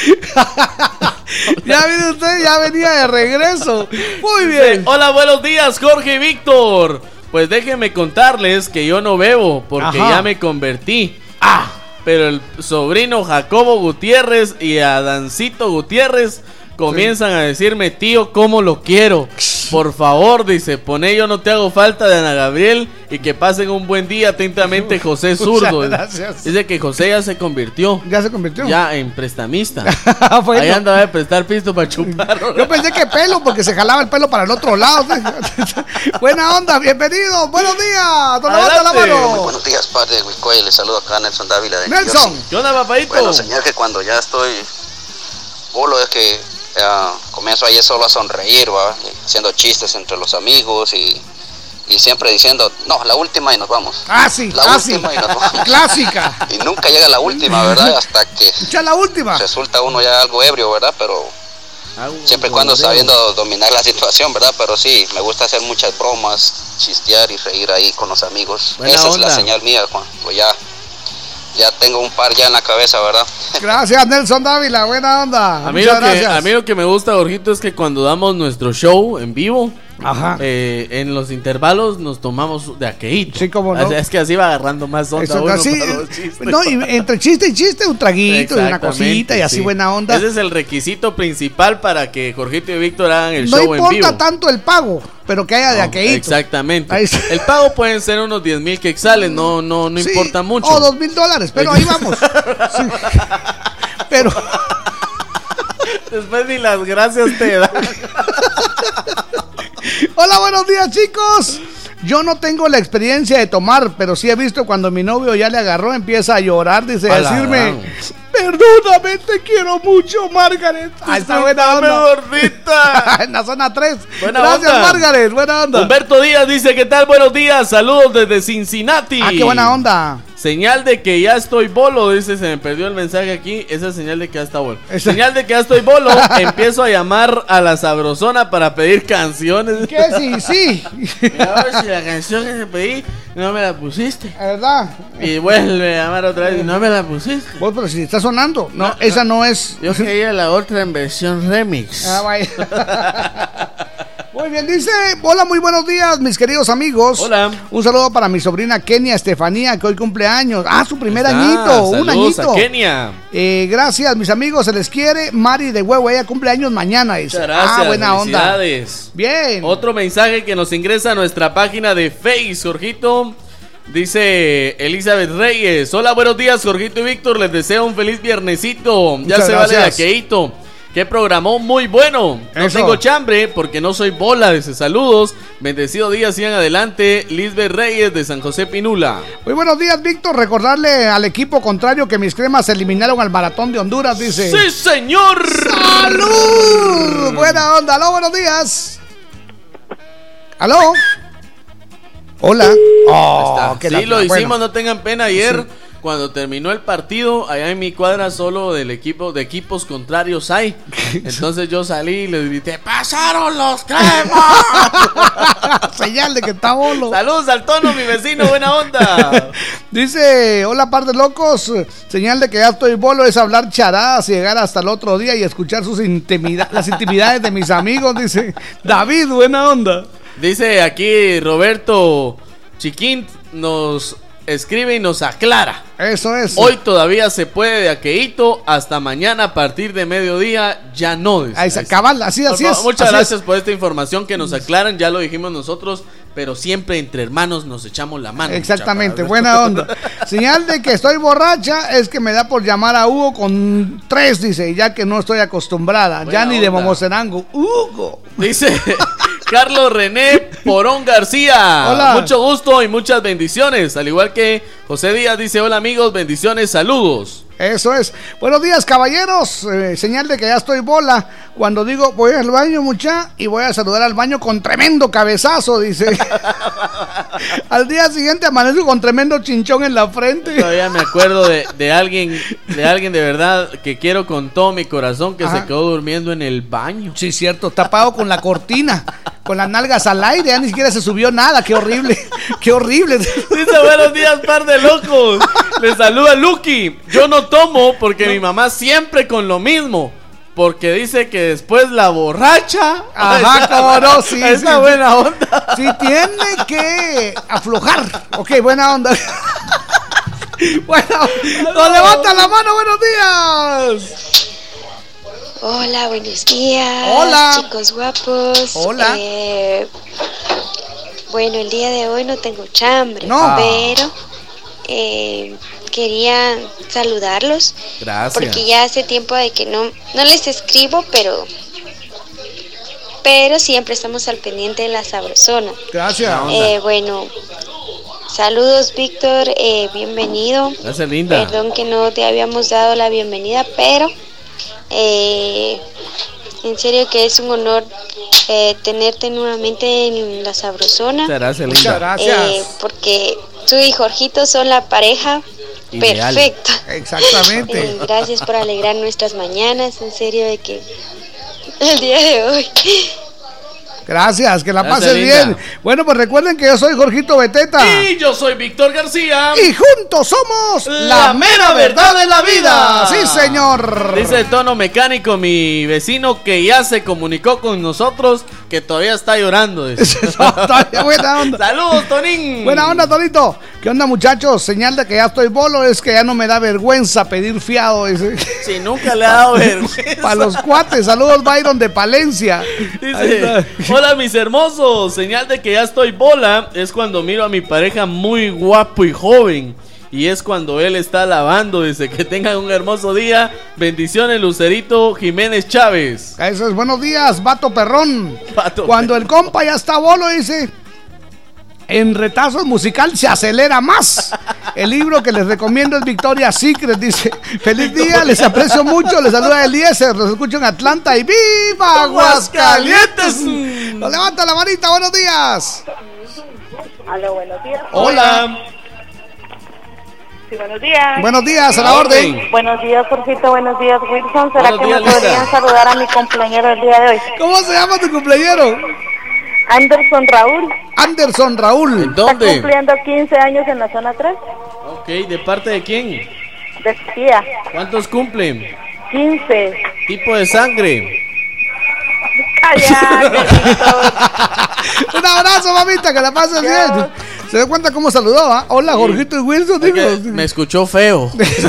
Ya viene usted, ya venía de regreso. Muy bien.
Hola, buenos días, Jorge y Víctor. Pues déjenme contarles que yo no bebo porque
Ajá.
ya me convertí. Ah, pero el sobrino Jacobo Gutiérrez y Adancito Gutiérrez comienzan a decirme, tío, ¿cómo lo quiero? Por favor, dice, poné Yo No Te Hago Falta de Ana Gabriel y que pasen un buen día. Atentamente, José Zurdo.
Muchas gracias.
Dice que José ya se convirtió.
Ya se convirtió.
Ya en prestamista.
Bueno.
Ahí andaba de prestar pisto para chupar.
Yo pensé que pelo, porque se jalaba el pelo para el otro lado. Buena onda, bienvenido. Buenos días. Don levanta la
Adelante.
mano.
Buenos días, padre de Huicoy. Les saludo acá a Nelson Dávila de
Nelson.
New Jersey.
¿Qué onda, papadito?
Bueno, señal que cuando ya estoy bolo es que eh, comienzo ahí solo a sonreír, ¿va? Haciendo chistes entre los amigos y, y siempre diciendo, no, la última y nos vamos.
Ah, sí,
La
ah, sí.
última y nos vamos.
Clásica.
Y nunca llega la última, ¿verdad? Hasta que
Ya la última.
resulta uno ya algo ebrio, ¿verdad? Pero siempre y cuando sabiendo dominar la situación, ¿verdad? Pero sí, me gusta hacer muchas bromas, chistear y reír ahí con los amigos.
Buena
Esa
onda.
es la señal mía, cuando ya, ya tengo un par ya en la cabeza, ¿verdad?
Gracias, Nelson Dávila. Buena onda.
A mí,
Muchas
lo que,
gracias.
a mí lo que me gusta, Jorgito, es que cuando damos nuestro show en vivo,
Ajá.
Eh, en los intervalos nos tomamos de aqueíto.
Sí, como no.
O sea, es que así va agarrando más onda
Eso,
uno
así,
para los chistes.
no, y entre chiste y chiste, un traguito y una cosita y así
sí.
buena onda.
Ese es el requisito principal para que Jorgito y Víctor hagan el
No
show en vivo.
importa tanto el pago, pero que haya de
No,
aqueíto.
exactamente. El pago pueden ser unos diez mil quetzales, no, no, no
Sí,
importa mucho.
O dos mil dólares, pero ahí vamos. Sí. Pero
después ni las gracias te dan.
hola, buenos días, chicos. Yo no tengo la experiencia de tomar, pero sí he visto cuando mi novio ya le agarró, empieza a llorar, dice, a decirme, perdóname, te quiero mucho, Margaret. Ahí está, buena onda.
Gordita.
En la zona tres.
Buena
Gracias,
onda.
Margaret, buena onda.
Humberto Díaz dice, ¿qué tal? Buenos días, saludos desde Cincinnati.
Ah, qué buena onda.
Señal de que ya estoy bolo, dice, se me perdió el mensaje aquí, esa es señal de que ya está bolo. Esa. Señal de que ya estoy bolo, empiezo a llamar a la Sabrosona para pedir canciones.
¿Qué? Sí, sí.
Mira, si la canción que te pedí no me la pusiste.
¿Verdad?
Y vuelve a llamar otra vez y no me la pusiste.
Vos, pero si está sonando. No, no esa no es.
Yo quería la otra en versión remix.
Ah, vaya. Muy bien, dice, hola, muy buenos días, mis queridos amigos.
Hola.
Un saludo para mi sobrina Kenia Estefanía, que hoy cumple años. Ah, su primer
Está,
añito, un añito.
A Kenia.
Eh, gracias, mis amigos, se les quiere. Mari de Huevo, ella cumple años mañana. Dice.
Muchas gracias,
ah, buena onda.
Bien. Otro mensaje que nos ingresa a nuestra página de Face, Jorgito. Dice Elizabeth Reyes. Hola, buenos días, Jorgito y Víctor. Les deseo un feliz viernesito. Ya
Muchas
se
gracias.
vale de aqueíto. Qué programón muy bueno. No
Eso.
tengo chambre porque no soy bola. Dice saludos. Bendecido día, sigan adelante. Lisbeth Reyes de San José Pinula.
Muy buenos días, Víctor. Recordarle al equipo contrario que mis cremas se eliminaron al maratón de Honduras, dice.
¡Sí, señor!
¡Salud! Buena onda. Aló, buenos días. Aló. Hola. Oh,
sí,
la-
lo
bueno.
hicimos, no tengan pena. Ayer,
Sí.
cuando terminó el partido, allá en mi cuadra solo del equipo, de equipos contrarios hay. Entonces yo salí y les grité, ¡pasaron los cremas!
Señal de que está bolo.
Saludos al tono, mi vecino, buena onda.
Dice, hola par de locos, señal de que ya estoy bolo es hablar charadas y llegar hasta el otro día y escuchar sus intimida- las intimidades de mis amigos, dice David, buena onda.
Dice aquí Roberto Chiquín, nos escribe y nos aclara.
Eso es.
Hoy todavía se puede de aqueíto, hasta mañana a partir de mediodía ya no. Dice.
Ahí se cabal, así, así es.
Muchas
así
gracias
es.
por esta información que nos aclaran, ya lo dijimos nosotros, pero siempre entre hermanos nos echamos la mano.
Exactamente,
chaparras.
buena onda. Señal de que estoy borracha es que me da por llamar a Hugo con tres, dice, ya que no estoy acostumbrada.
Buena
ya ni de
onda.
Momocerango. Hugo.
Dice Carlos René Porón García.
Hola.
Mucho gusto y muchas bendiciones. Al igual que José Díaz dice, hola amigos, bendiciones, saludos.
Eso es. Buenos días, caballeros. Eh, señal de que ya estoy bola. Cuando digo voy al baño, mucha, y voy a saludar al baño con tremendo cabezazo, dice. Al día siguiente amanezco con tremendo chinchón en la frente.
Todavía me acuerdo de, de alguien, de alguien de verdad que quiero con todo mi corazón que
Ajá.
se quedó durmiendo en el baño.
Sí, cierto, tapado con la cortina, con las nalgas al aire, ya ni siquiera se subió nada, qué horrible, qué horrible.
Dice, buenos días, par de locos. Les saluda Lucky. Yo no tomo porque mi mamá siempre con lo mismo. Porque dice que después la borracha.
Ajá, cómo no, sí,
Esa
sí,
buena
sí.
onda.
Sí, tiene que aflojar. Ok, buena onda. Bueno, nos levanta la mano, buenos días.
Hola, buenos días.
Hola.
Chicos guapos.
Hola.
Eh, bueno, el día de hoy no tengo chambre,
No.
pero eh, quería saludarlos.
Gracias.
Porque ya hace tiempo de que no, no les escribo, pero pero siempre estamos al pendiente de la Sabrosona.
Gracias.
Eh, bueno, saludos Víctor, eh, bienvenido.
Gracias, linda.
Perdón que no te habíamos dado la bienvenida, pero eh, en serio que es un honor eh, tenerte nuevamente en la Sabrosona.
Muchas gracias, linda.
Muchas gracias.
Eh, porque tú y Jorgito son la pareja
Ideal.
perfecta.
Exactamente.
Eh, gracias por alegrar nuestras mañanas, en serio de que el día de hoy
Gracias, que la
Gracias,
pases
linda.
bien. Bueno, pues recuerden que yo soy Jorgito Beteta.
Y yo soy Víctor García.
Y juntos somos
la mera verdad de la vida.
Sí, señor.
Dice el tono mecánico, mi vecino que ya se comunicó con nosotros, que todavía está llorando. Dice.
Buena onda.
Saludos, Tonín.
Buena onda, Tonito. ¿Qué onda, muchachos? Señal de que ya estoy bolo es que ya no me da vergüenza pedir fiado. Dice.
Si nunca le ha dado vergüenza.
Para los cuates, saludos Byron de Palencia.
Dice, hola mis hermosos, señal de que ya estoy bola es cuando miro a mi pareja muy guapo y joven. Y es cuando él está lavando. Dice que tengan un hermoso día. Bendiciones, Lucerito Jiménez Chávez.
Eso es, buenos días, vato perrón.
Vato
Cuando el compa ya está bolo, dice, en retazos musical se acelera más. El libro que les recomiendo es Victoria's Secret. Dice, feliz día, les aprecio mucho. Les saluda Eliezer, los escucho en Atlanta. Y ¡viva Aguascalientes! Nos levanta la manita, buenos días.
Hola, buenos días.
Hola.
Sí, buenos días.
Buenos días, a la orden.
Buenos días, Jorgito. Buenos días, Wilson. ¿Será
Buenos
que
días,
me podrían
Lisa.
saludar a mi cumpleañero el día de hoy?
¿Cómo se llama tu cumpleañero?
Anderson Raúl.
Anderson Raúl.
¿Dónde?
Está cumpliendo quince años en la zona tres.
Ok, ¿de parte de quién?
De su tía.
¿Cuántos cumplen?
quince.
Tipo de sangre.
Cállate, Víctor.
Un abrazo, mamita, que la pases bien. ¿Se da cuenta cómo saludó? ¿Ah? Hola, Jorgito y Wilson.
Es
Digo.
que me escuchó feo.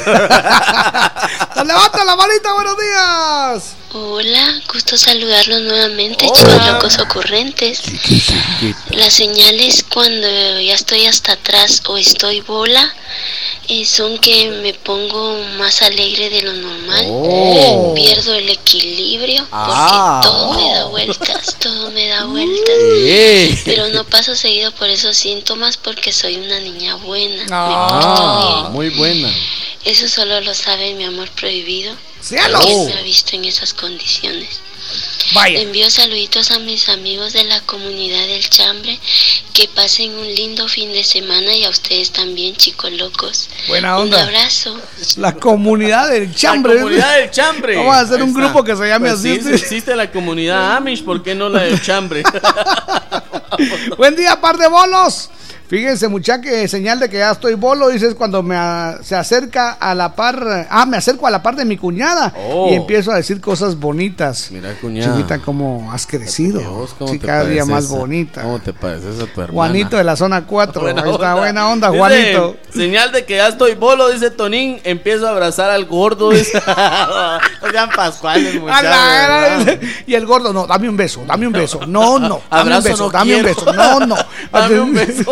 Nos levanta la manita, buenos días.
Hola, gusto saludarlos nuevamente,
Hola.
chicos locos ocurrentes. Las señales cuando ya estoy hasta atrás o estoy bola eh, son que me pongo más alegre de lo normal.
Oh.
Pierdo el equilibrio porque
Ah.
todo me da vueltas, todo me da vueltas.
Sí.
Pero no paso seguido por esos síntomas porque soy una niña buena. Me porto
Ah,
bien.
muy buena.
Eso solo lo sabe mi amor prohibido.
¡Cielos!
Que me ha visto en esas condiciones.
Vaya.
Envío saluditos a mis amigos de la comunidad del Chambre. Que pasen un lindo fin de semana y a ustedes también, chicos locos.
Buena onda.
Un abrazo.
La comunidad del chambre.
La comunidad del chambre.
Vamos a hacer
Ahí
un
está.
grupo que se llame
Pues
así.
sí, sí, existe la comunidad Amish, ¿por qué no la del chambre?
Buen día, par de bolos. Fíjense, muchacha, que señal de que ya estoy bolo, dices cuando me a- se acerca a la par, ah, me acerco a la par de mi cuñada
Oh.
y empiezo a decir cosas bonitas.
Mira, cuñada.
Chiquita, cómo has crecido.
Dios, ¿cómo
Sí,
te
cada día
pareces
más
a-
bonita.
¿Cómo te pareces a tu hermana?
Juanito de la zona cuatro.
Buena
Ahí está,
onda.
buena onda,
Dice,
Juanito.
señal de que ya estoy bolo, dice Tonín. Empiezo a abrazar al gordo. Dice. No sean pascuales,
A
muchachos.
la gran- Y el gordo, no, dame un beso, dame un beso. No, no, dame un
Abrazo
beso,
no
dame un
quiero.
beso. No, no.
Dame un beso.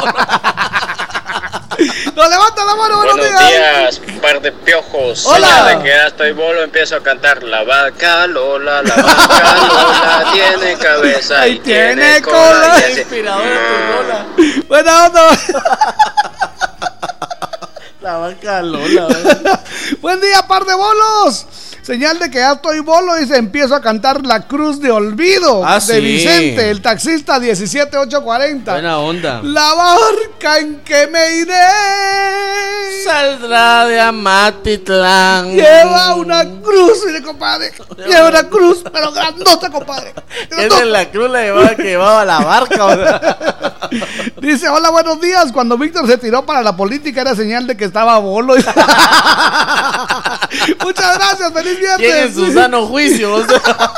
No, levanta la mano, buenos,
Buenos días, par de piojos.
Hola.
Señal de que ya estoy bolo, empiezo a cantar. La vaca Lola, la vaca Lola tiene cabeza
Ahí
y
tiene
tiene
cola.
cola. Y así.
Inspirador tu rola.
Buena onda.
La vaca Lola. ¿verdad?
Buen día, par de bolos. Señal de que ya estoy bolo y se empiezo a cantar La Cruz de Olvido
Ah,
de
sí.
Vicente, el taxista diecisiete ocho cuarenta.
Buena onda.
La barca en que me iré
Saldrá de Amatitlán.
lleva una cruz, mire, compadre. Lleva una cruz, pero grandota, compadre.
Esa es la cruz la llevaba que llevaba la barca. ¿verdad?
Dice, hola, buenos días. Cuando Víctor se tiró para la política era señal de que estaba bolo. Muchas gracias, feliz viernes.
¿Quién en su sano juicio? O sea,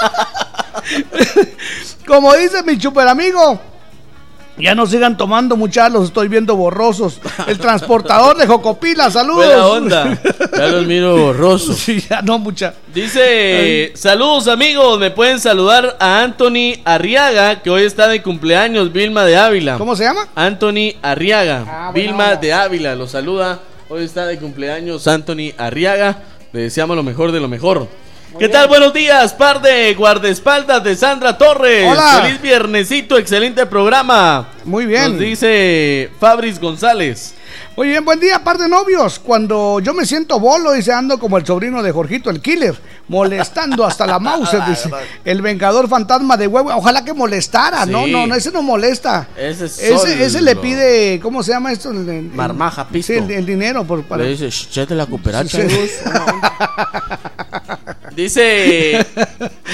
Como dice mi super amigo, ya no sigan tomando, muchachos, los estoy viendo borrosos. El transportador de Jocopila, saludos.
buena onda. Ya los miro borroso.
Sí, ya no, mucha.
Dice, saludos amigos, me pueden saludar a Anthony Arriaga, que hoy está de cumpleaños, Vilma de Ávila.
¿Cómo se llama?
Anthony Arriaga,
Ah, buena
Vilma
onda.
de Ávila, lo saluda. Hoy está de cumpleaños Anthony Arriaga, le deseamos lo mejor de lo mejor. ¿Qué tal? Buenos días, par de guardaespaldas de Sandra Torres.
Hola.
Feliz viernesito, excelente programa.
Muy bien.
Nos dice Fabris González.
Muy bien, buen día, par de novios. Cuando yo me siento bolo, dice, ando como el sobrino de Jorgito, el killer, molestando hasta la Mauser, dice, el vengador fantasma de huevo. Ojalá que molestara,
Sí.
no, no, no, ese no molesta.
Ese es
Ese, ese le
solo.
pide, ¿cómo se llama esto? El- el-
Marmaja, pisto.
Sí, el, el dinero por, para...
Le dice, "Shh, ya te la cooperacha.
Sí.
Dice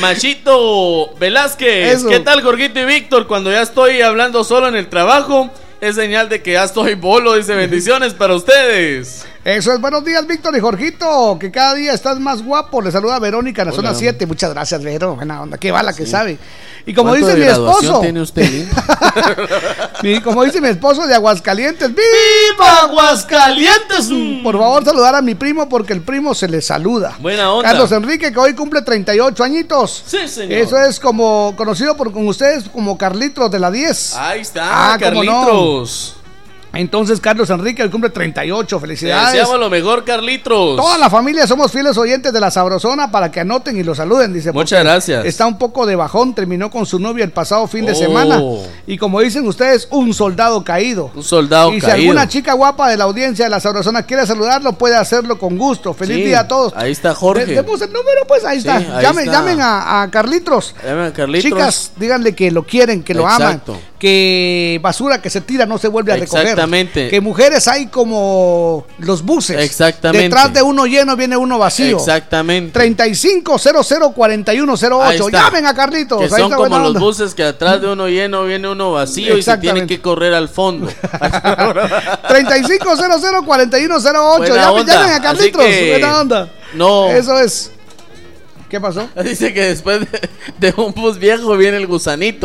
Machito Velázquez.
Eso.
¿Qué tal, Jorgito y Víctor? Cuando ya estoy hablando solo en el trabajo, es señal de que ya estoy bolo. Dice, bendiciones para ustedes.
Eso es, buenos días, Víctor y Jorgito, que cada día estás más guapo. Le saluda Verónica en la
Hola.
zona siete. Muchas gracias, Vero. Buena onda, qué bala que sabe. Y como
¿Cuánto
dice
de
mi
graduación
esposo,
tiene usted? eh?
mi- como dice mi esposo de Aguascalientes, ¡viva
¡Viva Aguascalientes!
Por favor, saludar a mi primo porque el primo se le saluda.
Buena onda.
Carlos Enrique, que hoy cumple treinta y ocho añitos.
Sí, señor.
Eso es como conocido por con ustedes como Carlitos de la diez.
Ahí está,
Ah, cómo no.
Carlitos.
Entonces, Carlos Enrique hoy cumple treinta y ocho.
Te
Felicidades.
deseamos lo mejor, Carlitos.
Toda la familia somos fieles oyentes de la Sabrosona para que anoten y lo saluden, dice.
Muchas
porque
gracias.
Está un poco de bajón, terminó con su novia el pasado fin de
Oh.
semana. Y como dicen ustedes, un soldado caído.
Un soldado
Y si
caído.
alguna chica guapa de la audiencia de la Sabrosona quiere saludarlo, puede hacerlo con gusto. Feliz
Sí,
día a todos.
ahí está Jorge.
Le- Demos el número, pues ahí
Sí,
está.
ahí
llamen
está.
llamen a, a Carlitos.
Llamen a Carlitos.
Chicas, díganle que lo quieren, que lo
Exacto.
aman. Que basura que se tira no se vuelve a recoger.
Exactamente.
Que mujeres hay como los buses.
Exactamente.
Detrás de uno lleno viene uno vacío.
Exactamente.
treinta y cinco cero cero cuarenta y uno cero
Ahí
ocho.
está.
Llamen a Carlitos.
Que
ahí
son
está
como
buena
los
onda.
buses que atrás de uno lleno viene uno vacío y se
Exactamente.
tienen que correr al fondo.
treinta y cinco cero cero cuarenta y uno cero ocho.
Buena
Llamen,
onda.
llamen a Carlitos.
Así que-
Buena onda.
No.
Eso es. ¿Qué pasó?
Dice que después de, de un bus viejo viene el gusanito.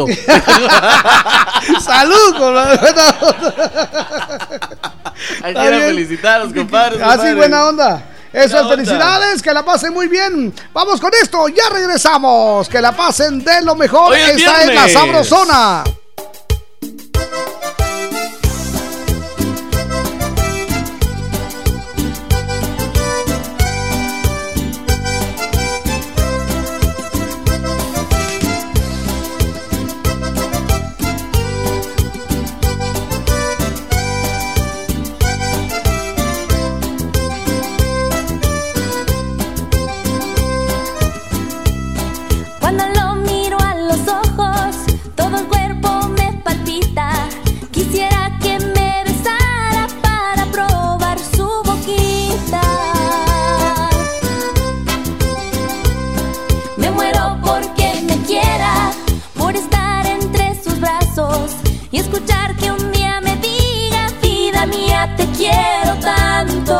Salud con la buena onda.
Hay que
Está
ir a
bien.
felicitar a los compadres.
Así,
compadre.
buena onda. Eso
Buena
es,
onda.
felicidades, que la pasen muy bien. Vamos con esto, ya regresamos. Que la pasen de lo mejor.
Hoy es
Esta es la
viernes.
Sabrosona.
Cuando lo miro a los ojos, todo el cuerpo me palpita. Quisiera que me besara para probar su boquita. Me muero porque me quiera, por estar entre sus brazos y escuchar que un día me diga, vida mía, te quiero tanto.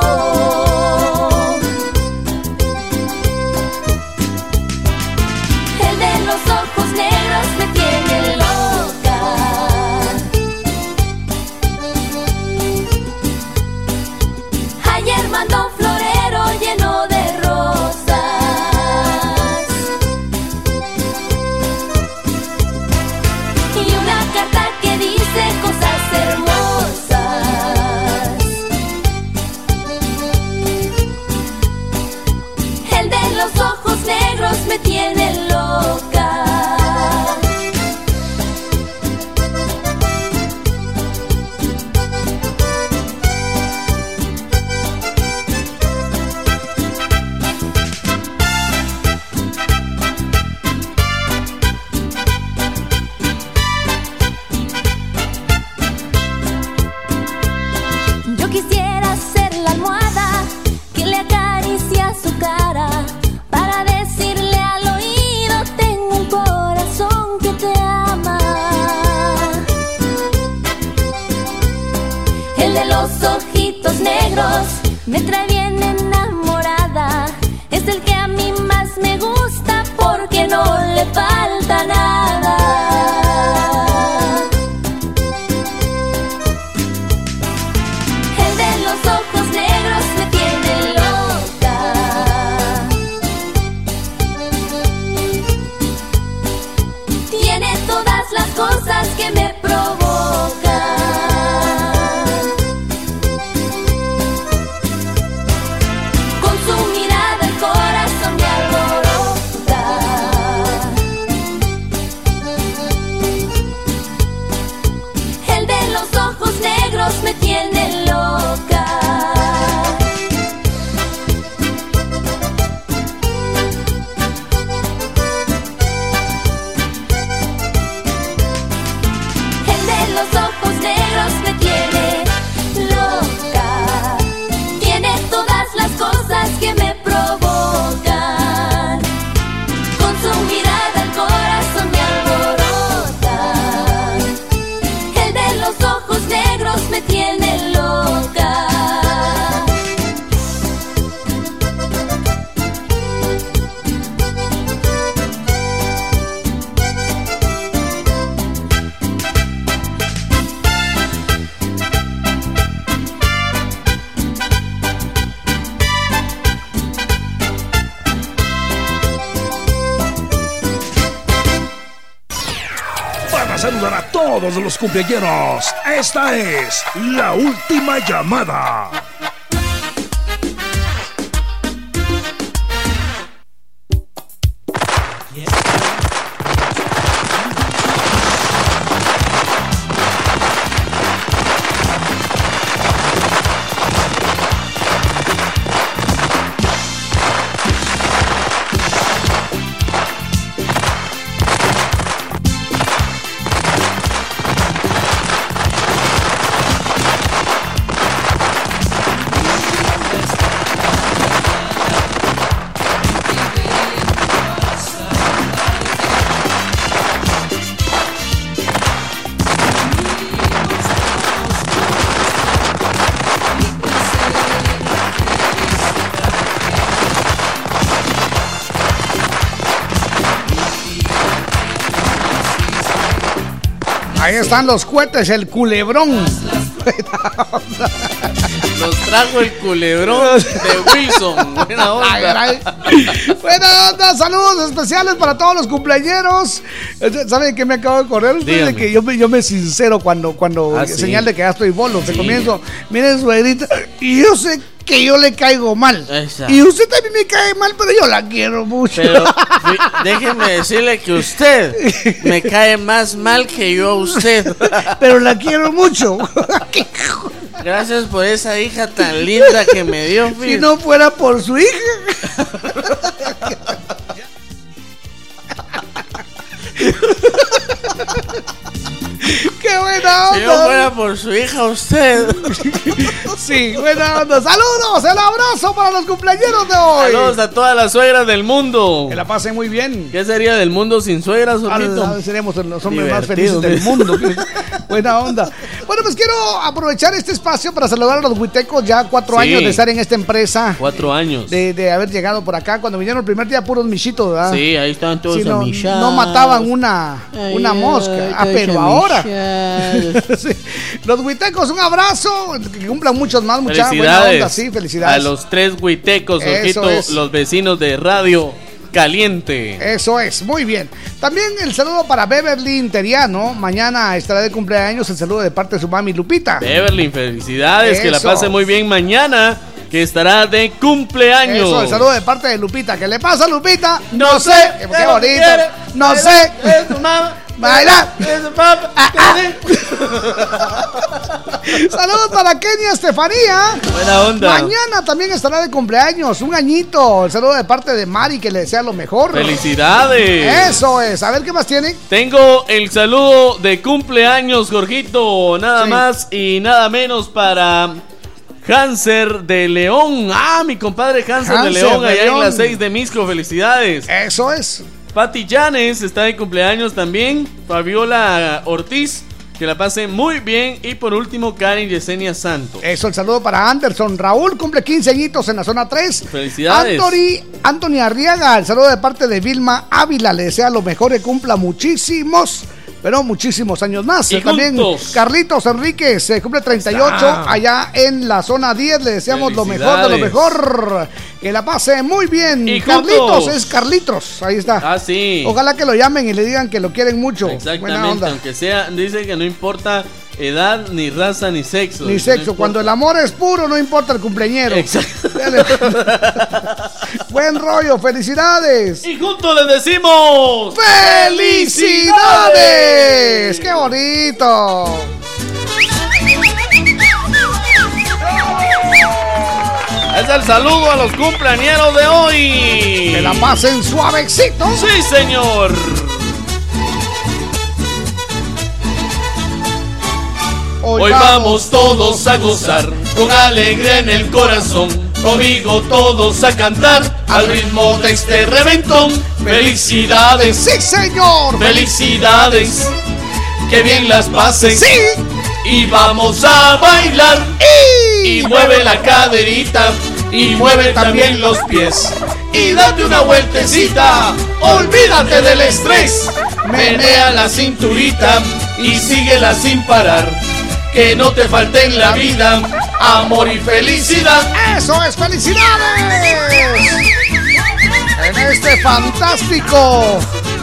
El de los ojos negros me tiene loca. Ayer mandó un florero lleno de rosas y una carta que dice cosas hermosas. El de los ojos negros me tiene loca. Yo quisiera ser la almohada que le acaricia su cara para decirle al oído, tengo un corazón que te ama. El de los ojitos negros me trae bien enamorada. Es el que a mí más me gusta porque no le falta nada. El de los ojos negros me tiene loca. Tiene todas las cosas que me provocan.
saludar a todos los cumpleañeros. Esta es la última llamada.
Ahí están los cohetes, el culebrón.
Nos trajo el culebrón de Wilson. Buena onda.
Buena onda, saludos especiales para todos los cumpleañeros. ¿Saben qué me acabo de correr? Ustedes de que yo me, yo me sincero cuando, cuando
Ah,
señal
sí.
de que ya estoy bolo. Te
Sí.
comienzo, miren suegrita, y yo sé que yo le caigo mal.
Exacto.
Y usted también me cae mal, pero yo la quiero mucho.
Pero fi- déjeme decirle que usted me cae más mal que yo a usted.
Pero la quiero mucho.
Gracias por esa hija tan linda que me dio.
Si no fuera por su hija. ¡Qué buena onda!
Si no fuera por su hija, usted.
Sí, buena onda. ¡Saludos! ¡El abrazo para los cumpleañeros de hoy!
Saludos a todas las suegras del mundo.
Que la pasen muy bien.
¿Qué sería del mundo sin suegras, Orlito?
Ah, seríamos los hombres más
Divertido,
felices del
¿sí?
mundo. Buena onda. Bueno, pues quiero aprovechar este espacio para saludar a los huitecos. Ya cuatro
Sí.
años de estar en esta empresa.
Cuatro años.
De, de haber llegado por acá. Cuando vinieron el primer día, puros michitos, ¿verdad?
Sí, ahí estaban todos
Sí, no,
amichados.
no mataban una, una
Ay,
mosca.
ay,
Ah,
todos
pero ahora.
amichados.
Sí. Los huitecos, un abrazo. Que cumplan muchos más, mucha buena
Felicidades.
onda. Sí, felicidades.
A los tres huitecos,
Eso
Ojito,
es.
los vecinos de Radio Caliente.
Eso es, muy bien. También el saludo para Beverly Interiano. Mañana estará de cumpleaños. El saludo de parte de su mami Lupita.
Beverly, felicidades, que la
Eso.
pase muy bien mañana, que estará de cumpleaños.
Eso, el saludo de parte de Lupita. ¿Qué le pasa, Lupita?
No
No,
sé,
sé. Qué,
pero
bonito.
quiere
No
bailar,
sé.
es tu mamá,
Bailar.
es tu papá,
Ah, ah. Saludos para Kenia Estefanía.
Buena onda.
Mañana también estará de cumpleaños. Un añito. El saludo de parte de Mari, que le desea lo mejor.
Felicidades.
Eso es. A ver qué más tiene.
Tengo el saludo de cumpleaños, Jorgito. Nada
Sí.
más y nada menos para Hanser de León. Ah, mi compadre Hanser, de
Hanser
León,
de
allá
León.
en las seis de Misco. Felicidades.
Eso es.
Pati Llanes está de cumpleaños también. Fabiola Ortiz, que la pase muy bien. Y por último, Karen Yesenia Santos.
Eso, el saludo para Anderson. Raúl cumple quince añitos en la zona tres.
Felicidades.
Anthony, Anthony Arriaga, el saludo de parte de Vilma Ávila. Le desea lo mejor, que cumpla muchísimos, pero muchísimos años más.
Y
Eh, También
juntos.
Carlitos Enríquez se cumple treinta y ocho
Ah.
allá en la zona diez. Le deseamos lo mejor de lo
Felicidades.
mejor. Que la pase muy bien.
Y
Carlitos
juntos.
es Carlitos. Ahí está.
Ah, sí.
Ojalá que lo llamen y le digan que lo quieren mucho. Buena
Exactamente,
onda.
aunque sea, dice que no importa edad, ni raza, ni sexo.
Ni
Dice,
sexo.
no importa.
Cuando el amor es puro, no importa el cumpleañero.
Exacto.
Dale. Buen rollo, felicidades.
Y juntos les decimos
¡Felicidades! ¡Qué bonito!
Es el saludo a los cumpleañeros de hoy.
Que la pasen suavecito.
Sí, señor. Hoy vamos todos a gozar, con alegría en el corazón. Conmigo todos a cantar, al ritmo de este reventón. Felicidades,
¡Sí, señor!
felicidades, que bien las pasen.
¡Sí!
Y vamos a bailar. Y mueve la caderita, y mueve también los pies. Y date una vueltecita, olvídate del estrés. Menea la cinturita y síguela sin parar. Que no te falte en la vida amor y felicidad.
¡Eso es felicidades! En este fantástico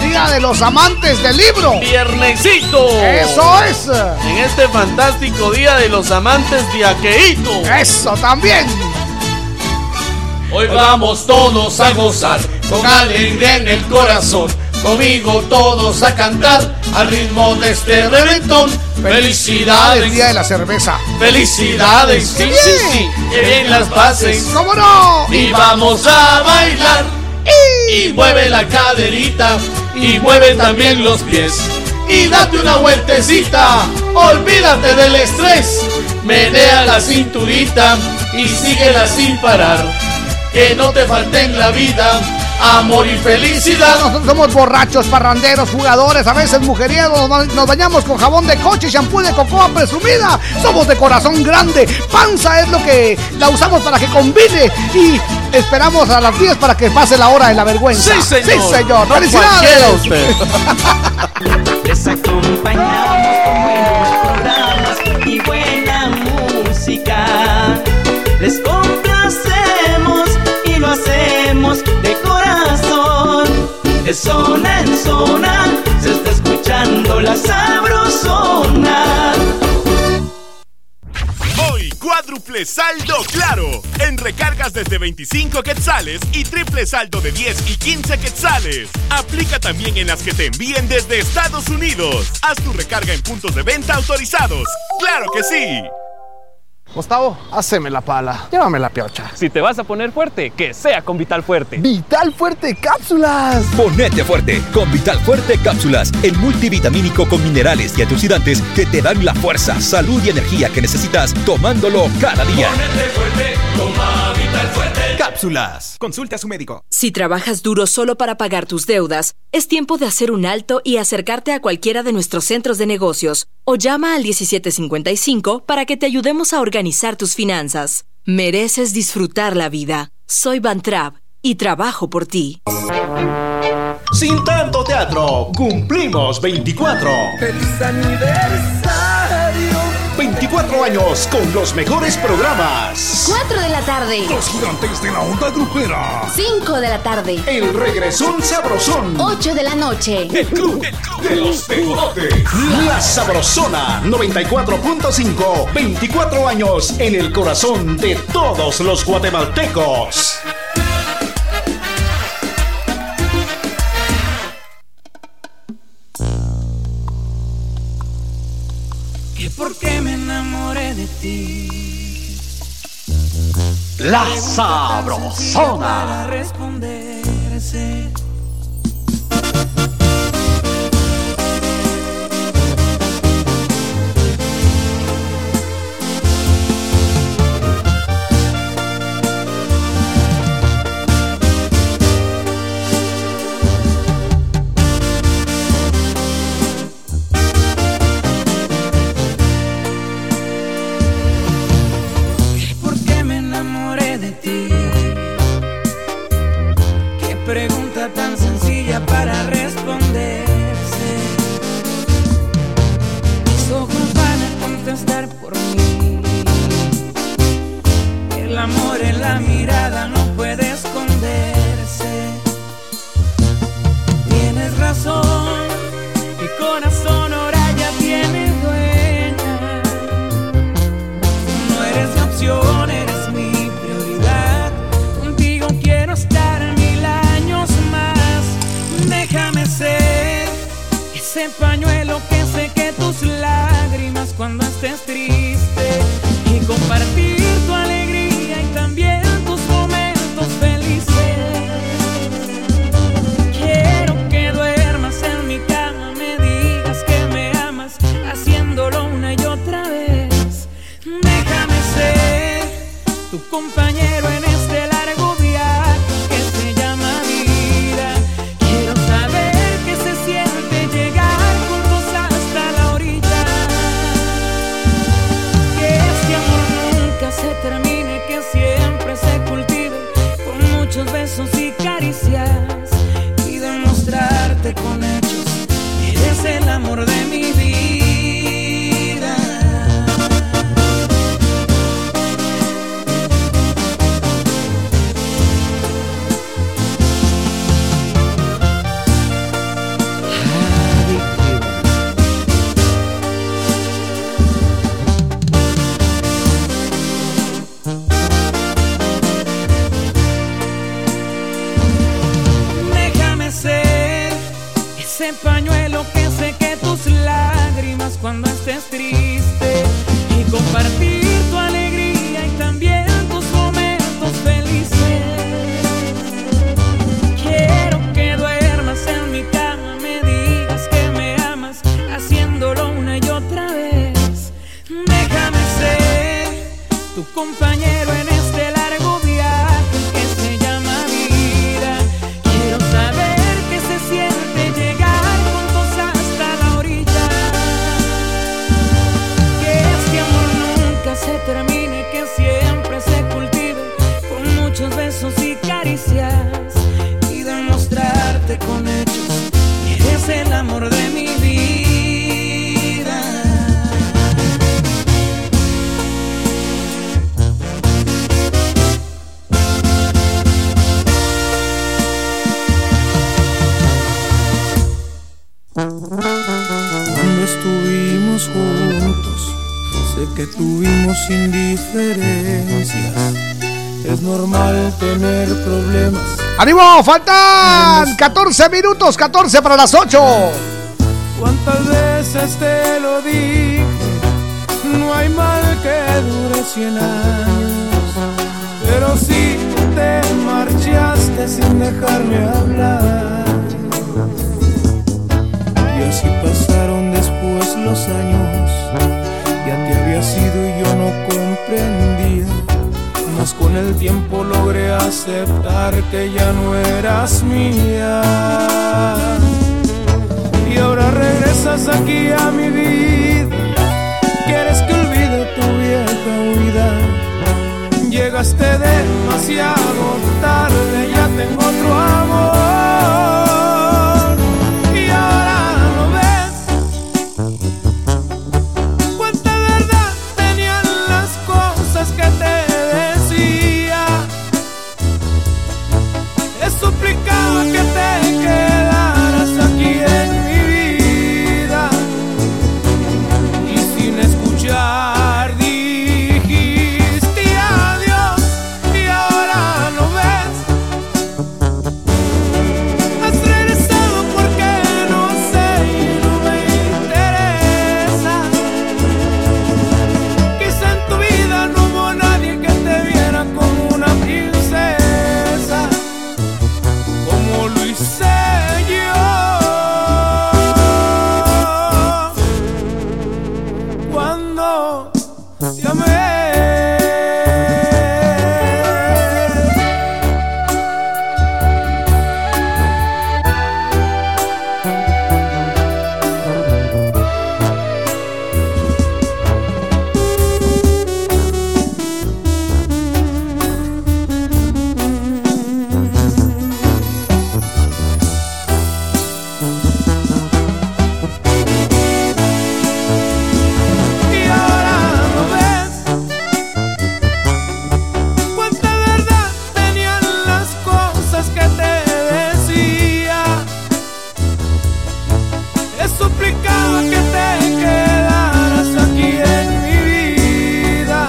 Día de los amantes del libro.
Viernesito.
Eso es.
En este fantástico día de los amantes de aqueíto.
Eso también.
Hoy vamos todos a gozar con alegría en el corazón. Conmigo todos a cantar al ritmo de este reventón. Felicidades.
El día de la cerveza.
Felicidades. Sí, sí, sí. Que bien las pases.
¿Cómo no?
Y vamos a bailar. Y mueve la caderita. Y mueve también los pies. Y date una vueltecita. Olvídate del estrés. Menea la cinturita. Y síguela sin parar. Que no te falte en la vida amor y felicidad.
Nosotros somos borrachos, parranderos, jugadores, a veces mujeriegos. Nos bañamos con jabón de coche y shampoo de cocoa presumida. Somos de corazón grande. Panza es lo que la usamos para que combine. Y esperamos a las diez para que pase la hora de la vergüenza.
Sí, señor.
Sí, señor.
No
¡Felicidades!
Les acompañamos con buenos programas y buena música. Les complacemos y lo hacemos de corazón. De zona en zona se está escuchando la Sabrosona.
Hoy cuádruple saldo Claro. En recargas desde veinticinco quetzales y triple saldo de diez y quince quetzales. Aplica también en las que te envíen desde Estados Unidos. Haz tu recarga en puntos de venta autorizados. ¡Claro que sí!
Gustavo, haceme la pala, llévame la piocha.
Si te vas a poner fuerte, que sea con Vital Fuerte.
¡Vital Fuerte Cápsulas!
Ponete fuerte con Vital Fuerte Cápsulas, el multivitamínico con minerales y antioxidantes que te dan la fuerza, salud y energía que necesitas tomándolo cada día.
Ponete fuerte, toma Vital Fuerte.
Cápsulas. Consulte a su médico.
Si trabajas duro solo para pagar tus deudas, es tiempo de hacer un alto y acercarte a cualquiera de nuestros centros de negocios o llama al diecisiete cincuenta y cinco para que te ayudemos a organizar tus finanzas. Mereces disfrutar la vida. Soy Bantrap y trabajo por ti.
Sin tanto teatro, cumplimos veinticuatro.
¡Feliz aniversario!
veinticuatro años con los mejores programas.
cuatro de la tarde.
Los gigantes de la onda grupera.
cinco de la tarde.
El regresón sabrosón.
ocho de la noche.
El club, el club de los pegotes. La Sabrosona noventa y cuatro punto cinco. veinticuatro años en el corazón de todos los guatemaltecos.
Que porque me enamoré de ti.
La Sabrosona.
Para responderse. Pregunta tan sencilla para responderse. Mis ojos van a contestar por mí. El amor en la mirada no puede esconderse. Tienes razón, mi corazón ahora ya tiene dueña. Tú no eres mi opción, eres mi prioridad. Contigo quiero estar mil años más. Déjame ser ese pañuelo que seque tus lágrimas cuando estés triste y compartir tu alegría y también tus momentos felices. Quiero que duermas en mi cama, me digas que me amas, haciéndolo una y otra vez. Déjame ser tu compañero en este largo viaje que se llama vida. Quiero saber qué se siente llegar juntos hasta la orilla. Que este amor nunca se termine, que siempre se cultive con muchos besos y caricias. Y demostrarte con hechos que eres el amor de mi vida. ese pañuelo que seque tus lágrimas cuando estés triste y compartir tu alegría y también tus momentos felices. Quiero que duermas en mi cama, me digas que me amas, haciéndolo una y otra vez. Déjame ser tu compañero en este largo viaje que se llama vida. Quiero saber qué se siente llegar juntos hasta la orilla. Que este amor nunca se termine, que siempre se cultive con muchos besos y caricias, y demostrarte con hechos que eres el amor de mi vida.
Cuando estuvimos juntos, sé que tuvimos indiferencias. Es normal tener problemas.
¡Ánimo! ¡Faltan catorce minutos! catorce para las ocho.
¿Cuántas veces te lo dije? No hay mal que dure cien años. Pero si te marchaste sin dejarme hablar. Y así pasaron después los años. Ya te había sido y yo no comprendía. Mas con el tiempo logré aceptar que ya no eras mía. Y ahora regresas aquí a mi vida. Quieres que olvide tu vieja huida. Llegaste demasiado tarde, ya tengo otro amor. Y ahora lo ves. Cuánta verdad tenían las cosas que te decía. He suplicado que te quedaras aquí en mi vida. Y sin escuchar dijiste adiós. Y ahora lo ves. Has regresado porque no sé y no me interesa. Quizá en tu vida no hubo nadie que te viera como una princesa, como lo hice yo. Cuando te amé. Y ahora lo ves. Cuánta verdad tenían las cosas que te decía. He suplicado que te quedaras aquí en mi vida.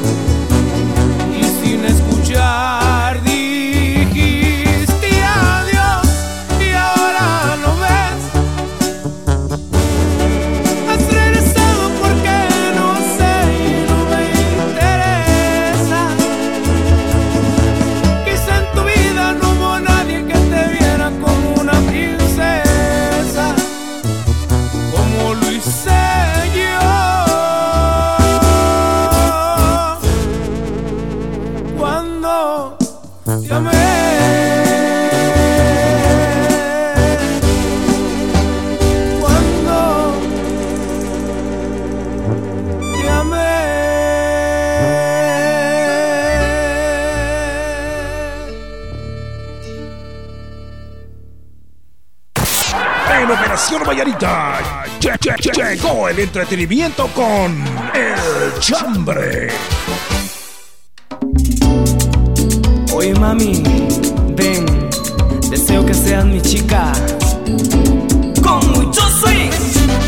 Y sin escuchar dijiste adiós. Y ahora lo ves. Has regresado porque no sé y no me interesa. Quizá en tu vida no hubo nadie que te viera como una princesa, como lo hice yo. Cuando te amé. Cuando te amé.
En Operación Vallarita lle- lle- lle- llegó el entretenimiento con El Chambre.
Oye mami, ven, deseo que seas mi chica con mucho swing.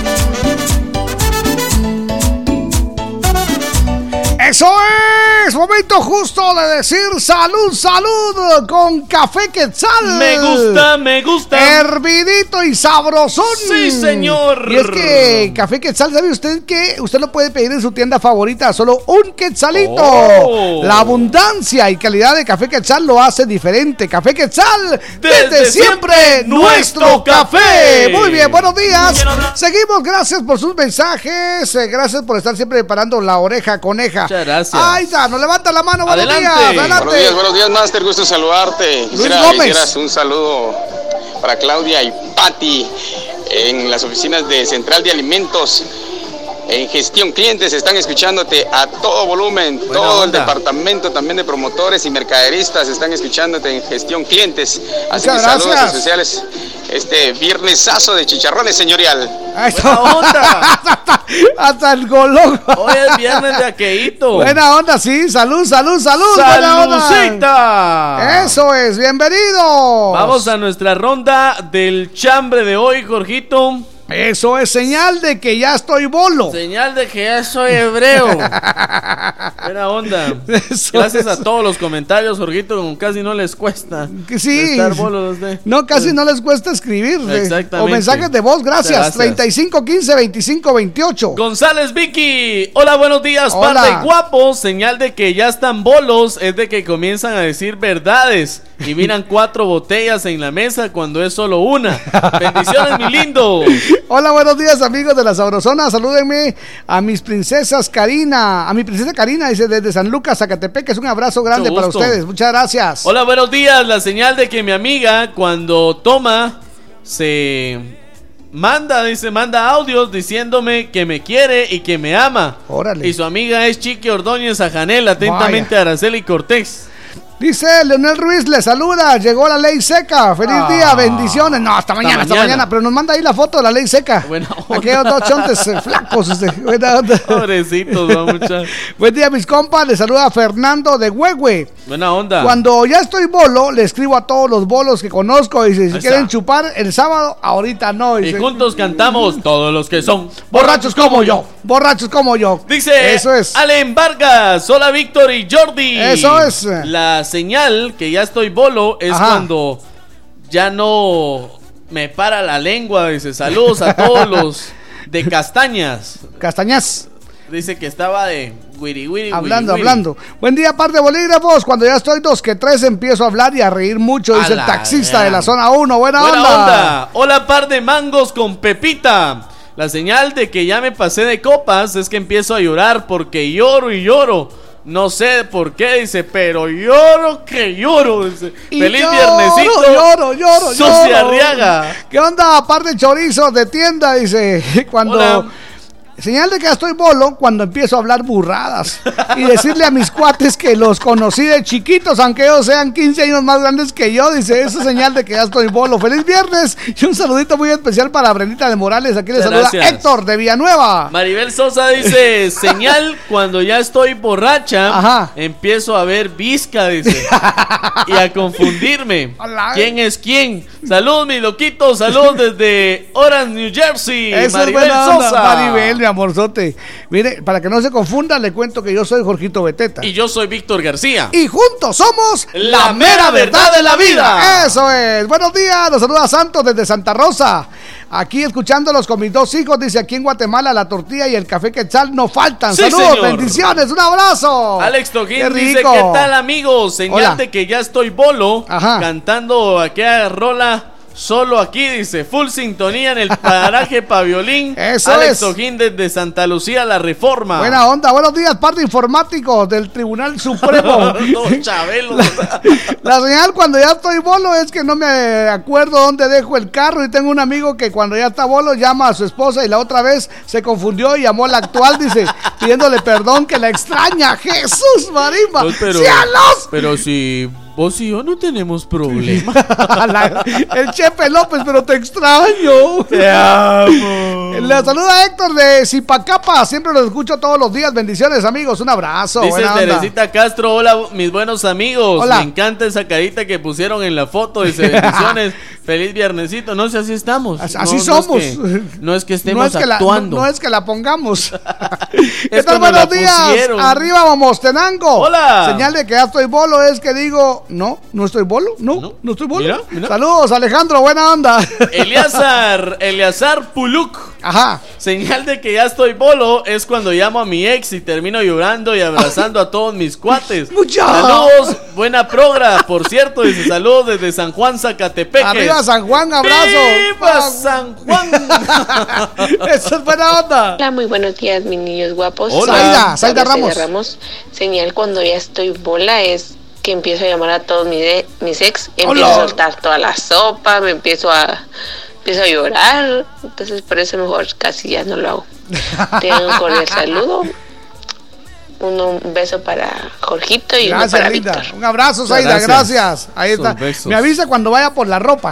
¡Eso es! ¡Momento momento justo de decir salud, salud con Café Quetzal.
Me gusta, me gusta.
Hervidito y sabrosón.
Sí, señor.
Y es que Café Quetzal, ¿sabe usted que usted lo puede pedir en su tienda favorita? Solo un quetzalito. Oh. La abundancia y calidad de Café Quetzal lo hace diferente. Café Quetzal, desde, desde siempre, siempre nuestro café. café. Muy bien, buenos días. Seguimos, gracias por sus mensajes. Eh, gracias por estar siempre preparando la oreja coneja.
Muchas gracias.
Ahí está, nos levanta la mano. Buenos
Adelante.
días. Adelante.
Buenos días, buenos días, Master. Gusto saludarte. Quisiera que hicieras un saludo para Claudia y Patti en las oficinas de Central de Alimentos. En gestión clientes están escuchándote a todo volumen. Buena todo onda. El departamento también de promotores y mercaderistas están escuchándote en gestión clientes. Así Muchas que gracias. Saludos especiales este viernesazo de chicharrones señorial.
Buena onda.
hasta, hasta el golón.
Hoy es viernes de aqueíto.
Buena onda, sí. Salud, salud, salud.
Saludcita.
Eso es, bienvenido.
Vamos a nuestra ronda del chambre de hoy, Jorgito.
Eso es señal de que ya estoy bolo.
Señal de que ya soy hebreo. Buena onda. Eso Gracias es. a todos los comentarios, Jorgito, como casi no les cuesta.
Que sí.
Estar bolos de...
No, casi no les cuesta escribir.
Exactamente.
O mensajes de voz, gracias. gracias. treinta y cinco quince veinticinco veintiocho.
González Vicky. Hola, buenos días, Hola. par de guapos. Señal de que ya están bolos es de que comienzan a decir verdades y miran cuatro botellas en la mesa cuando es solo una. Bendiciones, mi lindo.
Hola, buenos días, amigos de la Sabrosona. Salúdenme a mis princesas Karina. A mi princesa Karina, dice desde San Lucas, Zacatepec. Es un abrazo grande para ustedes. Muchas gracias.
Hola, buenos días. La señal de que mi amiga, cuando toma, se manda, dice, manda audios diciéndome que me quiere y que me ama.
Órale.
Y su amiga es Chiqui Ordóñez Ajanel. Atentamente, Vaya. Araceli Cortés.
Dice Leonel Ruiz, le saluda, llegó la ley seca, feliz ah, día, bendiciones. No, hasta mañana, hasta mañana. hasta mañana, pero nos manda ahí la foto de la ley seca.
Buena onda.
Aquellos dos chontes eh, flacos. Este, buena onda.
Pobrecitos, no, mucha.
Buen día, mis compas, le saluda Fernando de Huehue.
Buena onda.
Cuando ya estoy bolo, le escribo a todos los bolos que conozco y dice, si quieren chupar el sábado, ahorita no. Dice,
y juntos cantamos todos los que son
borrachos como yo, borrachos como yo.
Dice, eso es. Allen Vargas, hola Víctor y Jordi.
Eso es.
La señal que ya estoy bolo es Ajá. cuando ya no me para la lengua. Dice, saludos a todos los de Castañas.
Castañas.
Dice que estaba de wiri, wiri,
hablando,
wiri,
hablando.
wiri.
Buen día, par de bolígrafos. Cuando ya estoy dos que tres empiezo a hablar y a reír mucho. Dice el taxista de la zona uno. Buena,
Buena
onda.
onda. Hola, par de mangos con Pepita. La señal de que ya me pasé de copas es que empiezo a llorar porque lloro y lloro. No sé por qué, dice, pero lloro que lloro. Dice. Feliz lloro, viernesito.
Lloro, lloro,
Sucia
lloro.
Arriaga.
¿Qué onda? Par de chorizos de tienda, dice. Cuando... Hola. Señal de que ya estoy bolo cuando empiezo a hablar burradas y decirle a mis cuates que los conocí de chiquitos, aunque ellos sean quince años más grandes que yo. Dice, eso es señal de que ya estoy bolo. Feliz viernes y un saludito muy especial para Brendita de Morales. Aquí le saluda Gracias. Héctor de Villanueva.
Maribel Sosa dice, señal cuando ya estoy borracha, Ajá. empiezo a ver visca, dice, y a confundirme. Hola. ¿Quién es quién? Saludos, mi loquito, saludos desde Orange, New Jersey.
Eso Maribel es Sosa. Maribel, mi amorzote. Mire, para que no se confunda, le cuento que yo soy Jorgito Beteta.
Y yo soy Víctor García.
Y juntos somos
la, la mera verdad de la vida.
Eso es. Buenos días, nos saluda Santos desde Santa Rosa. Aquí escuchándolos con mis dos hijos. Dice, aquí en Guatemala la tortilla y el café Quetzal no faltan. Sí, saludos, señor. Bendiciones, un abrazo.
Alex Tojín dice, ¿qué tal, amigos? Señal de que ya estoy bolo. Ajá. Cantando aquella rola. Solo aquí, dice, full sintonía en el paraje Paviolín.
Eso
Alex
es.
Tojín desde Santa Lucía, La Reforma.
Buena onda, buenos días, parte informático del Tribunal Supremo.
No, Chabelo.
La, la señal cuando ya estoy bolo es que no me acuerdo dónde dejo el carro y tengo un amigo que cuando ya está bolo llama a su esposa y la otra vez se confundió y llamó a la actual, dice, pidiéndole perdón que la extraña. Jesús, marimba.
Pues pero,
¡Cielos!
Pero si... vos y yo no tenemos problema.
La- el Chepe López, pero te extraño.
Te amo.
Le saluda Héctor de Zipacapa. Siempre lo escucho todos los días. Bendiciones, amigos. Un abrazo.
Dice
Buena onda.
Teresita Castro, hola mis buenos amigos.
Hola.
Me encanta esa carita que pusieron en la foto. Dice bendiciones. Feliz viernesito. No sé, así estamos.
Así
No, no es
somos.
que- No es que
No
estemos
es que, la,
actuando.
no, no es que la pongamos. ¿Qué
Es
tal?
que nos la
Buenos días.
pusieron.
Arriba vamos, Tenango.
Hola.
Señal de que ya estoy bolo es que digo, no, no estoy bolo. No, no, estoy bolo.
Mira, mira.
Saludos, Alejandro. Buena onda.
Eleazar, Eleazar Puluk.
Ajá.
Señal de que ya estoy bolo es cuando llamo a mi ex y termino llorando y abrazando a todos mis cuates.
Mucha.
Saludos, buena progra. Por cierto, dice saludos desde San Juan, Zacatepeque.
Arriba San Juan, abrazo.
¡Viva San Juan!
Eso es buena onda.
Hola, muy buenos días, mis niños guapos.
Hola. Zaida, Zaida
Habla
Ramos.
Ramos. Señal cuando ya estoy bola es que empiezo a llamar a todos mis, de- mis ex, empiezo
Hola.
a soltar toda la sopa, me empiezo a empiezo a llorar, entonces por eso mejor casi ya no lo hago. Tengan un cordial saludo. Un, un beso para Jorgito y uno
Gracias,
para
linda.
Víctor.
Un abrazo, Zaida. Gracias.
Gracias.
Ahí está.
Esos besos.
Me avisa cuando vaya por la ropa.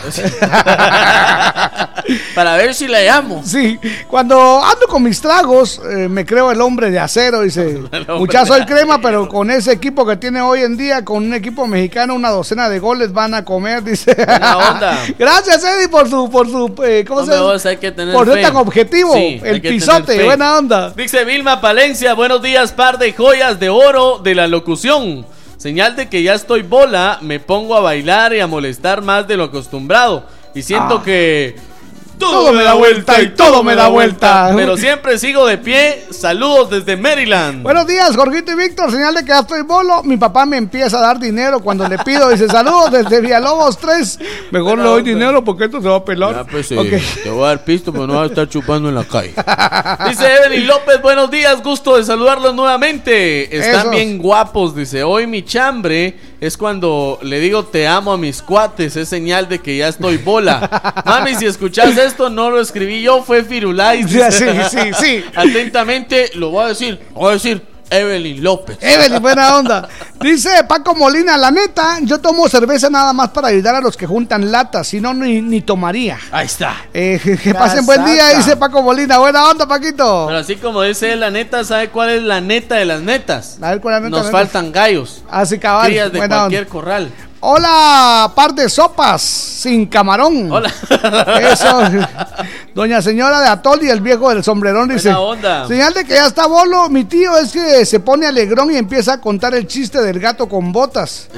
Para ver si la llamo.
Sí, cuando ando con mis tragos, eh, me creo el hombre de acero. Dice, mucha soy crema, pero con ese equipo que tiene hoy en día, con un equipo mexicano, una docena de goles van a comer. Dice,
Buena onda.
gracias, Eddie, por su, por su, eh, ¿cómo
Hombre,
se
vos hay que tener
Por ser
fe.
tan objetivo.
Sí, hay
el
que
pisote,
tener fe.
buena onda.
Dice Vilma Palencia, buenos días, par de joyas de oro de la locución. Señal de que ya estoy bola, me pongo a bailar y a molestar más de lo acostumbrado. Y siento
Ah.
que
Todo me da vuelta y todo me da vuelta.
Pero siempre sigo de pie. Saludos desde Maryland.
Buenos días, Jorgito y Víctor. Señal de que ya estoy bolo. Mi papá me empieza a dar dinero cuando le pido. Dice, saludos desde Villalobos tres. Mejor le doy dinero porque esto se va a pelar.
Ya, pues, eh,
Ok.
te voy a dar pisto, pero no vas a estar chupando en la calle. Dice Evelyn López, buenos días, gusto de saludarlos nuevamente. Están
Esos.
bien guapos, dice. Hoy mi chambre es cuando le digo te amo a mis cuates, es señal de que ya estoy bola. Mami, si escuchas esto, no lo escribí yo, fue Firulais.
Sí, sí, sí, sí.
Atentamente, lo voy a decir, voy a decir Evelyn López.
Evelyn, buena onda. Dice Paco Molina, la neta, yo tomo cerveza nada más para ayudar a los que juntan latas, si no, ni, ni tomaría.
Ahí está.
Eh, que que pasen buen día,
Casaca.
dice Paco Molina. Buena onda, Paquito.
Pero así como dice él, la neta, ¿sabe cuál es la neta de las netas?
A ver, ¿cuál es la neta
Nos
de las
faltan gallos.
Así cabal.
Crías de
buena
cualquier
onda.
corral.
Hola, par de sopas sin camarón.
Hola.
Eso. Doña señora de Atoli, el viejo del sombrerón, dice.
Buena onda.
Señal de que ya está bolo. Mi tío es que se pone alegrón y empieza a contar el chiste del gato con botas.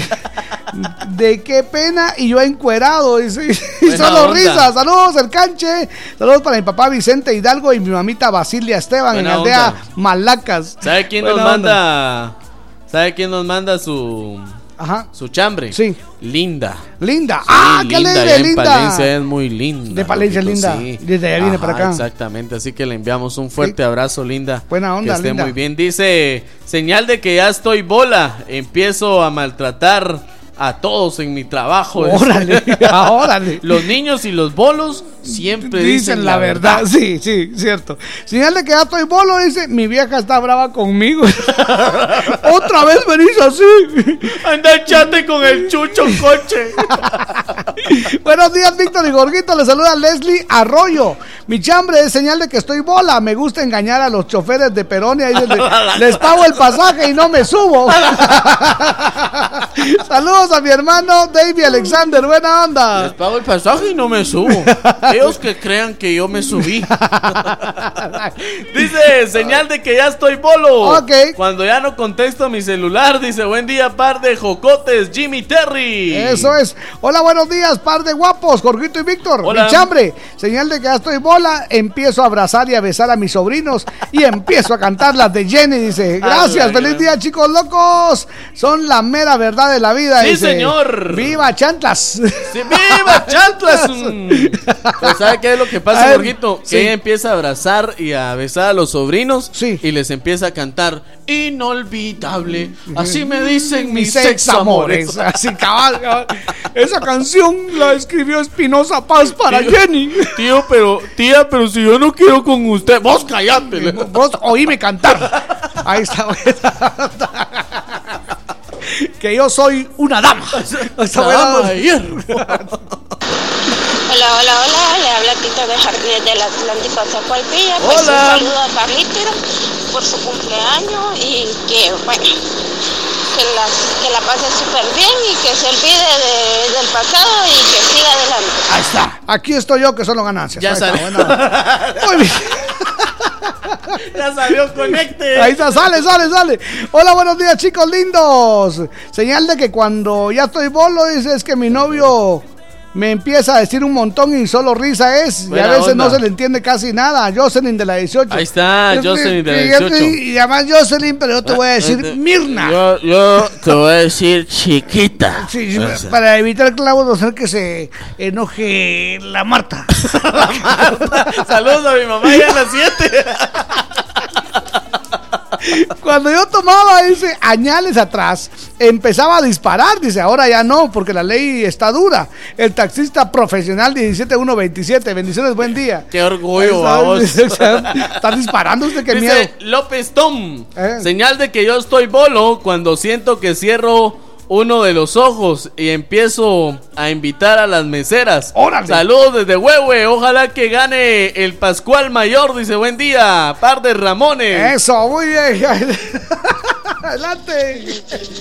De qué pena y yo encuerado, dice. Y
Buena
solo
onda.
risas. Saludos, el canche. Saludos para mi papá Vicente Hidalgo y mi mamita Basilia Esteban
Buena
en aldea
onda.
Malacas.
¿Sabe quién
Buena
nos
onda.
manda? ¿Sabe quién nos manda su
Ajá.
su chambre?
Sí.
Linda.
Linda.
Sí,
ah, qué
Linda,
alegre,
allá en
linda.
Palencia es muy linda.
De Palencia,
Lupito,
linda. Desde allá viene para acá.
Exactamente, así que le enviamos un fuerte abrazo, linda.
Buena onda,
que esté
linda.
muy bien. Dice, señal de que ya estoy bola, empiezo a maltratar a todos en mi trabajo.
Órale, órale.
Los niños y los bolos siempre
Dicen la verdad. Sí, sí, cierto. Señal de que ya estoy bolo, dice, mi vieja está brava conmigo. Otra vez venís así.
Anda, echate con el chucho coche.
Buenos días, Víctor y Gorguito. Les saluda Leslie Arroyo. Mi chambre es señal de que estoy bola. Me gusta engañar a los choferes de Peronia. Y les, les pago el pasaje y no me subo. Saludos a mi hermano Davey Alexander. Buena onda.
Les pago el pasaje y no me subo. Ellos que crean que yo me subí. Dice, señal de que ya estoy bolo.
Ok.
Cuando ya no contesto mi celular, dice, buen día, par de jocotes, Jimmy Terry.
Eso es. Hola, buenos días, par de guapos, Jorgito y Víctor.
Hola.
Mi chambre, señal de que ya estoy bola. Empiezo a abrazar y a besar a mis sobrinos y empiezo a cantar las de Jenny. Dice, gracias,
Ay,
feliz
ay.
día, chicos locos. Son la mera verdad de la vida.
Sí,
dice.
señor.
viva Chantlas.
Sí, ¡viva Chantlas! Mm. Pero ¿sabe qué es lo que
A
pasa,
ver,
Jorgito? Que
sí.
ella empieza a abrazar y a besar a los sobrinos
Sí.
y les empieza a cantar inolvidable. Así me dicen mis,
Mis ex amores. Así, cabal, cabal. Esa canción la escribió Espinosa Paz para
Tío,
Jenny.
Tío, pero, tía, pero si yo no quiero con usted, vos callate.
Vos oíme cantar. Ahí está. que yo soy una dama.
Una dama de hierro.
Hola, hola, hola, le habla Tito de Jardines del Atlántico Zacualpilla. Pues
Hola.
un saludo a Carlito por su cumpleaños y que, bueno, que, las, que la pase súper bien y que se olvide de, del pasado y que siga adelante.
Ahí está. Aquí estoy yo, que solo ganancias.
Ya
Ahí
salió.
está, buena. Muy bien.
Ya salió, conecte.
Ahí está, sale, sale, sale. Hola, buenos días, chicos lindos. Señal de que cuando ya estoy bolo, dice, es que mi novio me empieza a decir un montón y solo risa es.
Buena
y a veces
onda.
no se le entiende casi nada. Jocelyn de la dieciocho.
Ahí está,
Yo-
Jocelyn de la
y- y-
dieciocho.
Y además Jocelyn, pero yo te voy a decir Mirna.
Yo, yo te voy a decir chiquita.
Sí, sí,
O sea,
para evitar clavos, no ser que se enoje la Marta.
Saludos a mi mamá ya a las siete.
Cuando yo tomaba, dice, añales atrás, empezaba a disparar, dice, ahora ya no, porque la ley está dura. El taxista profesional diecisiete uno veintisiete, bendiciones, buen día.
Qué orgullo,
Ahí
vamos.
está, está disparando usted, qué
Dice
miedo.
López Tom,
Eh.
señal de que yo estoy bolo cuando siento que cierro uno de los ojos y empiezo a invitar a las meseras.
¡Órale!
Saludos desde Huehue, ojalá que gane el Pascual Mayor, dice buen día, par de Ramones.
Eso, muy bien. Adelante.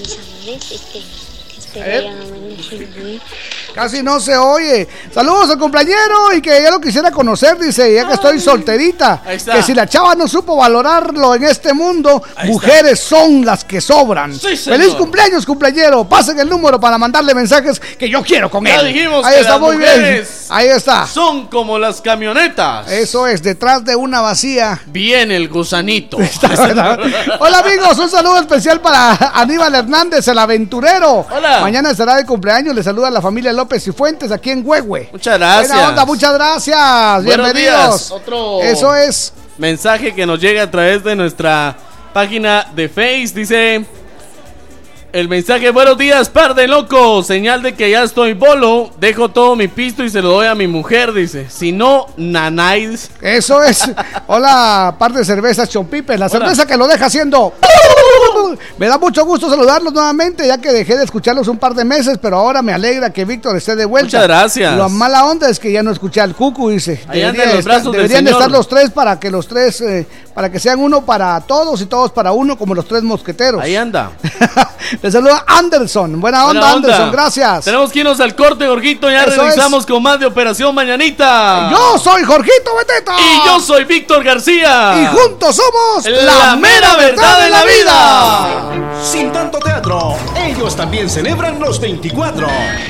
Casi no se oye. Saludos al cumpleañero y que ya lo quisiera conocer, dice, ya que estoy solterita.
Ahí está.
Que si la chava no supo valorarlo en este mundo,
Ahí
mujeres son las que sobran.
Sí, señor.
Feliz cumpleaños, cumpleañero. Pasen el número para mandarle mensajes que yo quiero con
Ya
él.
dijimos
Ahí
que
está,
las
muy bien.
mujeres
Ahí está.
son como las camionetas.
Eso es, detrás de una vacía.
Viene el gusanito.
Hola amigos, un saludo especial para Aníbal Hernández, el aventurero.
Hola.
Mañana estará de cumpleaños, le saluda a la familia López y Fuentes aquí en Huehue.
Muchas gracias.
Buena onda, muchas gracias.
Buenos
Bienvenidos.
días. Otro
Eso es.
mensaje que nos llega a través de nuestra página de Face. Dice el mensaje: buenos días, par de locos. Señal de que ya estoy bolo. Dejo todo mi pisto y se lo doy a mi mujer. Dice, si no, nanáis.
Eso es. Hola, par de cervezas Chompipe. La
Hola.
cerveza que lo deja haciendo. Me da mucho gusto saludarlos nuevamente, ya que dejé de escucharlos un par de meses, pero ahora me alegra que Víctor esté de vuelta.
Muchas gracias.
La mala onda es que ya no escuché al Cucu, dice.
Ahí anda
Debería
en los
estar-
brazos del
deberían de
señor.
estar los tres para que los tres, eh, para que sean uno para todos y todos para uno, como los tres mosqueteros.
Ahí anda.
Le saluda Anderson. Buena onda,
Buena onda.
Anderson, gracias.
Tenemos que irnos al corte, Jorgito. Ya
Eso
regresamos con más de Operación Mañanita.
Yo soy Jorgito Beteta.
Y yo soy Víctor García.
Y juntos somos
la mera verdad de la vida.
Sin tanto teatro, ellos también celebran los veinticuatro.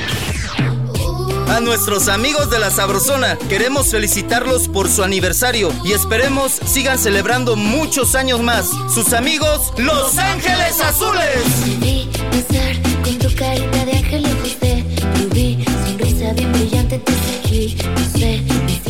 A nuestros amigos de La Sabrosona queremos felicitarlos por su aniversario y esperemos sigan celebrando muchos años más. Sus amigos, Los Ángeles Azules.
Vi besar con tu carita de ángel ojos de rubí, sonrisa bien brillante te seguí, no sé, me siento.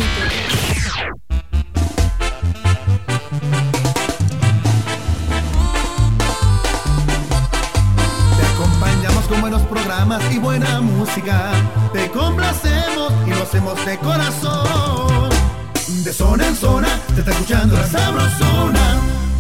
Te acompañamos con buenos programas y buena música. Te complacemos y lo hacemos de corazón. De zona en zona, te está escuchando La Sabrosona.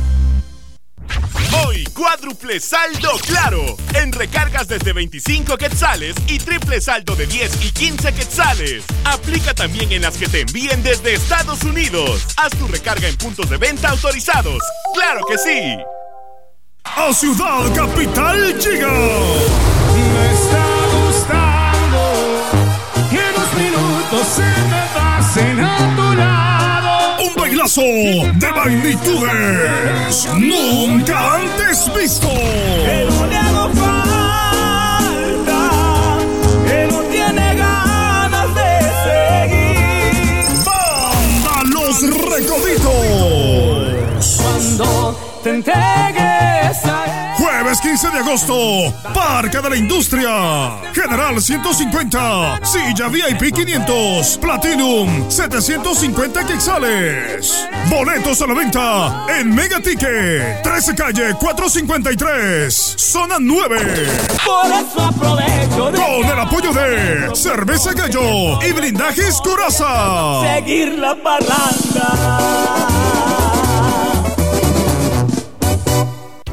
Hoy, cuádruple saldo claro. En recargas desde veinticinco quetzales y triple saldo de diez y quince quetzales. Aplica también en las que te envíen desde Estados Unidos. Haz tu recarga en puntos de venta autorizados. ¡Claro que sí!
A Ciudad Capital llega. Me está gustando que en unos minutos se me pasen a tu lado. Un bailazo de magnitudes nunca antes visto.
Que no le hago falta, que no tiene ganas de seguir.
Banda Los Recoditos.
Cuando te entregues a él.
Jueves quince de agosto, Parque de la Industria. General ciento cincuenta, Silla V I P quinientos, Platinum setecientos cincuenta quetzales. Boletos a la venta en Mega Ticket, trece calle cuatrocientos cincuenta y tres, zona nueve.
Por eso aprovecho de
Con el apoyo de Cerveza Gallo y Blindajes Coraza.
seguir la parranda.
Si te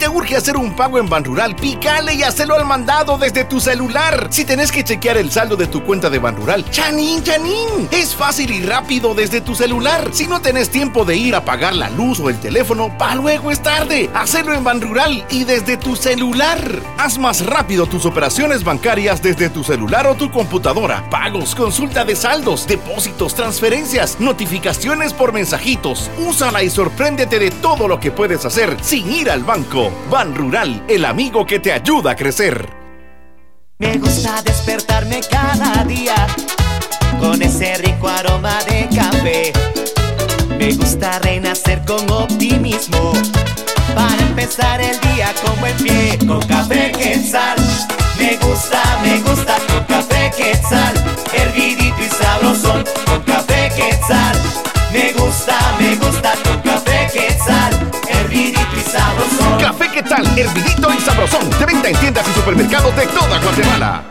te urge hacer un pago en Banrural, pícale y hazlo al mandado desde tu celular. Si tenés que chequear el saldo de tu cuenta de Banrural, chanín, chanín, es fácil y rápido desde tu celular. Si no tenés tiempo de ir a pagar la luz o el teléfono, pa' luego es tarde. Hacelo en Banrural y desde tu celular. Haz más rápido tus operaciones bancarias desde tu celular o tu computadora. Pagos, consulta de saldos, depósitos, transferencias, notificaciones por mensajitos. Úsala y sorpréndete de todo lo que puedes hacer sin ir al banco. Banrural, el amigo que te ayuda a crecer.
Me gusta despertarme cada día con ese rico aroma de café. Me gusta renacer con optimismo para empezar el día con buen pie. Con Café Quetzal, me gusta, me gusta. Con Café Quetzal, hervidito y sabrosón. Con Café Quetzal, me gusta, me gusta. Con Café Quetzal, hervidito y sabrosón.
Café Quetzal, hervidito y sabrosón. De venta en tiendas y supermercados de toda Guatemala.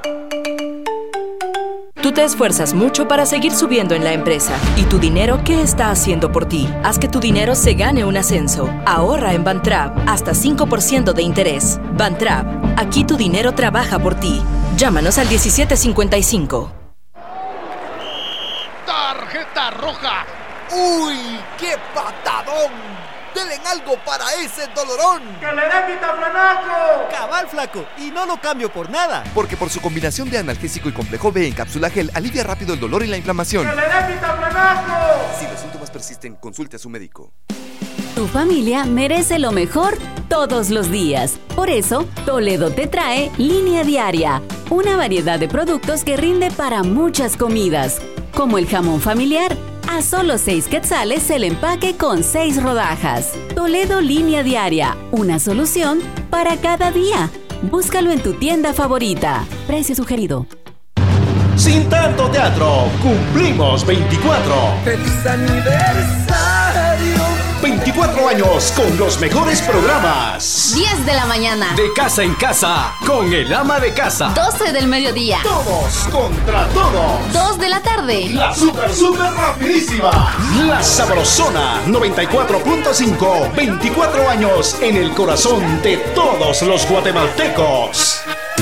Tú te esfuerzas mucho para seguir subiendo en la empresa. ¿Y tu dinero qué está haciendo por ti? Haz que tu dinero se gane un ascenso. Ahorra en Bantrap hasta cinco por ciento de interés. Bantrap, aquí tu dinero trabaja por ti. Llámanos al diecisiete cincuenta y cinco.
¡Tarjeta roja! ¡Uy, qué patadón! ¡Denle algo para ese dolorón!
¡Que le dé quitaflanaco!
Cabal, flaco, y no lo cambio por nada. Porque por su combinación de analgésico y complejo B en cápsula gel, alivia rápido el dolor y la inflamación.
¡Que le dé quitaflanaco!
Si los síntomas persisten, consulte a su médico.
Tu familia merece lo mejor todos los días. Por eso, Toledo te trae Línea Diaria, una variedad de productos que rinde para muchas comidas, como el jamón familiar. A solo seis quetzales el empaque con seis rodajas. Toledo Línea Diaria, una solución para cada día. Búscalo en tu tienda favorita. Precio sugerido.
Sin tanto teatro, cumplimos veinticuatro.
¡Feliz aniversario!
veinticuatro años con los mejores programas.
diez de la mañana.
De casa en casa, con el ama de casa.
doce del mediodía.
Todos contra todos.
dos de la tarde.
La super, super rapidísima. La Sabrosona noventa y cuatro punto cinco. veinticuatro años en el corazón de todos los guatemaltecos.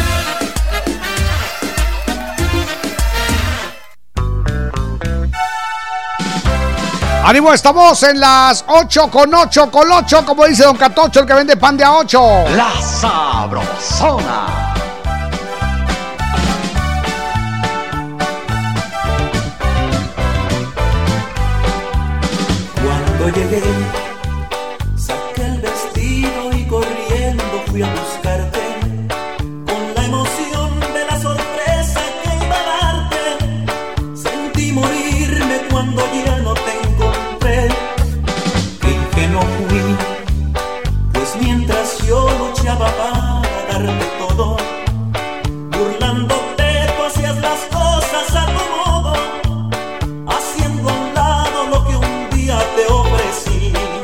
¡Ánimo! Estamos en las ocho con ocho con ocho, como dice Don Catocho, el que vende pan de a ocho.
La Sabrosona.
Cuando llegué, saqué el vestido y corriendo fui a buscarte, con la emoción de la sorpresa que iba a darte. Sentí morirme cuando ya no te encontré. Qué ingenuo fui, pues mientras yo luchaba para darte todo, burlándote tú hacías las cosas a tu modo, haciendo a un lado lo que un día te ofrecí.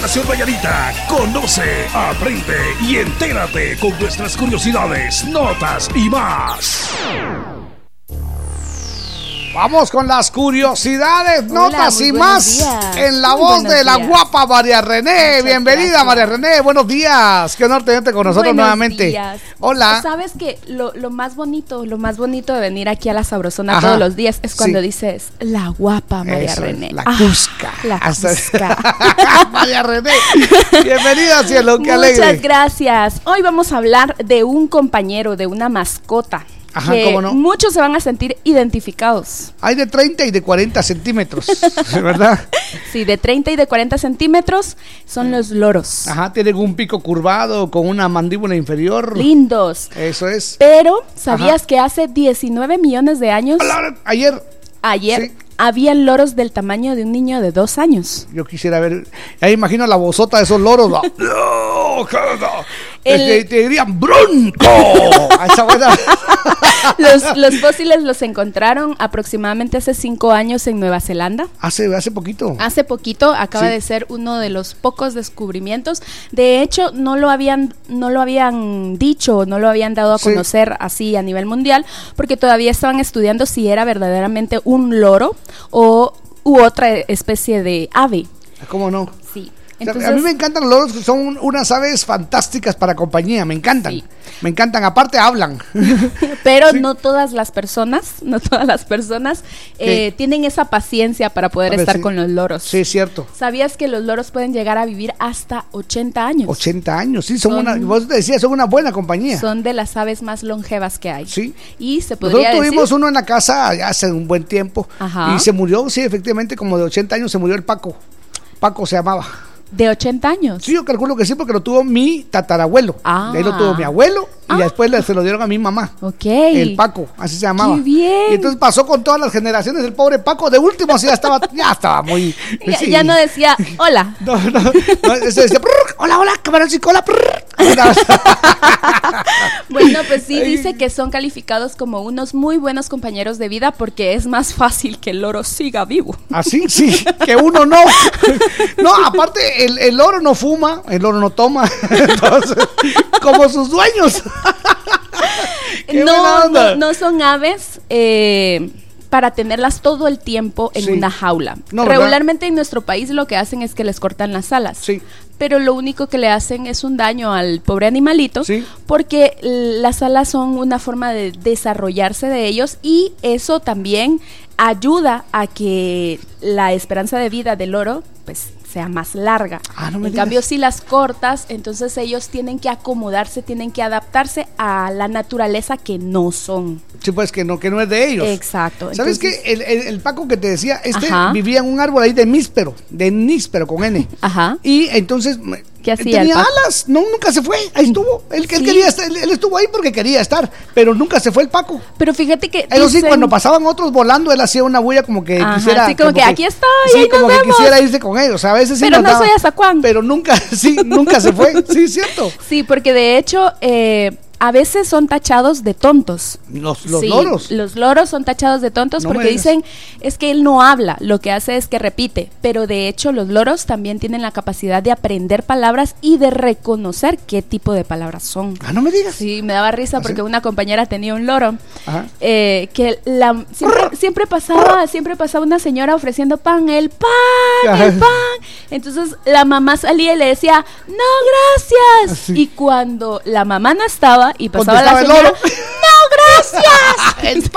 Estación Valladita. Conoce, aprende y entérate con nuestras curiosidades, notas y más.
Vamos con las curiosidades,
Hola,
notas y más
días.
en la
Muy
voz de la
días.
guapa María René.
Muchas
Bienvenida,
gracias.
María René. Buenos días. Qué honor tenerte con nosotros
Buenos
nuevamente.
días.
Hola.
Sabes que lo, lo más bonito, lo más bonito de venir aquí a la Sabrosona
Ajá.
todos los días es cuando
Sí.
dices la guapa María
Eso es,
René.
la
Ah,
Cusca.
la
Hasta-
Cusca.
María René. Bienvenida, cielo. Qué
Muchas
alegre.
gracias. Hoy vamos a hablar de un compañero, de una mascota.
Ajá,
que
¿cómo no?
muchos se van a sentir identificados.
Hay de treinta y de cuarenta centímetros, ¿verdad?
Sí, de treinta y de cuarenta centímetros son los loros.
Ajá, tienen un pico curvado con una mandíbula inferior.
Lindos.
Eso es.
Pero, ¿sabías
Ajá.
que hace diecinueve millones de años?
Ayer.
Ayer
Sí.
habían loros del tamaño de un niño de dos años.
Yo quisiera ver. Ahí imagino la vozota de esos loros. ¿No? No, no.
El-
Te, te dirían bronco. A esa buena.
Los, los fósiles los encontraron aproximadamente hace cinco años en Nueva Zelanda.
Hace, hace poquito.
Hace poquito acaba
Sí.
de ser uno de los pocos descubrimientos. De hecho, no lo habían, no lo habían dicho, no lo habían dado a
Sí.
conocer así a nivel mundial, porque todavía estaban estudiando si era verdaderamente un loro o u otra especie de ave.
¿Cómo no?
Sí.
O sea,
Entonces,
a mí me encantan los loros, que son unas aves fantásticas para compañía, me encantan. Me encantan, aparte hablan.
pero no todas las personas, no todas las personas
¿Qué?
eh, tienen esa paciencia para poder
A ver,
estar
sí.
con los loros.
Sí, es cierto.
¿Sabías que los loros pueden llegar a vivir hasta ochenta años?
ochenta años, sí, son,
Son-
una, vos te decías, son una buena compañía.
Son de las aves más longevas que hay.
Sí.
Y se podría
Nosotros tuvimos
decir...
uno en la casa ya hace un buen tiempo.
Ajá.
Y se murió, sí, efectivamente, como de ochenta años se murió el Paco. Paco se llamaba.
¿De ochenta años?
Sí, yo calculo que sí, porque lo tuvo mi tatarabuelo.
Ah.
De ahí lo tuvo mi abuelo y después le- se lo dieron a mi mamá.
Ok.
El Paco, así se llamaba.
¡Qué bien!
Y entonces pasó con todas las generaciones el pobre Paco. De último, sí, ya estaba, ya estaba muy.
Ya,
sí.
ya no decía, hola.
No, no, no, ese decía, "Prr, hola, hola, camaroncico, hola, prr".
Bueno, pues sí, dice que son calificados como unos muy buenos compañeros de vida porque es más fácil que el loro siga vivo.
Así, sí, que uno no. No, aparte, el, el loro no fuma, el loro no toma. Entonces, como sus dueños. Qué buena
No,
onda.
no, no son aves eh, para tenerlas todo el tiempo en
Sí.
una jaula.
No, ¿verdad?
Regularmente en nuestro país lo que hacen es que les cortan las alas.
Sí.
Pero lo único que le hacen es un daño al pobre animalito, porque l- las alas son una forma de desarrollarse de ellos y eso también ayuda a que la esperanza de vida del loro pues sea más larga.
Ah, no me
en
digas.
cambio, si las cortas, entonces ellos tienen que acomodarse, tienen que adaptarse a la naturaleza que no son.
Sí, pues que no, que no es de ellos.
Exacto.
¿Sabes
Entonces-
qué? El, el, el Paco que te decía, este
Ajá.
vivía en un árbol ahí de níspero, de níspero con N.
Ajá.
Y entonces me-
¿Qué
él
hacía el
tenía
Paco?
alas, no, nunca se fue, ahí estuvo. Él, él
Sí.
quería estar, él, él estuvo ahí porque quería estar, pero nunca se fue el Paco.
Pero fíjate que
Eso sí,
dicen-
cuando pasaban otros volando, él hacía una bulla como que
Ajá,
quisiera.
sí, como que, "Aquí estoy,
sí,
ahí nos
como que
vemos".
quisiera irse con ellos. A veces sí
Pero
nos
no
daba,
soy Azacuán.
pero nunca, sí, nunca se fue. Sí, cierto.
Sí, porque de hecho eh, a veces son tachados de tontos.
Los, los
Sí,
loros.
Los loros son tachados de tontos
No me
porque
digas.
dicen es que él no habla, lo que hace es que repite, pero de hecho los loros también tienen la capacidad de aprender palabras y de reconocer qué tipo de palabras son.
Ah, no me digas.
Sí, me daba risa porque una compañera tenía un loro
Ajá.
eh, que la, siempre, siempre pasaba, siempre pasaba una señora ofreciendo pan, el pan,
Ajá.
el pan. Entonces la mamá salía y le decía, no, gracias. Y cuando la mamá no estaba y pasaba la
Contestaba el
señora,
loro.
no, gracias.
¡El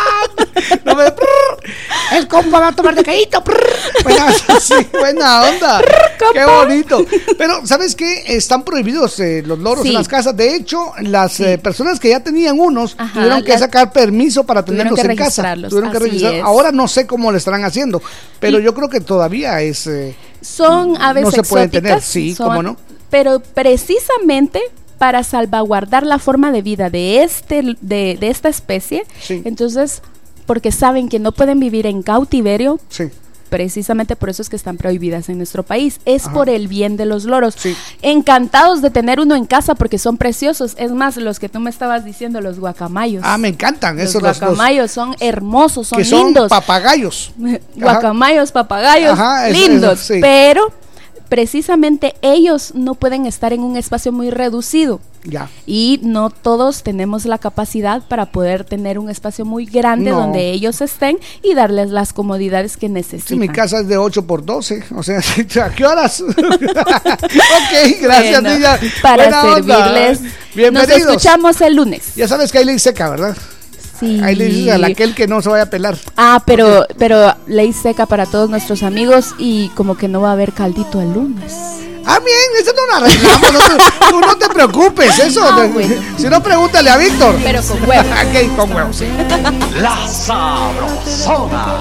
pan! No me- prr, el compa va a tomar de caíto. Buena, sí, buena onda. Qué bonito. Pero, ¿sabes qué? Están prohibidos eh, los loros
Sí.
en las casas. De hecho, las eh, personas que ya tenían unos
Ajá,
tuvieron que
las-
sacar permiso para
tuvieron
tenerlos
que
en casa.
registrarlos,
Tuvieron que
así
registrar.
es.
Ahora no sé cómo le estarán haciendo, pero
Y-
yo creo que todavía es. eh,
Son aves
no se pueden
exóticas,
tener, sí,
son-
cómo no.
Pero precisamente para salvaguardar la forma de vida de este de, de esta especie,
Sí.
entonces porque saben que no pueden vivir en cautiverio,
Sí.
precisamente por eso es que están prohibidas en nuestro país. Es
Ajá.
por el bien de los loros.
Sí.
Encantados de tener uno en casa porque son preciosos. Es más, los que tú me estabas diciendo, los guacamayos.
Ah, me encantan
los
esos los, los
guacamayos son hermosos, son
que son
lindos.
papagayos.
Guacamayos, papagayos,
Ajá, eso-
lindos,
eso, sí.
pero precisamente ellos no pueden estar en un espacio muy reducido.
Ya.
Y no todos tenemos la capacidad para poder tener un espacio muy grande
No.
donde ellos estén y darles las comodidades que necesitan.
Sí, mi casa es de ocho por doce, o sea, ¿a qué horas? Ok, gracias,
Bueno,
niña.
para
Buena onda.
servirles.
Bienvenidos.
Nos escuchamos el lunes.
Ya sabes que hay ley seca, ¿verdad?
Sí.
Ahí le dices a aquel que no se vaya a pelar.
Ah, pero, pero ley seca para todos nuestros amigos y como que no va a haber caldito el lunes.
Ah, bien, eso no lo arreglamos. No te, tú no te preocupes, eso.
Ah, bueno.
Si no, pregúntale a Víctor.
Pero con huevos.
Ok, con huevos, sí.
La Sabrosona.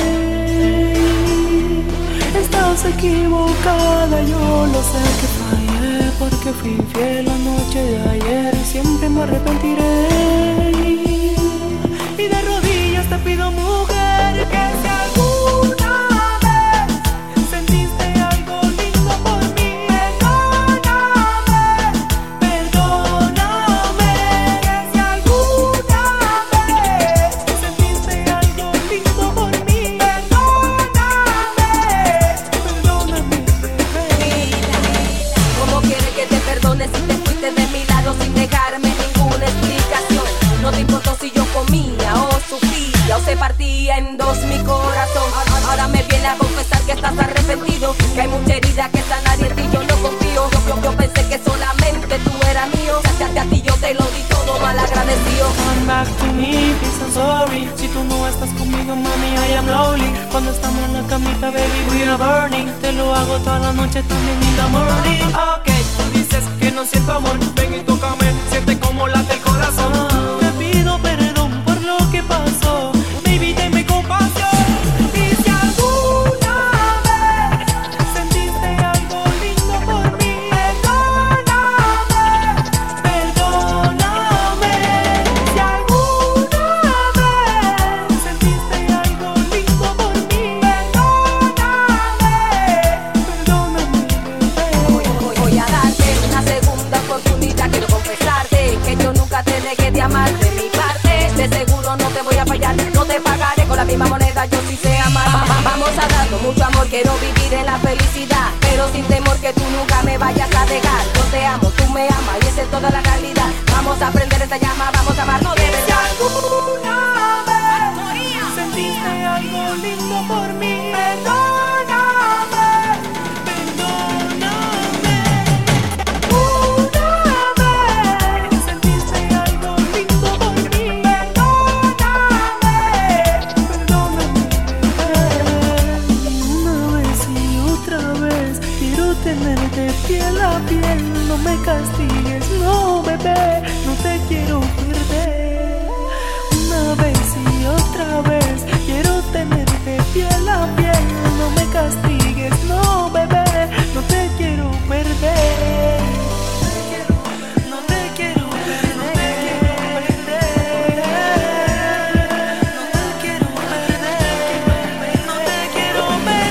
Estás equivocada, yo lo sé que fallé, porque fui infiel la noche de ayer y siempre me arrepentiré. Y de rodillas te pido, mujer, que si alguna vez sentiste algo lindo por mí, perdóname, perdóname. Que si alguna vez sentiste algo lindo por mí, perdóname, bebé.
¿Cómo quieres que te perdone si te fuiste de mi lado sin dejarme ninguna explicación? No te importó si yo comía o sufría o se partía en dos mi corazón. Ahora me viene a confesar que estás arrepentido, que hay mucha herida que sanar y en ti yo no confío. Yo, yo, yo pensé que solamente tú eras mío, a, a, a ti yo te lo di todo mal agradecido.
Come back to me, please, I'm sorry. Si tú no estás conmigo, mami, I am lonely. Cuando estamos en la camita, baby, we are burning. Te lo hago toda la noche, también in the morning. Ok, tú dices que no siento amor, ven y tócame, siente como late el corazón. Te pido perdón por lo que pasó, baby, tenme compasión. Y si alguna vez sentiste algo lindo por mí, perdóname, perdóname. Si alguna vez sentiste algo lindo por mí, perdóname, perdóname.
Voy, voy, voy a darte una segunda oportunidad. Quiero confesarte que yo nunca te dejé de amar de mi parte. De seguro no te voy a fallar, no te pagaré con la misma moneda, yo sí sé amar. Va- va- Vamos a darnos mucho amor, quiero vivir en la felicidad, pero sin temor que tú nunca me vayas a dejar. Yo te amo, tú me amas y esa es toda la realidad. Vamos a prender esta llama, vamos a amarnos de verdad.
Alguna vez sentiste algo lindo por mí, perdóname, perdóname. Una vez sentiste algo lindo por mí, perdóname, perdóname. Una vez y otra vez quiero tenerte piel a piel. No me castigues, no, bebé, no te quiero perder. Una vez y otra vez quiero tenerte piel a piel. No me castigues, no, bebé, no te quiero perder. No te quiero perder. No te quiero perder. No te quiero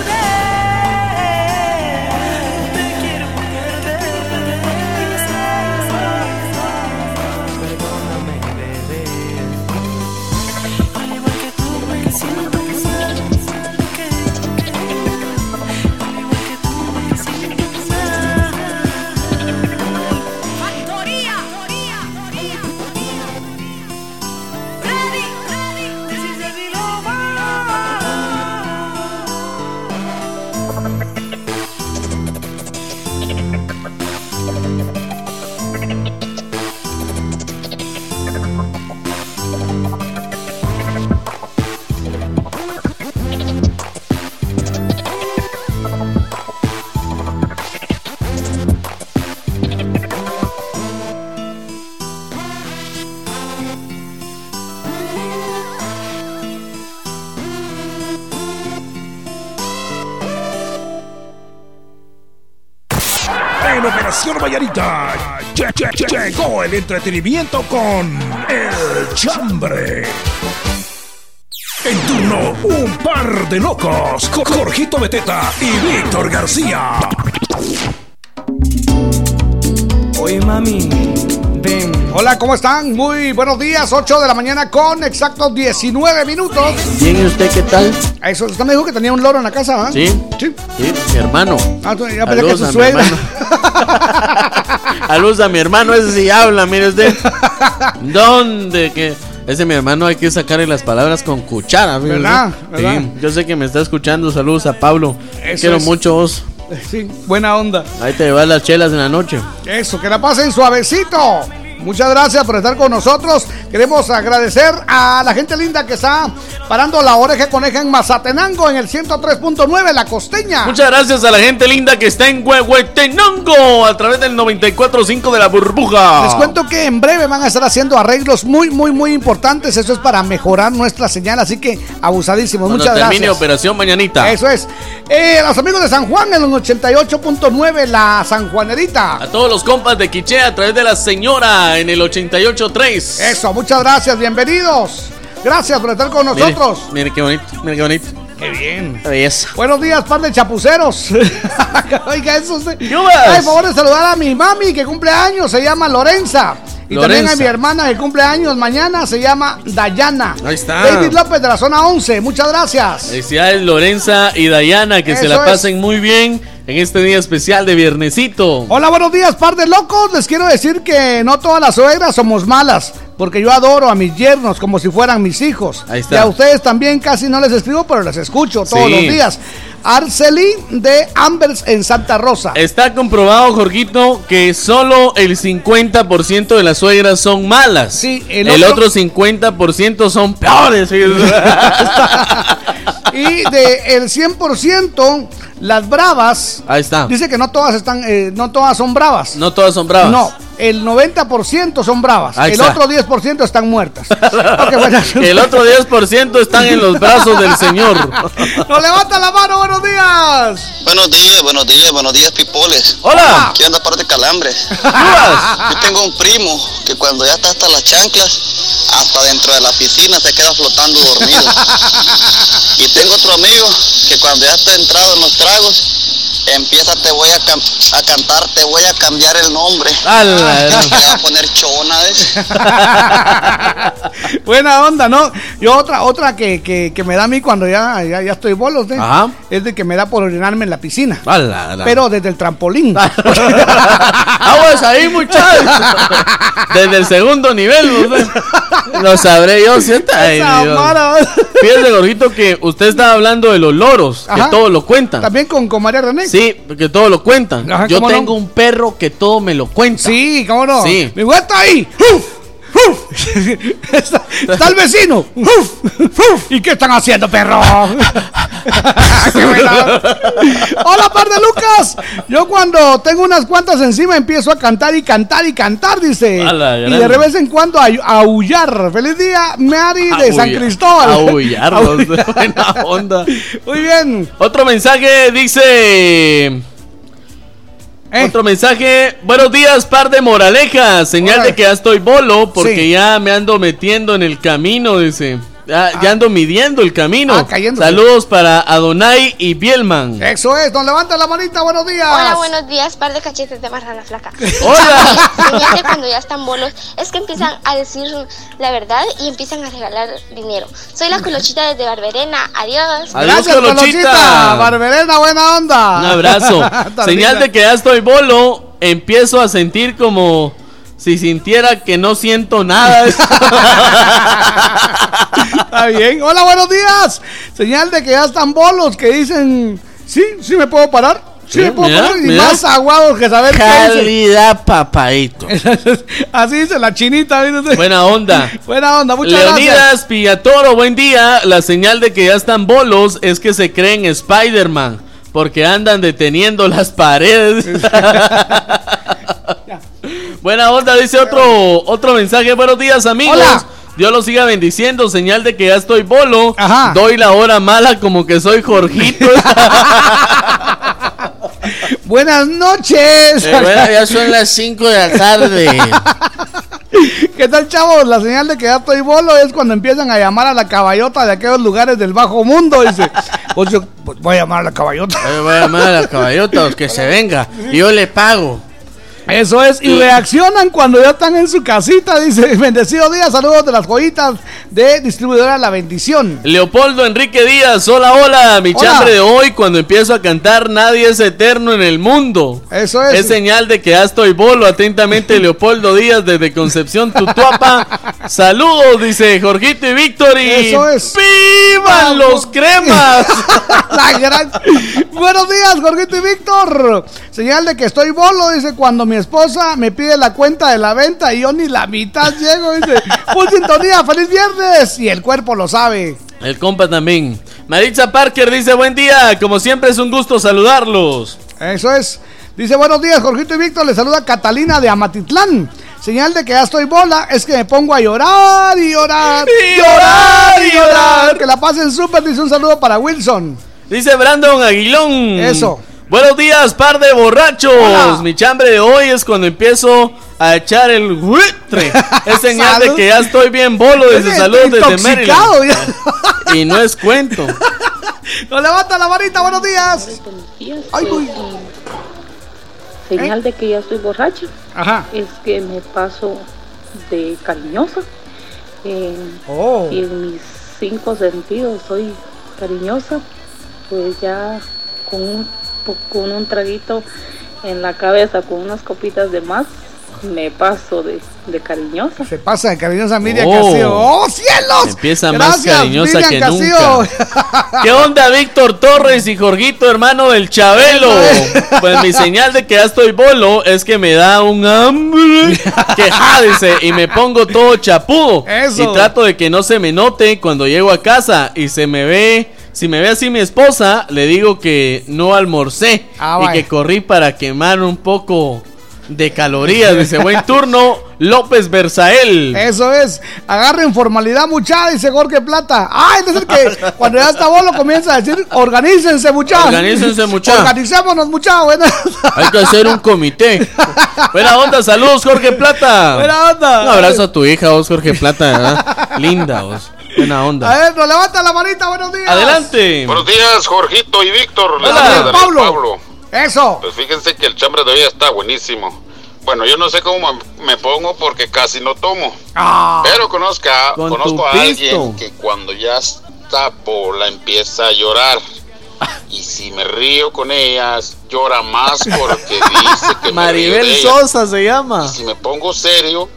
perder. Perdóname, bebé. Al igual que tú, porque siento que sabes que al igual que tú, porque siento que sabes. Factoría, ready, ready, this is the Viloma.
En Operación Vallarita che- che- che- llegó el entretenimiento con El Chambre. En turno, un par de locos con Jorgito Beteta y Víctor García.
Oye, mami,
bien. Hola, ¿cómo están? Muy buenos días, ocho de la mañana con exactos diecinueve minutos.
Bien, ¿y usted qué tal?
Eso, usted me dijo que tenía un loro en la casa, ¿eh?
Sí.
Sí.
Sí, mi hermano.
Ah, tú, ya pensé que su suegra.
Saludos a mi hermano, ese sí habla, mire usted. ¿Dónde? Que ese mi hermano hay que sacarle las palabras con cuchara,
¿verdad? ¿verdad?
Sí, yo sé que me está escuchando. Saludos a Pablo.
Eso
Quiero
es.
mucho vos.
Sí, buena onda.
Ahí te llevas las chelas en la noche.
Eso, que la pasen suavecito. Muchas gracias por estar con nosotros. Queremos agradecer a la gente linda que está parando la oreja coneja en Mazatenango en el ciento tres punto nueve, La Costeña.
Muchas gracias a la gente linda que está en Huehuetenango a través del noventa y cuatro punto cinco de La Burbuja.
Les cuento que en breve van a estar haciendo arreglos muy, muy, muy importantes. Eso es para mejorar nuestra señal, así que abusadísimos.
Cuando
Muchas
termine
gracias.
Operación Mañanita.
Eso es. Eh, los amigos de San Juan en el ochenta y ocho punto nueve, La Sanjuanerita.
A todos los compas de Quiché a través de La Señora en el ochenta y ocho punto tres.
Eso, muchas gracias, bienvenidos. Gracias por estar con nosotros.
Mire, mire qué bonito, mire qué bonito.
Qué bien.
Qué belleza.
Buenos días, par de chapuceros. Oiga, eso usted.
¿Qué vas?
Ay, por favor de saludar a mi mami que cumple años, se llama Lorenza. Y
Lorenza.
también a mi hermana que cumple años mañana, se llama Dayana.
Ahí está.
David López de la zona once, muchas gracias.
Felicidades Lorenza y Dayana, que se
Eso
la
es.
pasen muy bien en este día especial de viernesito.
Hola, buenos días, par de locos. Les quiero decir que no todas las suegras somos malas, porque yo adoro a mis yernos como si fueran mis hijos.
Ahí está.
Y a ustedes también casi no les escribo, pero les escucho todos
Sí.
los días. Arceli de Ambers en Santa Rosa.
Está comprobado, Jorgito, que solo el cincuenta por ciento de las suegras son malas.
Sí, el
el,
otro-
otro... cincuenta por ciento son peores.
Y de el cien por ciento, las bravas.
Ahí está.
Dice que no todas están, eh, no todas son bravas.
No todas son bravas.
No, el noventa por ciento son bravas.
Ahí
el
está.
otro diez por ciento están muertas. Ok, bueno.
El otro diez por ciento están en los brazos del Señor.
¡Nos levanta la mano! ¡Buenos días!
Buenos días, buenos días, buenos días, pipoles.
Hola.
¿Qué onda, par de calambres? Yo tengo un primo que cuando ya está hasta las chanclas, hasta dentro de la piscina se queda flotando dormido. Y tengo otro amigo que cuando ya está entrado en los tragos, empieza te voy a, cam- a cantar, te voy a cambiar el nombre.
¡Ala!
Te voy a poner chona, ¿ves?
Buena onda, ¿no? Yo otra otra que, que, que me da a mí cuando ya, ya, ya estoy bolos, ¿eh?
Ajá.
Es de que me da por orinarme en la piscina.
¡Ala, ala!
Pero desde el trampolín.
¡Aguas ahí, muchachos! Desde el segundo nivel, usted. Lo sabré yo, ¿cierto? Ay,
Esa
Dios.
mara.
Fíjese, Gorgito, que usted estaba hablando de los loros,
Ajá.
que todo lo cuentan.
También con, con María René.
Sí, que todo lo cuentan.
Ajá,
Yo
¿cómo no?
tengo un perro que todo me lo cuenta.
Sí, ¿cómo no?
Sí.
Mi güey está ahí. ¡Uf! ¡Uf! está, está el vecino. ¡Uf! ¡Uf! ¿Y qué están haciendo, perro? ¡Qué buena! Hola, par de Lucas. Yo cuando tengo unas cuantas encima empiezo a cantar y cantar y cantar, dice.
A la
Y
gran.
de vez en cuando a, a aullar. Feliz día, Mary de San
Aullar.
Cristóbal.
Aullar,
Aullar.
buena onda.
Muy bien.
Otro mensaje dice.
Eh.
Otro mensaje. Buenos días, par de moralejas. Señal
Órale.
de que ya estoy bolo porque
Sí.
ya me ando metiendo en el camino, dice. Ya, ya ando midiendo el camino.
Ah, cayéndose.
Saludos para Adonai y Bielman.
Eso es, nos levanta la manita, buenos días.
Hola, buenos días, par de cachetes de marrana flaca.
Hola.
Señal de cuando ya están bolos es que empiezan a decir la verdad y empiezan a regalar dinero. Soy la Colochita desde Barberena. Adiós.
Adiós,
Gracias,
Colochita.
Colochita. Barberena, buena onda.
Un abrazo.
Tan
Señal
linda.
de que ya estoy bolo. Empiezo a sentir como si sintiera que no siento nada.
Está bien. Hola, buenos días. Señal de que ya están bolos que dicen, sí, sí me puedo parar. Sí,
Sí,
me puedo
mira,
parar. Y
mira.
más aguados que saber qué
Calidad, papadito.
dice. Así dice la chinita. ¿Mire usted?
Buena onda.
Buena onda, muchas gracias.
Leonidas Pillatoro, buen día. La señal de que ya están bolos es que se creen Spider-Man porque andan deteniendo las paredes. Buena onda, dice otro otro mensaje. Buenos días, amigos.
Hola.
Dios los siga bendiciendo. Señal de que ya estoy bolo.
Ajá.
Doy la hora mala como que soy Jorgito.
Buenas noches.
Eh, bueno, ya son las cinco de la tarde.
¿Qué tal, chavos? La señal de que ya estoy bolo es cuando empiezan a llamar a la caballota de aquellos lugares del bajo mundo. Dice, pues yo pues voy a llamar a la caballota.
Eh, Voy a llamar a la caballota, que se venga. Y yo le pago.
Eso es, y reaccionan cuando ya están en su casita, dice, bendecido día, saludos de las joyitas de distribuidora La Bendición.
Leopoldo Enrique Díaz, hola, hola, mi
Hola.
chambre de hoy, cuando empiezo a cantar, nadie es eterno en el mundo.
Eso es.
Es señal de que ya estoy bolo, atentamente Leopoldo Díaz desde Concepción, Tutuapa. Saludos, dice Jorgito y Víctor y...
Eso es.
¡Vivan los cremas!
La gran... Buenos días, Jorgito y Víctor. Señal de que estoy bolo, dice, cuando mi esposa me pide la cuenta de la venta y yo ni la mitad llego, dice, full sintonía, feliz viernes, y el cuerpo lo sabe.
El compa también. Maritza Parker dice, buen día, como siempre es un gusto saludarlos.
Eso es. Dice, buenos días, Jorgito y Víctor, le saluda Catalina de Amatitlán. Señal de que ya estoy bola, es que me pongo a llorar y llorar.
Y llorar y llorar.
Que la pasen súper, dice, un saludo para Wilson.
Dice Brandon Aguilón.
Eso.
Buenos días, par de borrachos.
Hola.
Mi chambre de hoy es cuando empiezo a echar el huitre. Es señal de que ya estoy bien bolo desde
Ese
salud desde
intoxicado,
Maryland. Y no es cuento.
Nos levanta la manita, buenos días. Ay, uy.
Señal de que ya estoy borracha.
Ajá.
Es que me paso de cariñosa. En,
Oh.
Y en mis cinco sentidos soy cariñosa. Pues ya con un, con un traguito en la cabeza, con unas copitas de más, me paso de, de cariñosa.
Se pasa de cariñosa Miriam
Oh.
Castillo. ¡Oh, cielos!
Empieza
Gracias,
más cariñosa
Miriam
que
Castillo.
nunca. ¿Qué onda, Víctor Torres y Jorgito, hermano del Chabelo? Pues mi señal de que ya estoy bolo es que me da un hambre que jádese y me pongo todo chapudo.
Eso.
Y trato de que no se me note cuando llego a casa y se me ve. Si me ve así mi esposa, le digo que no almorcé
Ah,
y
vaya.
que corrí para quemar un poco de calorías. Dice, buen turno, López Berzael.
Eso es. Agarren formalidad, mucha, dice Jorge Plata. Ah, es decir que cuando ya está bolo comienza a decir, organícense, mucha.
Organícense, mucha.
Organicémonos, mucha. Buena.
Hay que hacer un comité. Buena onda, saludos, Jorge Plata.
Buena onda.
Un abrazo a tu hija, vos, Jorge Plata, ¿verdad? Linda, vos. Buena onda.
A ver, nos levanta la manita, buenos días.
Adelante.
Buenos días, Jorgito y Víctor. Les
Hola,
habla Daniel
Pablo.
Pablo.
Eso.
Pues fíjense que el chambre de hoy está buenísimo. Bueno, yo no sé cómo me pongo porque casi no tomo.
Ah.
Pero conozco, a-
Con
conozco
tu
a alguien
pisto.
que cuando ya está bola empieza a llorar. Y si me río con ellas, llora más porque dice que me río de
Maribel
ella.
Sosa se llama.
Y si me pongo serio,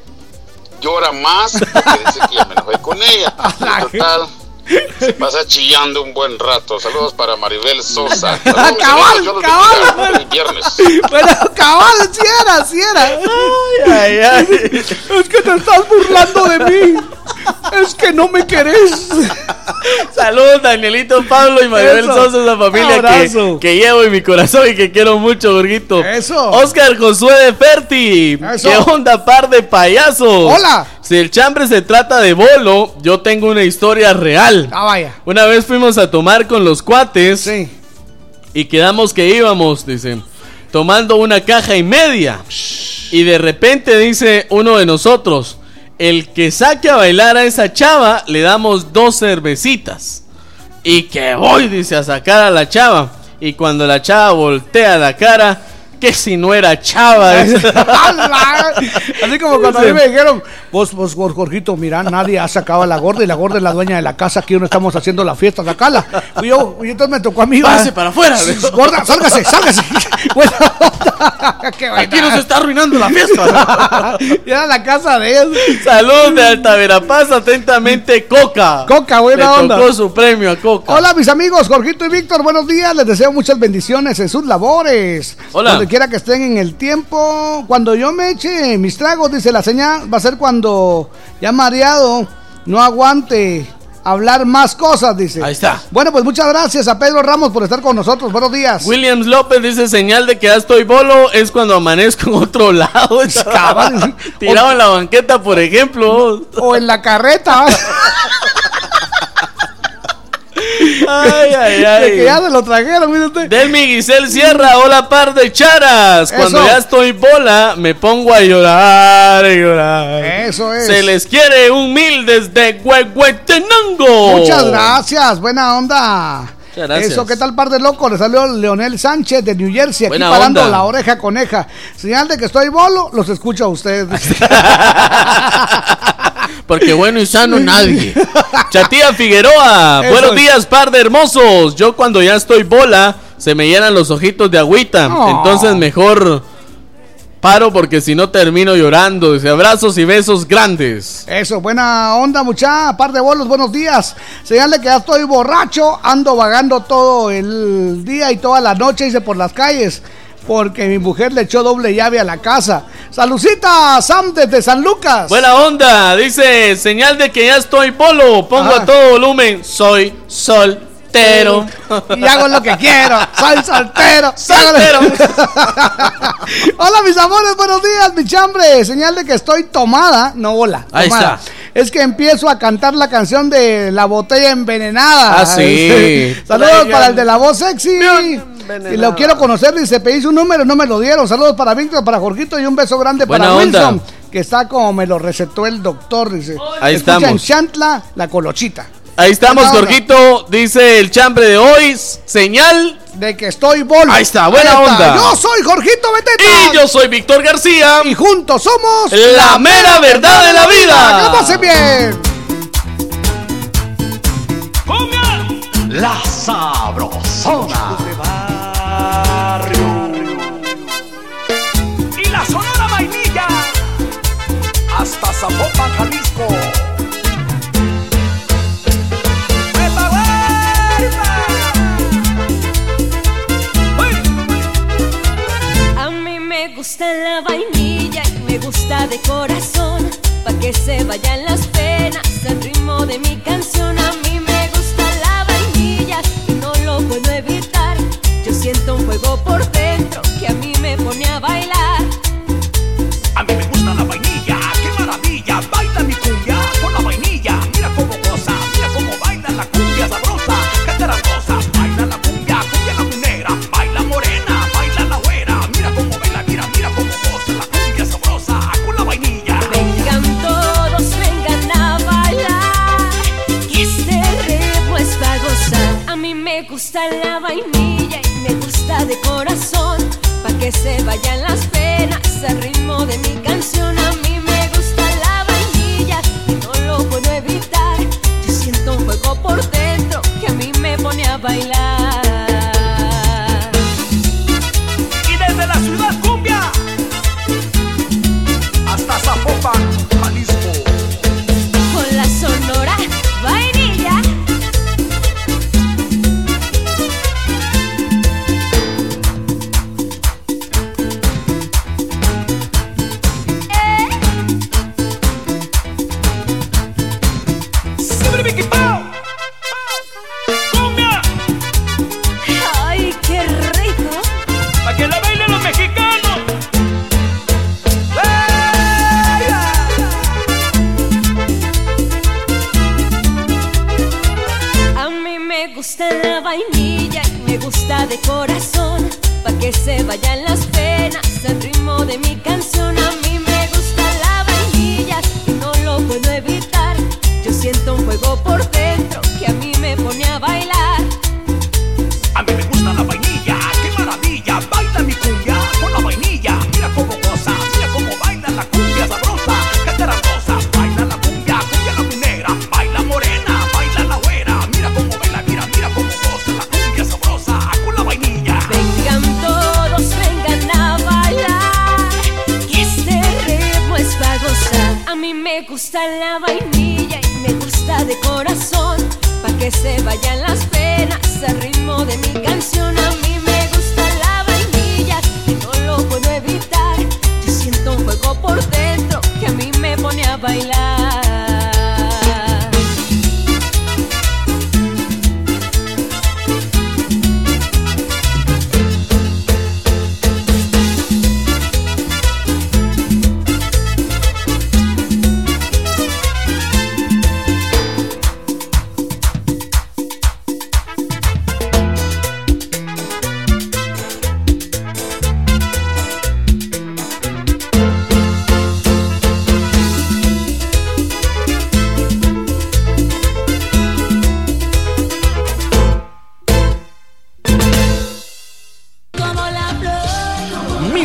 llora más porque dice que ya me enojé con ella. Y total, se pasa chillando un buen rato. Saludos para Maribel Sosa. Saludos,
Cabal,
saludos, yo los
cabal.
bendiga. Feliz viernes.
Bueno, cabal, si era, si era.
Ay, ay, ay.
Es que te estás burlando de mí. Es que no me querés.
Saludos, Danielito, Pablo y Maribel
Eso.
Sosa, esa familia
Abrazo.
que, que llevo en mi corazón y que quiero mucho, Jorgito.
Eso.
Oscar Josué de Ferti.
Eso.
¿Qué onda, par de payasos?
Hola.
Si el chambre se trata de bolo, yo tengo una historia real.
Ah, vaya.
Una vez fuimos a tomar con los cuates.
Sí.
Y quedamos que íbamos, dicen, tomando una caja y media. Y de repente dice uno de nosotros, el que saque a bailar a esa chava, le damos dos cervecitas. Y que voy, dice, a sacar a la chava. Y cuando la chava voltea la cara, que si no era chava.
Así como cuando a mí me dijeron, vos, vos, vos, Jorgito, mira, nadie ha sacado a la gorda y la gorda es la dueña de la casa, aquí no estamos haciendo la fiesta, sacala. Y yo, y entonces me tocó a mí.
Pase para afuera.
Gorda, sálgase, sálgase. Bueno, qué buena.
Aquí nos está arruinando la fiesta.
Y era la casa de él.
Salud de Alta Verapaz, atentamente Coca.
Coca, buena
Le
onda.
tocó su premio a Coca.
Hola, mis amigos, Jorgito y Víctor, buenos días. Les deseo muchas bendiciones en sus labores.
Hola.
Donde quiera que estén en el tiempo. Cuando yo me eche mis tragos, dice la señal, va a ser cuando ya mareado no aguante hablar más cosas, dice.
Ahí está.
Bueno, pues muchas gracias a Pedro Ramos por estar con nosotros. Buenos días.
Williams López dice, señal de que ya estoy bolo es cuando amanezco en otro lado.
Cabal.
Tirado en la banqueta, por ejemplo.
O en la carreta.
Ay, ay, ay.
De que ya se lo trajeron, mire usted.
Delmi Giselle Sierra, hola par de charas. Cuando
Eso.
ya estoy bola, me pongo a llorar, a llorar.
Eso es.
Se les quiere un mil desde Huehuetenango.
Muchas gracias, buena onda.
Gracias.
Eso, ¿qué tal, par de locos? Le salió Leonel Sánchez de New Jersey, aquí
Buena
parando
onda.
la oreja coneja. Señal de que estoy bolo, los escucho a ustedes.
Porque bueno y sano nadie.
Chatía Figueroa,
Eso
buenos
es.
días, par de hermosos. Yo cuando ya estoy bola, se me llenan los ojitos de agüita.
Oh.
Entonces mejor paro porque si no termino llorando. Dice, abrazos y besos grandes.
Eso, buena onda, mucha, par de bolos, buenos días. Señal de que ya estoy borracho, ando vagando todo el día y toda la noche, dice, por las calles, porque mi mujer le echó doble llave a la casa. Salucita, Sam, desde San Lucas.
Buena onda, dice, señal de que ya estoy bolo. Pongo
Ajá.
a todo volumen. Soy soltero.
Y hago lo que quiero, soy soltero.
Soltero.
Hola, mis amores, buenos días, mi chambre. Señal de que estoy tomada, no bola.
Ahí
tomada.
está.
Es que empiezo a cantar la canción de La Botella Envenenada.
Ah, sí.
Saludos
Traigan
para el de la voz sexy. Y lo quiero conocer, dice, pedí su número, no me lo dieron. Saludos para Víctor, para Jorgito y un beso grande
Buena
para
onda.
Wilson, que está como me lo recetó el doctor, dice.
Ahí
Escucha en
estamos.
Chantla, la colochita.
Ahí estamos,
Buena onda.
Jorgito. Dice el chambre de hoy. Señal
De que estoy bolo.
Ahí está, buena
Ahí está.
onda.
Yo soy Jorgito Beteta.
Y yo soy Víctor García.
Y juntos somos
La mera verdad de la vida.
¡Que pase bien!
La Sabrosona.
Y la Sonora Vainilla hasta Zapopan, Jalisco. ¡Huepa, huepa!
A mí me gusta la vainilla y me gusta de corazón, pa' que se vayan las penas al ritmo de mi canción. A mí me gusta la vainilla y no lo puedo evitar. Yo siento un fuego por dentro que a mí me pone a bailar.
A mí me gusta la vainilla, qué maravilla. Baila mi cumbia con la vainilla. Mira cómo goza, mira cómo baila la cumbia sabrosa. Cataratosa, baila la cumbia, cumbia lagunera. Baila morena, baila la güera. Mira cómo baila, mira, mira cómo goza la cumbia sabrosa con la vainilla.
Vengan todos, vengan a bailar, y este ritmo es pa' gozar. A mí me gusta la vainilla y me gusta de corazón, pa' que se vayan las penas al ritmo de mi canción. A mí me gusta la vainilla y no lo puedo evitar. Yo siento un fuego por dentro que a mí me pone a bailar.
Y desde la ciudad cumbia hasta Zapopan, Jalisco.
Con la Sonora Vainilla.
¡Cumbia!
Ay, qué rico.
¡Para que la bailen los mexicanos!
A mí me gusta la vainilla y me gusta de corazón, pa' que se vayan las penas al ritmo de mi canción. A mí me gusta la vainilla y no lo puedo evitar. Yo siento un fuego por dentro que a mí me pone a bailar.
A mí me gusta la vainilla, qué maravilla. Baila mi cumbia con la vainilla. Mira cómo goza, mira cómo baila la cumbia sabrosa. Cataratosa, baila la cumbia, cumbia lagunera. Baila morena, baila la güera. Mira cómo baila, mira, mira cómo goza la cumbia sabrosa con la vainilla.
Vengan todos, vengan a bailar, y este ritmo es pa' gozar. A mí me gusta la vainilla y me gusta de corazón,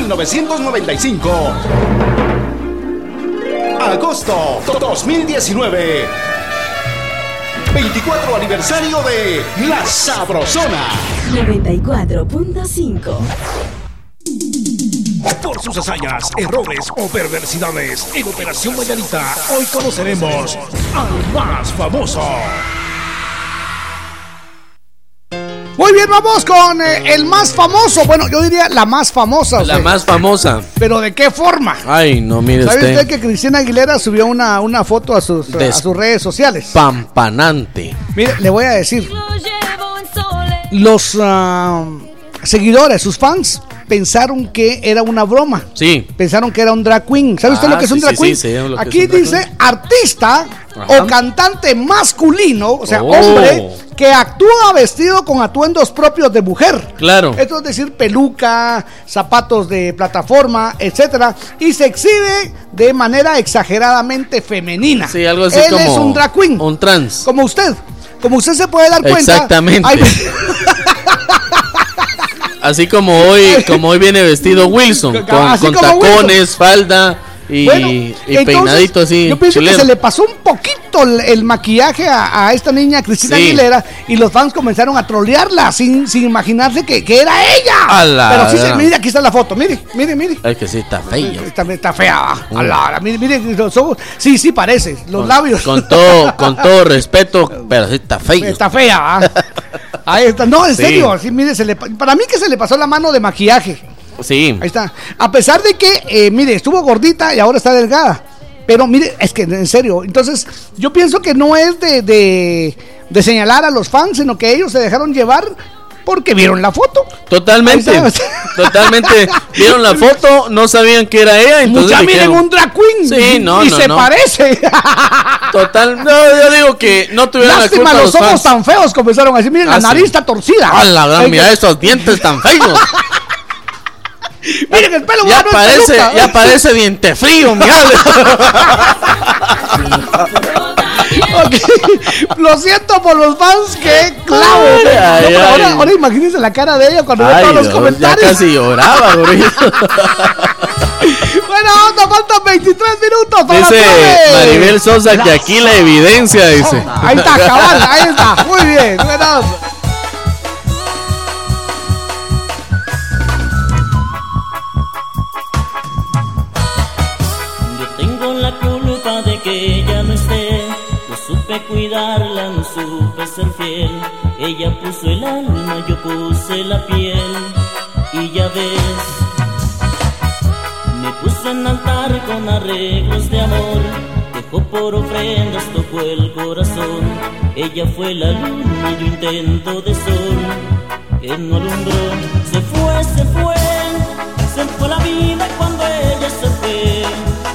mil novecientos noventa y cinco. Agosto dos mil diecinueve. veinticuatro aniversario de La Sabrosona.
noventa y cuatro punto cinco.
Por sus hazañas, errores o perversidades en Operación Mañanita, hoy conoceremos al más famoso.
Muy bien, vamos con eh, el más famoso. Bueno, yo diría la más famosa.
La
usted.
más famosa.
¿Pero de qué forma?
Ay, no, mire
¿Sabe
usted.
usted que Cristina Aguilera subió una, una foto a sus, a sus redes sociales?
Pampanante.
Mire, le voy a decir. Los uh, seguidores, sus fans, pensaron que era una broma.
Sí.
Pensaron que era un drag queen. ¿Sabe usted
Ah,
lo que es un
sí,
drag
sí,
queen?
sí, sé lo que
Aquí
es un drag
dice
queen.
artista
Ajá.
o cantante masculino, o sea,
Oh.
hombre, que actúa vestido con atuendos propios de mujer.
Claro.
Esto es decir, peluca, zapatos de plataforma, etcétera, y se exhibe de manera exageradamente femenina.
Sí, algo así
Él
como
es un drag queen.
un trans.
Como usted. Como usted se puede dar cuenta.
Exactamente.
hay-
Así como hoy, como hoy viene vestido Wilson, con,
Así
con
como
tacones,
Wilson.
falda y,
Bueno,
y
entonces,
peinadito así.
Yo pienso
chileno.
que se le pasó un poquito el, el maquillaje a, a esta niña Cristina
Sí.
Aguilera y los fans comenzaron a trolearla sin, sin imaginarse que, que era ella.
A la
Pero sí, se,
gran.
mire, aquí está la foto, mire, mire, mire.
Ay, que sí, está feo.
Está, está fea.
Mm.
A la, mire, mire, los ojos. Sí, sí parece. Los
Con-
labios.
Con todo, con todo respeto, pero sí está feo.
Está fea. ¿ah? Ahí está. No, en
Sí.
serio. Sí, mire, se le, pa- para mí que se le pasó la mano de maquillaje.
Sí.
Ahí está. A pesar de que, eh, mire, estuvo gordita y ahora está delgada. Pero mire, es que en serio. Entonces, yo pienso que no es de, de, de señalar a los fans, sino que ellos se dejaron llevar porque vieron la foto.
Totalmente.
Ahí está.
Totalmente. Vieron la foto, no sabían que era ella. Entonces
Ya miren
dijeron,
un drag queen.
Sí, no,
y
no,
se
no.
parece.
Total. No, yo digo que no tuvieron la
Lástima,
culpa
los
los
ojos
fans.
tan feos comenzaron a decir. Miren,
Ah,
la
sí.
nariz está torcida.
A la gran,
Ay,
mira
que-
estos dientes tan feos.
Miren, el pelo
Ya
no es
parece,
peluca.
ya parece diente frío, mira.
Ok. Lo siento por los fans que clavo.
Ay,
No,
ay,
pero ahora,
ay.
ahora imagínense la cara de ella cuando ve
Ay,
todos los
Dios,
comentarios.
ya casi lloraba, gordito.
Bueno, nos faltan veintitrés minutos para
Dice
las nueve.
Maribel Sosa que aquí la evidencia, dice.
Ahí está, cabal, ahí está. Muy bien, bueno.
Yo tengo la culpa de que ella no esté. No supe cuidarla, no supe ser fiel. Ella puso el alma, yo puse la piel. Y ya ves, me puso en altar con arreglos de amor. Dejó por ofrendas, tocó el corazón. Ella fue la luna, yo intento de sol. Que no alumbró, se fue, se fue. Se fue la vida cuando ella se fue.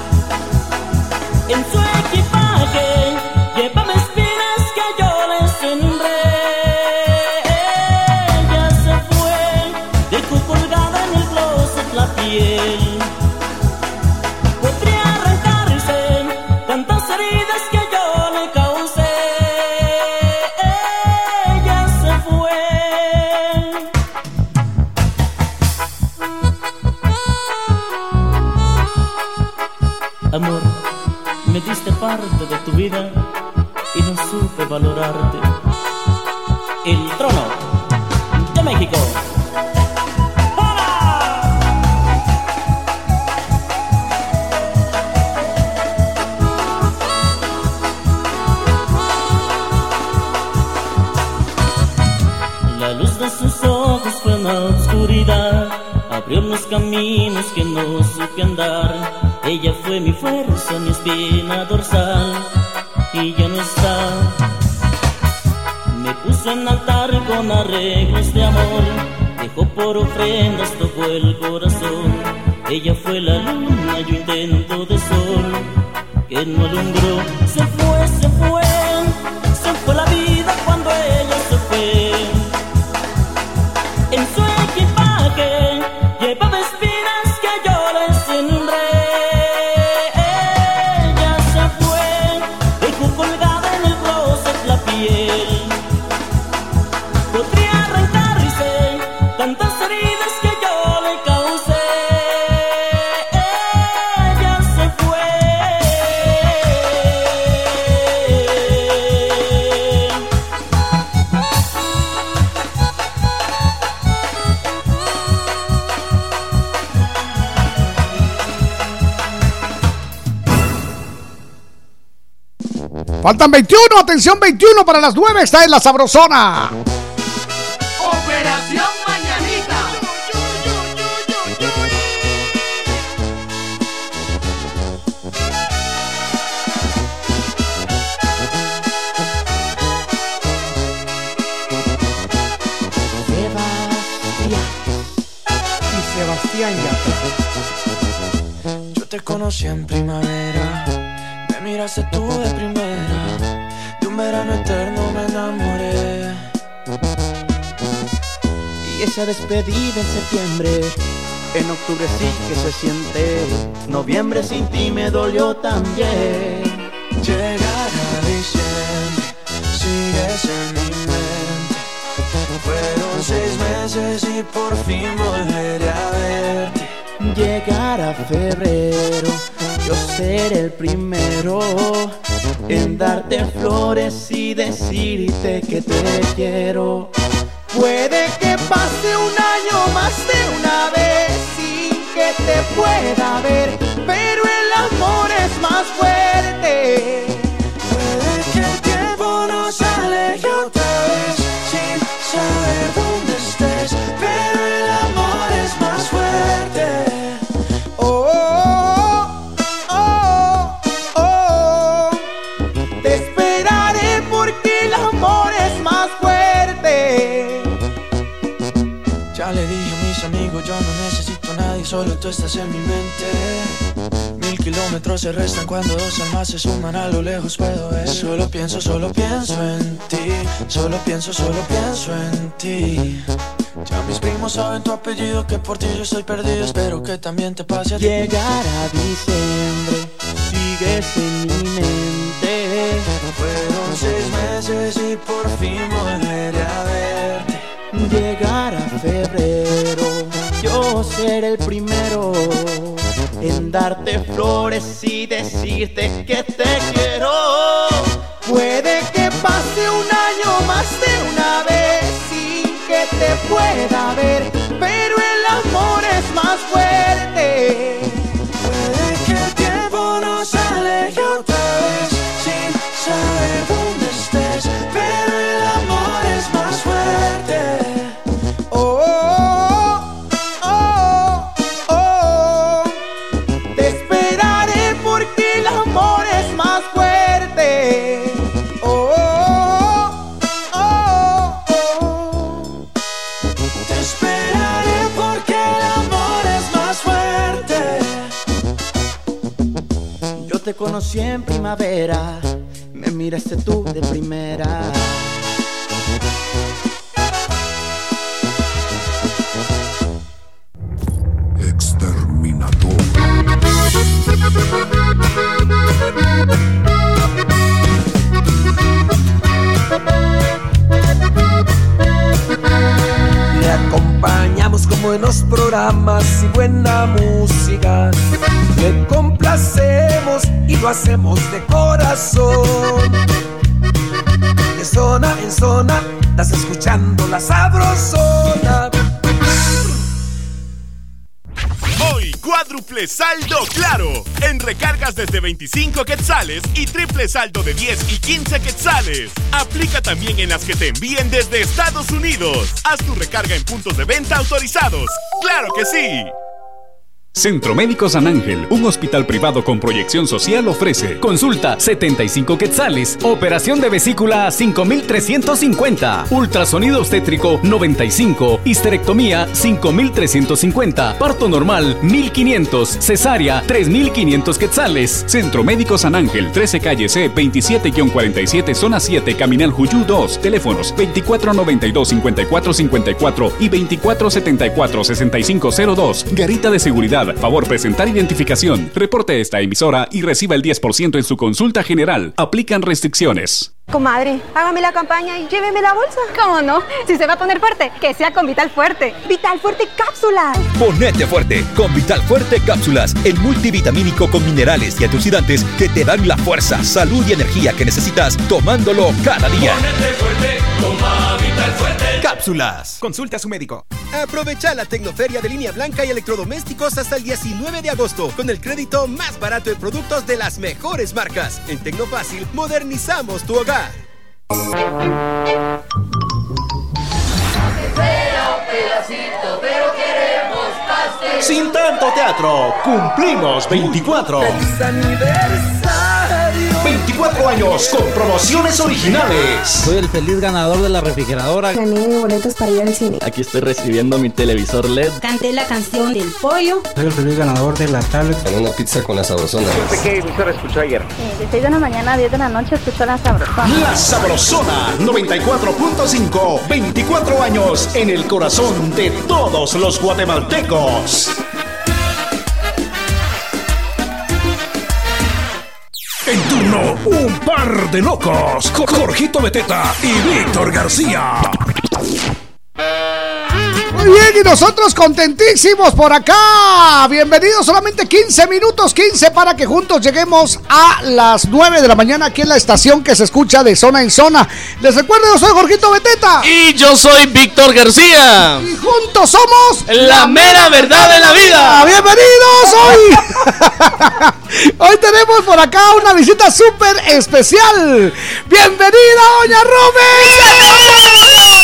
En su equipaje llevaba espinas que yo le sembré. Ella se fue, dejó colgada en el closet la piel. Podría arrancarse tantas heridas que yo le causé. Ella se fue. Amor, me diste parte de tu vida y no supe valorarte. El trono de México. La luz de sus ojos fue una oscuridad, abrió los caminos que no supe andar. Ella fue mi fuerza, mi espina dorsal, y ya no está. Me puso en altar con arreglos de amor, dejó por ofrendas, tocó el corazón. Ella fue la luna, yo intento de sol, que no alumbró. Se fue, se fue, se fue la vida cuando ella se fue. En su equipaje llevaba espinas que yo le sembré. Ella se fue, dejó colgada en el closet la piel. Podría arrancarse tantas heridas que yo le causé.
Faltan veintiuno, atención, veintiuno para las nueve. Esta es la Sabrosona.
Operación Mañanita.
Sebastián Yatra.
Yo te conocí en primavera, me miraste tú de primera, de un verano eterno me enamoré.
Y esa despedida en septiembre, en octubre sí que se siente, noviembre sin ti me dolió también.
Llegará diciembre, sigues en mi mente, fueron seis meses y por fin volveré a verte.
Llegará febrero, yo seré el primero en darte flores y decirte que te quiero. Puede que pase un año más de una vez sin que te pueda ver, pero el amor es más fuerte.
Puede que el tiempo nos aleje otra vez sin saber dónde estés, pero el amor es más fuerte.
Oh, oh, oh, oh. Te esperaré porque el amor es más fuerte.
Ya le dije a mis amigos, yo no necesito a nadie, solo tú estás en mi mente. Mil kilómetros se restan cuando dos almas se suman, a lo lejos puedo ver. Solo pienso, solo pienso en ti, solo pienso, solo pienso en ti. Ya mis primos saben tu apellido, que por ti yo estoy perdido, espero que también te pase a ti.
Llegará diciembre, sigues en mi mente.
Fueron seis meses y por fin volveré a verte.
Llegará febrero, yo seré el primero en darte flores y decirte que te quiero. Puede que pase un año más de una vez sin que te pueda ver, pero el amor es más fuerte.
Puede que el tiempo nos aleje otra vez sin saber dónde estés, pero el amor es más fuerte.
Oh, oh, oh, oh. Te esperaré porque el amor es más fuerte. Oh, oh, oh.
Te esperaré porque el amor es más fuerte.
Yo te conocí en primavera, me miraste tú de primera.
Exterminador.
Le acompañamos con buenos programas y buena música. Le complacemos y lo hacemos de corazón. De zona en zona, estás escuchando la Sabrosona.
Hoy, cuádruple saldo Claro. En recargas desde veinticinco quetzales y triple saldo de diez y quince quetzales. Aplica también en las que te envíen desde Estados Unidos. Haz tu recarga en puntos de venta autorizados. ¡Claro que sí!
Centro Médico San Ángel, un hospital privado con proyección social, ofrece consulta setenta y cinco quetzales, operación de vesícula cinco mil trescientos cincuenta, ultrasonido obstétrico noventa y cinco, histerectomía cinco mil trescientos cincuenta, parto normal mil quinientos, cesárea tres mil quinientos quetzales. Centro Médico San Ángel, trece calle C, veintisiete cuarenta y siete, zona siete, Caminal Juyú dos, teléfonos veinticuatro noventa y dos, cincuenta y cuatro cincuenta y cuatro y veinticuatro setenta y cuatro, sesenta y cinco cero dos. Garita de seguridad. Favor presentar identificación. Reporte esta emisora y reciba el diez por ciento en su consulta general. Aplican restricciones.
Comadre, hágame la campaña y lléveme la bolsa. ¿Cómo no? Si se va a poner fuerte, que sea con Vital Fuerte. Vital Fuerte Cápsulas.
Ponete fuerte con Vital Fuerte Cápsulas, el multivitamínico con minerales y antioxidantes que te dan la fuerza, salud y energía que necesitas tomándolo cada día.
Ponete fuerte, toma Vital Fuerte.
Cápsulas
Cápsulas. Consulte a su médico. Aprovecha la Tecnoferia de Línea Blanca y electrodomésticos hasta el diecinueve de agosto con el crédito más barato de productos de las mejores marcas. En Tecnofácil modernizamos tu hogar.
Sin tanto teatro, cumplimos veinticuatro. veinticuatro años con promociones originales.
Soy el feliz ganador de la refrigeradora.
Gané boletos para ir al cine.
Aquí estoy recibiendo mi televisor L E D.
Canté la canción del pollo.
Soy el feliz ganador de la tablet.
Gané una pizza con la Sabrosona.
¿Qué emisora escuchó ayer?
Eh, de seis de la mañana a diez de la noche escuchó la Sabrosona.
La Sabrosona noventa y cuatro punto cinco. veinticuatro años en el corazón de todos los guatemaltecos.
En turno, un par de locos, con Jorgito Beteta y Víctor García.
Muy bien, y nosotros contentísimos por acá. Bienvenidos, solamente quince minutos, quince para que juntos lleguemos a las nueve de la mañana aquí en la estación que se escucha de zona en zona. Les recuerdo, yo soy Jorgito Beteta.
Y yo soy Víctor García.
Y juntos somos
la mera verdad de la vida.
Bienvenidos hoy. Hoy tenemos por acá una visita súper especial. Bienvenida, doña Rome.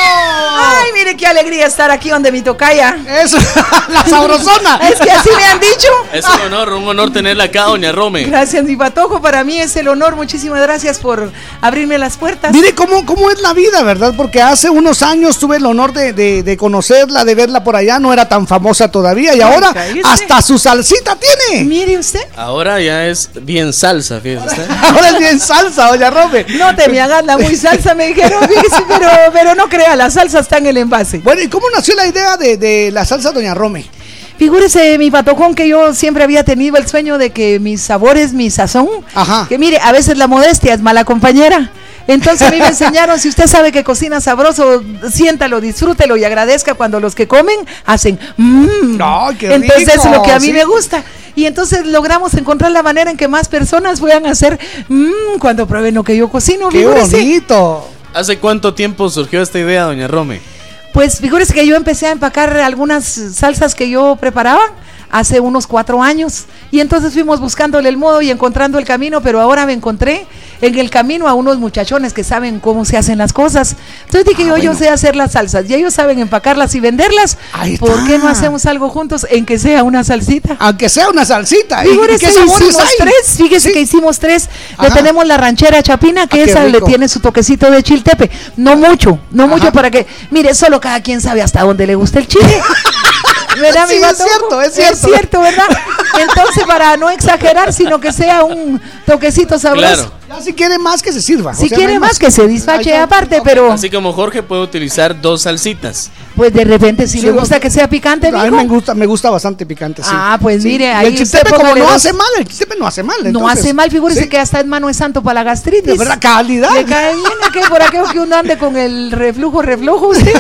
Ay, mire qué alegría estar aquí donde mi tocaya.
Es la Sabrosona.
Es que así me han dicho.
Es un honor, un honor tenerla acá, doña Rome.
Gracias, mi patojo, para mí es el honor. Muchísimas gracias por abrirme las puertas.
Mire cómo, cómo es la vida, ¿verdad? Porque hace unos años tuve el honor de, de, de conocerla, de verla por allá. No era tan famosa todavía y ahora hasta su salsita tiene.
Mire usted.
Ahora ya es bien salsa, fíjese.
Ahora es bien salsa, doña Rome.
No te me hagas la muy salsa, me dijeron, fíjese, pero, pero no crea, la salsa está en el envase.
Bueno, ¿y cómo nació la idea de, de la salsa doña Rome?
Figúrese, mi patojón, que yo siempre había tenido el sueño de que mis sabores, mi sazón, Ajá. que mire, a veces la modestia es mala compañera. Entonces a mí me enseñaron, si usted sabe que cocina sabroso, siéntalo, disfrútelo y agradezca cuando los que comen hacen mmm.
¡Ay, qué rico!
Entonces es lo que a mí
sí.
me gusta. Y entonces logramos encontrar la manera en que más personas puedan hacer mmm cuando prueben lo que yo cocino.
¡Qué
figúrese.
bonito!
¿Hace cuánto tiempo surgió esta idea, doña Rome?
Pues figúrese que yo empecé a empacar algunas salsas que yo preparaba hace unos cuatro años y entonces fuimos buscándole el modo y encontrando el camino, pero ahora me encontré en el camino a unos muchachones que saben cómo se hacen las cosas. Entonces dije, ah, yo, bueno. yo sé hacer las salsas y ellos saben empacarlas y venderlas. ¿Por qué no hacemos algo juntos en que sea una salsita?
Aunque sea una salsita.
Fíjese que hicimos tres, fíjese ¿Sí? que hicimos tres. Ajá. Le tenemos la ranchera chapina, que ah, esa le tiene su toquecito de chiltepe. No mucho, no Ajá. mucho para que, mire, solo cada quien sabe hasta dónde le gusta el chile. ¿Verdad,
sí,
mi
es cierto, es cierto.
Es cierto, ¿verdad? Entonces, para no exagerar, sino que sea un toquecito sabroso.
Claro.
Ya, si quiere más, que se sirva.
Si
o sea,
quiere
no
más, más, que se despache aparte, pero...
Así como Jorge puede utilizar dos salsitas.
Pues de repente, si sí, le gusta no, que sea picante,
a mí me gusta, me gusta bastante picante, sí.
Ah, pues
sí.
mire, ahí
el chiltepe como no dos... hace mal, el chiltepe no hace mal. Entonces,
no hace mal, figúrese ¿sí? que hasta en mano es santo para la gastritis.
De verdad, calidad.
Le cae bien a que por aquello que uno ande con el reflujo, reflujo, usted.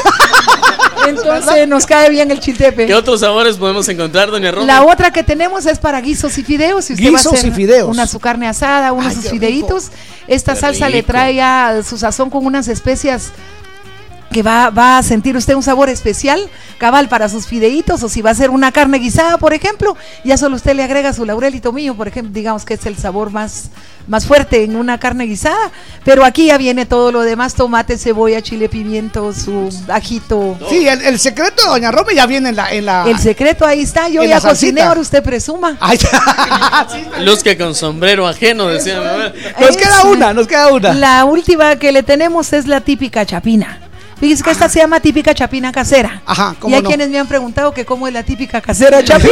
Entonces nos cae bien el chiltepe.
¿Qué otros sabores podemos encontrar, doña Roma?
La otra que tenemos es para guisos y fideos. Si usted
guisos
va a hacer
y fideos.
Una su carne asada, unos sus fideitos. Rico. Esta qué salsa rico. Le trae a su sazón con unas especias que va, va a sentir usted un sabor especial, cabal para sus fideitos, o si va a hacer una carne guisada, por ejemplo, ya solo usted le agrega su laurel y tomillo, por ejemplo, digamos que es el sabor más, más fuerte en una carne guisada, pero aquí ya viene todo lo demás, tomate, cebolla, chile, pimiento, su ajito.
Sí, el, el secreto de doña Rome ya viene en la... En la
el secreto ahí está, yo ya cociné, ahora usted presuma.
Ay,
Luz que con sombrero ajeno, decía mi mamá.
Nos queda una, nos queda una.
La última que le tenemos es la típica chapina. Fíjese que Ajá. esta se llama típica chapina casera.
Ajá,
y hay no? quienes me han preguntado que cómo es la típica casera chapina.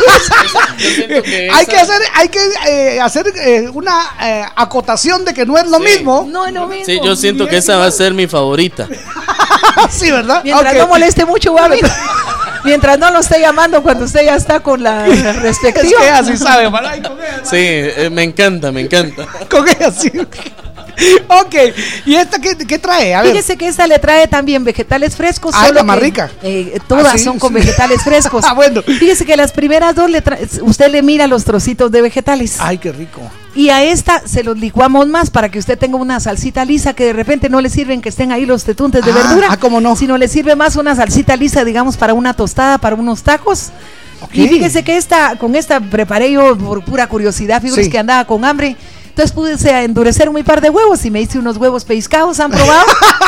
que hay, que hacer, hay que eh, hacer eh, una eh, acotación de que no es lo
sí.
mismo.
No es lo mismo.
Sí, yo siento que esa va a ser mi favorita.
Sí, ¿verdad?
Mientras okay. no moleste mucho, Gaby. Mientras no lo esté llamando cuando usted ya está con la respectiva.
Es que así sabe, ¿verdad?
Sí, eh, me encanta, me encanta.
Con ella sí. Ok, ¿y esta qué, qué trae? A ver.
Fíjese que esta le trae también vegetales frescos.
Ah,
solo
la más
que,
rica.
Eh, todas
¿Ah, sí?
son con vegetales frescos.
Ah, bueno.
Fíjese que las primeras dos, le tra- usted le mira los trocitos de vegetales.
Ay, qué rico.
Y a esta se los licuamos más para que usted tenga una salsita lisa que de repente no le sirven que estén ahí los tetuntes de
Ah,
verdura.
ah, ¿cómo no?
Sino le sirve más una salsita lisa, digamos, para una tostada, para unos tacos.
Okay.
Y fíjese que esta, con esta preparé yo por pura curiosidad, fíjese
Sí.
que andaba con hambre. Entonces pude a endurecer un par de huevos y me hice unos huevos pescados. ¿Han probado?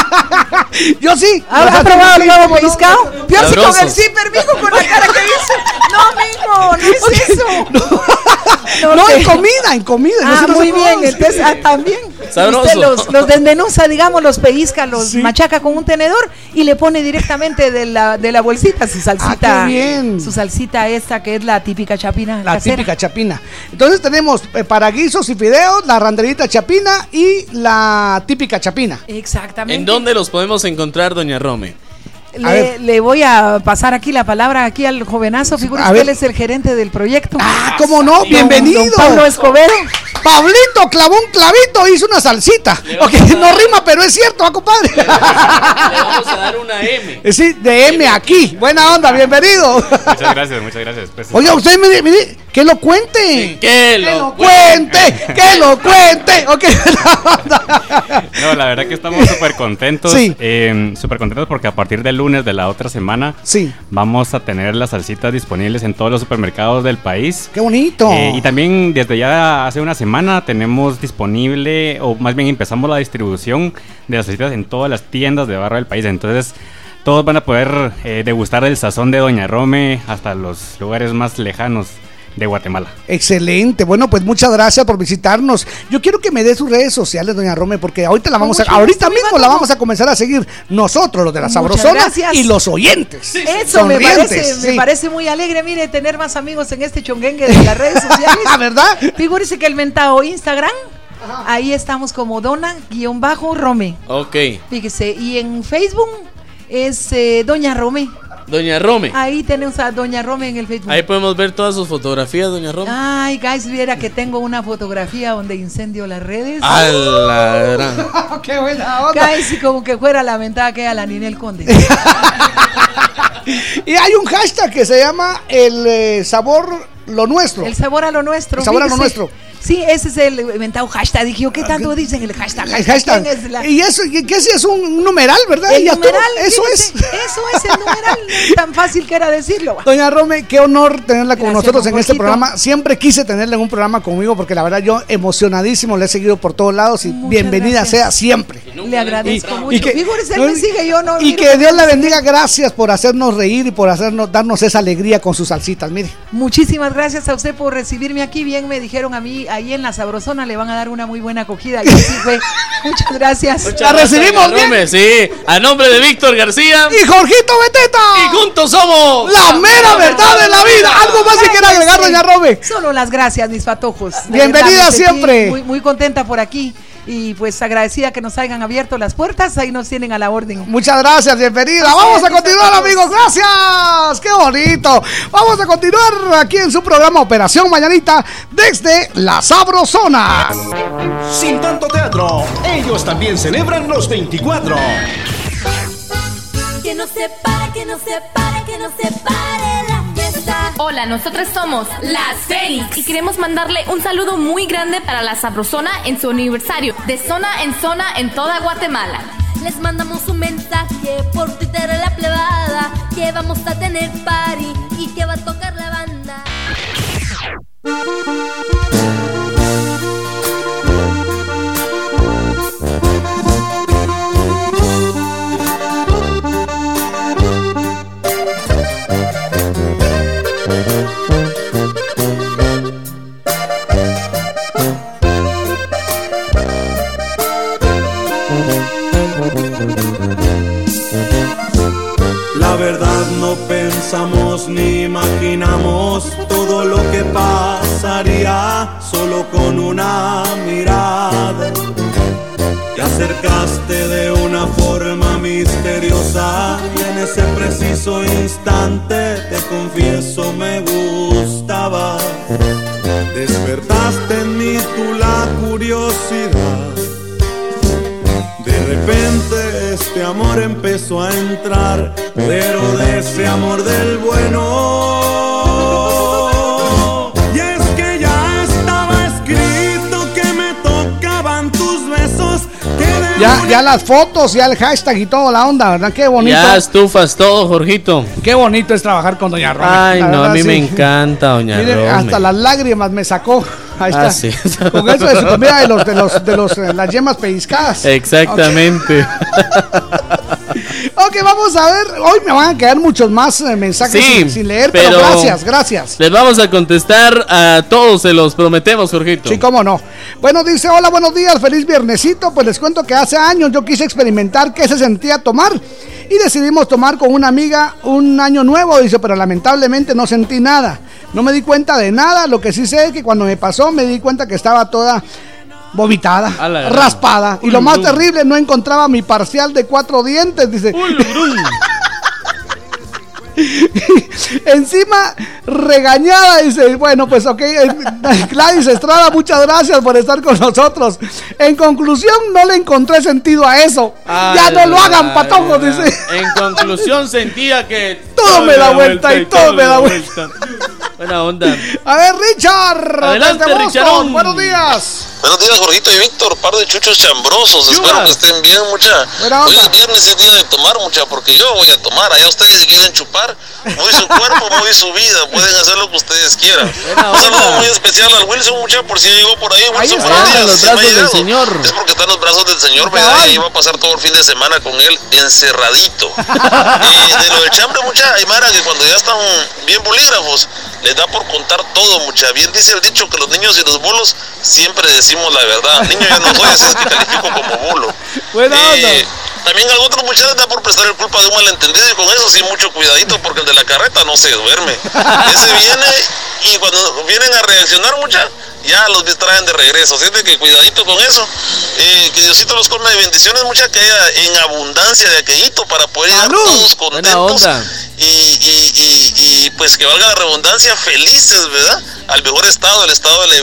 Yo sí.
¿Han, ¿han probado el huevo pescado? Yo sí con el
Sabrosos.
zipper, mijo, con la cara que hizo. No, mijo, no es eso.
No,
que-
en comida, en comida. no
Ah,
se los
muy
he
bien,
probado.
entonces ah, también.
Sabroso.
Usted los, los desmenuza, digamos, los pellizca, los
Sí.
machaca con un tenedor y le pone directamente de la, de la bolsita su salsita.
Ah, qué bien.
Su salsita esta que es la típica chapina.
La
casera.
típica chapina. Entonces tenemos eh, para guisos y fideos, la randerita chapina y la típica chapina.
Exactamente.
¿En dónde los podemos encontrar, doña Rome?
A
Le,
ver.
le voy a pasar aquí la palabra aquí al jovenazo. Figura
A
que
ver.
él es el gerente del proyecto.
Ah, ¿cómo no?
Don-
Bienvenido.
don Pablo Escobedo.
Pablito clavó un clavito, hizo una salsita. Ok, no rima, pero es cierto, ¿va, compadre?
Le vamos a dar una M.
Eh, Sí, de M aquí. Buena onda, bienvenido.
Muchas gracias, muchas gracias. Pues,
Oiga, usted mire, mire, que lo cuente.
Que
Que
lo
lo cuente, que lo cuente. Ok,
no, la verdad que estamos súper contentos.
Sí.
eh, súper contentos porque a partir del lunes de la otra semana
sí,
vamos a tener las salsitas disponibles en todos los supermercados del país.
qué bonito.
Eh, y también desde ya hace una semana tenemos disponible, o más bien empezamos la distribución de las salsitas en todas las tiendas de barrio del país. Entonces todos van a poder eh, degustar el sazón de Doña Rome hasta los lugares más lejanos de Guatemala.
Excelente, bueno, pues muchas gracias por visitarnos. Yo quiero que me dé sus redes sociales, doña Rome, porque ahorita la vamos a,
mucho
ahorita
gusto, mi
mismo la
Pato.
vamos a comenzar a seguir nosotros, los de la
Muchas
Sabrosona
gracias.
y los oyentes.
Eso me
Sonrientes,
parece,
sí.
me parece muy alegre, mire, tener más amigos en este chonguengue de las redes sociales.
¿Verdad?
Figúrese que el mentado Instagram, ahí estamos como Dona-Rome.
Ok.
Fíjese, y en Facebook es eh, Doña Rome.
Doña Rome.
Ahí tenemos a Doña Rome en el Facebook.
Ahí podemos ver todas sus fotografías, doña Rome.
Ay, guys, viera que tengo una fotografía donde incendio las redes.
A la gran.
¡Qué buena onda!
Guys, y como que fuera lamentada que a la Ninel Conde.
Y hay un hashtag que se llama el eh, sabor lo nuestro.
El sabor a lo nuestro.
El sabor a lo
fíjese.
nuestro.
Sí, ese es el inventado hashtag. Dije yo, ¿qué tanto dicen el hashtag?
El hashtag.
¿Quién es la-
Y eso, y que ese es un numeral, ¿verdad?
El
Y ya
numeral,
estuvo. Eso
fíjese,
es.
Eso es el numeral. No es tan fácil que era decirlo.
Doña Rome, qué honor tenerla con
Gracias,
nosotros
don
en este
Jorgito.
programa. Siempre quise tenerla en un programa conmigo porque la verdad yo emocionadísimo le he seguido por todos lados y
Muchas
bienvenida
gracias.
sea siempre.
Le agradezco
Y-
mucho.
y que-
Figúrese, él me sigue, yo no.
Y
mire,
que Dios la
me sigue.
bendiga, gracias por hacernos reír y por hacernos darnos esa alegría con sus salsitas, mire.
Muchísimas gracias a usted por recibirme aquí. Bien, me dijeron a mí, ahí en la Sabrosona le van a dar una muy buena acogida. Y así fue. Muchas gracias.
Muchas
La
gracias,
recibimos
doña
bien.
Rome, sí. A nombre de Víctor García.
Y Jorgito Beteta.
Y juntos somos
La mera verdad de la vida. Algo más que quiera agregar, doña Rome.
Solo las gracias, mis patojos. De
Bienvenida
verdad, me sentí
siempre.
Muy, muy contenta por aquí. Y pues agradecida que nos hayan abierto las puertas. Ahí nos tienen a la orden.
Muchas gracias, bienvenida.
Así
Vamos
es,
a
mis
continuar,
amigos.
amigos. Gracias. Qué bonito. Vamos a continuar aquí en su programa Operación Mañanita desde La Sabrosona.
Sin tanto teatro, ellos también celebran los veinticuatro.
Que no se pare, que no se pare, que no se pare la fiesta.
Hola, nosotras somos las Fénix y queremos mandarle un saludo muy grande para la Sabrosona en su aniversario, de zona en zona en toda Guatemala.
Les mandamos un mensaje por Twitter a la plebada que vamos a tener party y que va a tocar la banda.
La verdad no pensamos ni imaginamos todo lo que pasaría solo con una mirada. Te acercaste de una forma misteriosa y en ese preciso instante te confieso me gustaba. Despertaste en mí tú la curiosidad repente este amor empezó a entrar, pero de ese amor del bueno. Y es que ya estaba escrito que me tocaban tus besos. Que de
Ya, ya las fotos, ya el hashtag y toda la onda, ¿verdad? Qué bonito.
Ya estufas todo, Jorgito.
Qué bonito es trabajar con doña Rome.
Ay,
La
no,
verdad,
a mí
sí.
me encanta, doña
Mire,
Rome.
hasta las lágrimas me sacó. Ahí está.
Ah, sí.
Con eso de su comida de los de los de los eh, las yemas pellizcadas.
Exactamente.
Ok, vamos a ver. Hoy me van a quedar muchos más eh, mensajes
Sí,
sin, sin leer, pero,
pero
gracias, gracias.
Les vamos a contestar a todos, se los prometemos, Jorgito.
Sí, cómo no. Bueno, dice, hola, buenos días, feliz viernesito. Pues les cuento que hace años yo quise experimentar qué se sentía tomar y decidimos tomar con una amiga un año nuevo, dice, pero lamentablemente no sentí nada. No me di cuenta de nada, lo que sí sé es que cuando me pasó me di cuenta que estaba toda vomitada,
la
raspada. Y lo más terrible, no encontraba mi parcial de cuatro dientes, dice. Encima regañada, dice, bueno, pues ok, Gladys Estrada, muchas gracias por estar con nosotros. En conclusión, no le encontré sentido a eso.
Ay,
ya no lo hagan,
ay,
patojos,
ay,
dice.
En conclusión sentía que
todo me da vuelta y todo me da vuelta.
Buena onda.
A ver, Richard,
adelante,
desde Boston,
Richardón.
buenos días.
Buenos días, Jorgito y Víctor, par de chuchos chambrosos.
Chubas.
Espero que estén bien, mucha.
Buena
Hoy
onda.
es viernes, es día de tomar, mucha, porque yo voy a tomar. Allá ustedes si quieren chupar, muy su cuerpo, muy su vida. Pueden hacer lo que ustedes quieran. Un saludo muy especial al Wilson, mucha, por si llegó por ahí. Wilson,
está,
buenos días.
en los
¿Sí me ha
brazos del
llegado?
Señor.
Es porque está en los brazos del Señor, ¿verdad? Y iba a pasar todo el fin de semana con él encerradito. eh, de lo del chambre, mucha, hay mara que cuando ya están bien bolígrafos, les da por contar todo, mucha. Bien dice el dicho que los niños y los bolos siempre decimos la verdad. Niño ya no soy, así es que califico como bolo.
Buena onda.
Eh, también a otros muchachos da por prestar el culpa de un malentendido y con eso sí mucho cuidadito porque el de la carreta no se duerme. Ese viene y cuando vienen a reaccionar mucha, ya los distraen de regreso. Así es de que cuidadito con eso. Eh, que Diosito los colme de bendiciones mucha, que haya en abundancia de aquellito para poder llegar todos contentos. Y, y, y, y pues que valga la redundancia, felices, ¿verdad? Al mejor estado, el estado de la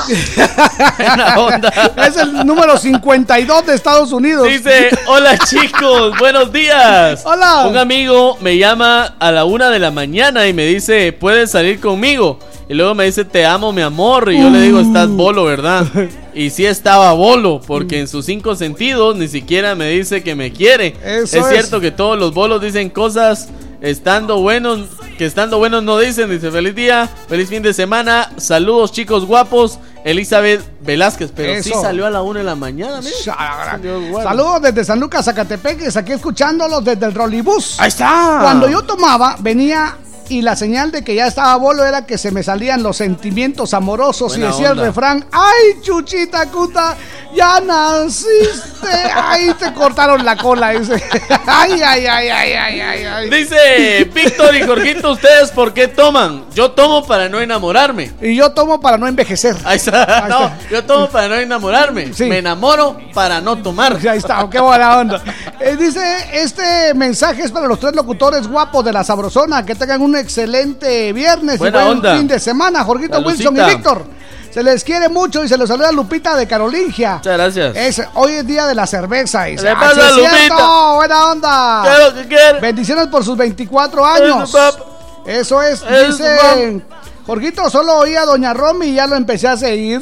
ebriedad.
Es el número cincuenta y dos de Estados Unidos.
Dice, hola chicos, buenos días.
Hola.
Un amigo me llama a la una de la mañana y me dice, ¿puedes salir conmigo? Y luego me dice, te amo, mi amor. Y yo le digo, estás bolo, ¿verdad? Y sí estaba bolo, porque en sus cinco sentidos ni siquiera me dice que me quiere.
Eso
es cierto
es.
que todos los bolos dicen cosas estando buenos, que estando buenos no dicen. Dice, feliz día, feliz fin de semana. Saludos, chicos guapos. Elizabeth Velázquez, pero
Eso.
sí salió a la una de la mañana, mire.
Saludos desde San Lucas, Zacatepeques, aquí escuchándolos desde el Rolibús.
Ahí está.
Cuando yo tomaba, venía y la señal de que ya estaba bolo era que se me salían los sentimientos amorosos.
Buena
y decía
onda.
el refrán, ay, Chuchita Cuta, ya naciste. Ay, te cortaron la cola. Dice. Ay, ay, ay, ay, ay, ay, ay.
Dice Víctor y Jorgito, ¿ustedes por qué toman? Yo tomo para no enamorarme.
Y yo tomo para no envejecer.
Ahí está. No, yo tomo para no enamorarme. Me enamoro para no tomar.
Ahí está, qué buena onda. Eh, dice, este mensaje es para los tres locutores guapos de la Sabrosona. Que tengan un excelente viernes
Buena
y buen
onda.
fin de semana. Jorgito,
La
Wilson
Lucita.
y Víctor. Se les quiere mucho y se los saluda Lupita de Carolingia.
Muchas gracias.
Es, hoy es día de la cerveza. Dice.
¿Qué le
Así
pasa,
es
Lupita?
cierto, buena onda.
¿Qué es lo que quiere?
Bendiciones por sus veinticuatro años.
Eso, pap.
Eso es,
Eso,
dice Jorgito, solo oía a Doña Romy y ya lo empecé a seguir.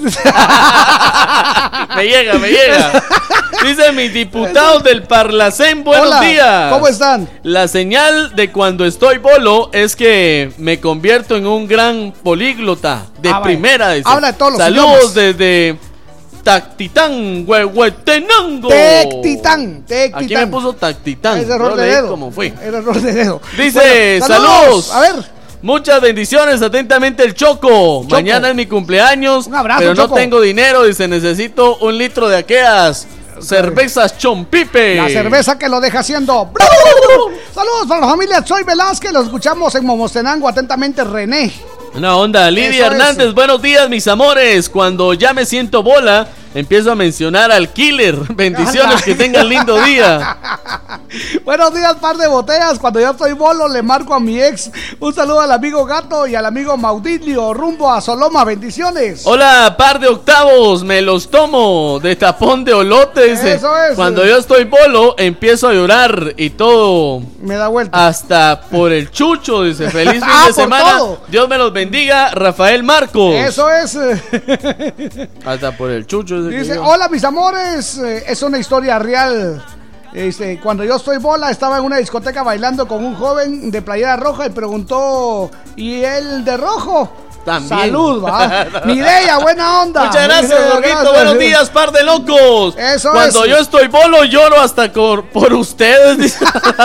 Me llega, me llega. Dice mis diputados del Parlacén, buenos
Hola,
días.
¿cómo están?
La señal de cuando estoy bolo es que me convierto en un gran políglota de
Ah, vaya.
primera. Dice.
Habla de todos los
Saludos
idiomas.
desde Tactitán, Huehuetenango.
Tectitán, Tectitán.
Aquí me puso Tactitán.
Es error
Yo
de
leí
dedo.
como fui.
Es error de dedo.
Dice,
Bueno,
saludos.
A ver.
Muchas bendiciones, atentamente el Choco. Mañana es mi cumpleaños.
Un abrazo,
pero no
Choco.
tengo dinero. Dice, necesito un litro de aquellas cervezas Chompipe.
La cerveza que lo deja haciendo. Saludos para la familia Soy Velázquez. Los escuchamos en Momostenango. Atentamente, René.
Una onda, Lidia
Eso es.
Hernández, buenos días mis amores. Cuando ya me siento bola, empiezo a mencionar al killer. Bendiciones, que tengan lindo día.
Buenos días, par de botellas. Cuando yo estoy bolo, le marco a mi ex. Un saludo al amigo Gato y al amigo Maudilio, rumbo a Soloma. Bendiciones.
Hola, par de octavos, me los tomo de tapón de olotes.
Eso es.
Cuando yo estoy bolo, empiezo a llorar y todo
me da vuelta.
Hasta por el chucho, dice. Feliz fin
ah,
de semana.
Todo.
Dios me los bendiga, Rafael Marcos.
Eso es.
Hasta por el chucho.
Dice, hola mis amores, eh, es una historia real. Este, cuando yo estoy bola, estaba en una discoteca bailando con un joven de playera roja y preguntó, ¿y él de rojo?
También.
Salud, va. Mireya, buena onda.
Muchas gracias, Jorgito. Buenos días, par de locos.
Eso
Cuando
es.
yo estoy bolo, lloro hasta por, por ustedes.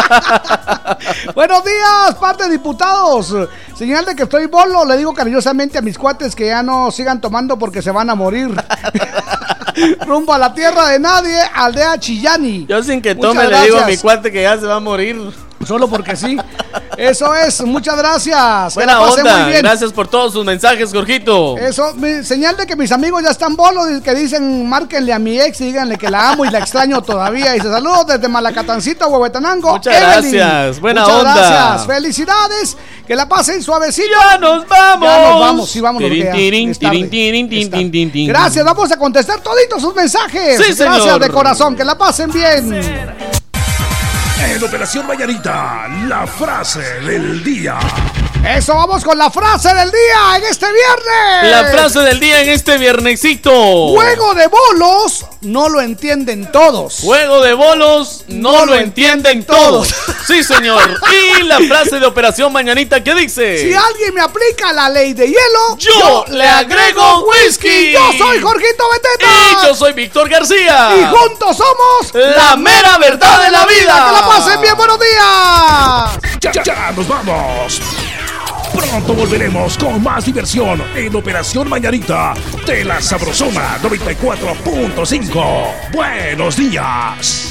Buenos días, par de diputados. Señal de que estoy bolo, le digo cariñosamente a mis cuates que ya no sigan tomando porque se van a morir. Rumbo a la tierra de nadie, aldea Chillani.
Yo sin que
Muchas
tome
gracias.
le digo a mi cuate que ya se va a morir.
Solo porque sí. Eso es, muchas gracias.
Buena
que la pasé
onda,
muy bien.
Gracias por todos sus mensajes, Jorgito.
Eso, mi, señal de que mis amigos ya están bolos y que dicen, márquenle a mi ex y díganle que la amo y la extraño todavía. Y se saludos desde Malacatancito, Huehuetenango.
Muchas
Evelyn.
gracias, buena
Muchas
onda.
gracias, felicidades, que la pasen suavecito.
Ya nos vamos.
Ya nos vamos, sí, vámonos.
Tirin,
porque ya
tirin,
es tarde.
tirin, tirin, tin, tin, tin, tin.
Gracias, vamos a contestar toditos sus mensajes.
Sí,
Gracias
señor.
de corazón, que la pasen bien.
En Operación Mañanita, la frase del día.
Eso, vamos con la frase del día en este viernes.
La frase del día en este viernesito.
Juego de bolos no lo entienden todos.
Juego de bolos no,
No
lo
lo
entienden
entienden
todos.
todos.
Sí, señor. Y la frase de Operación Mañanita, ¿qué dice?
Si alguien me aplica la ley de hielo,
Yo le agrego whisky.
Yo soy Jorgito Beteta.
Y yo soy Víctor García.
Y juntos somos
la mera verdad de la vida.
Que la pasen bien, buenos días.
Ya, ya nos vamos. Pronto volveremos con más diversión en Operación Mañanita de la Sabrosona noventa y cuatro punto cinco. Buenos días.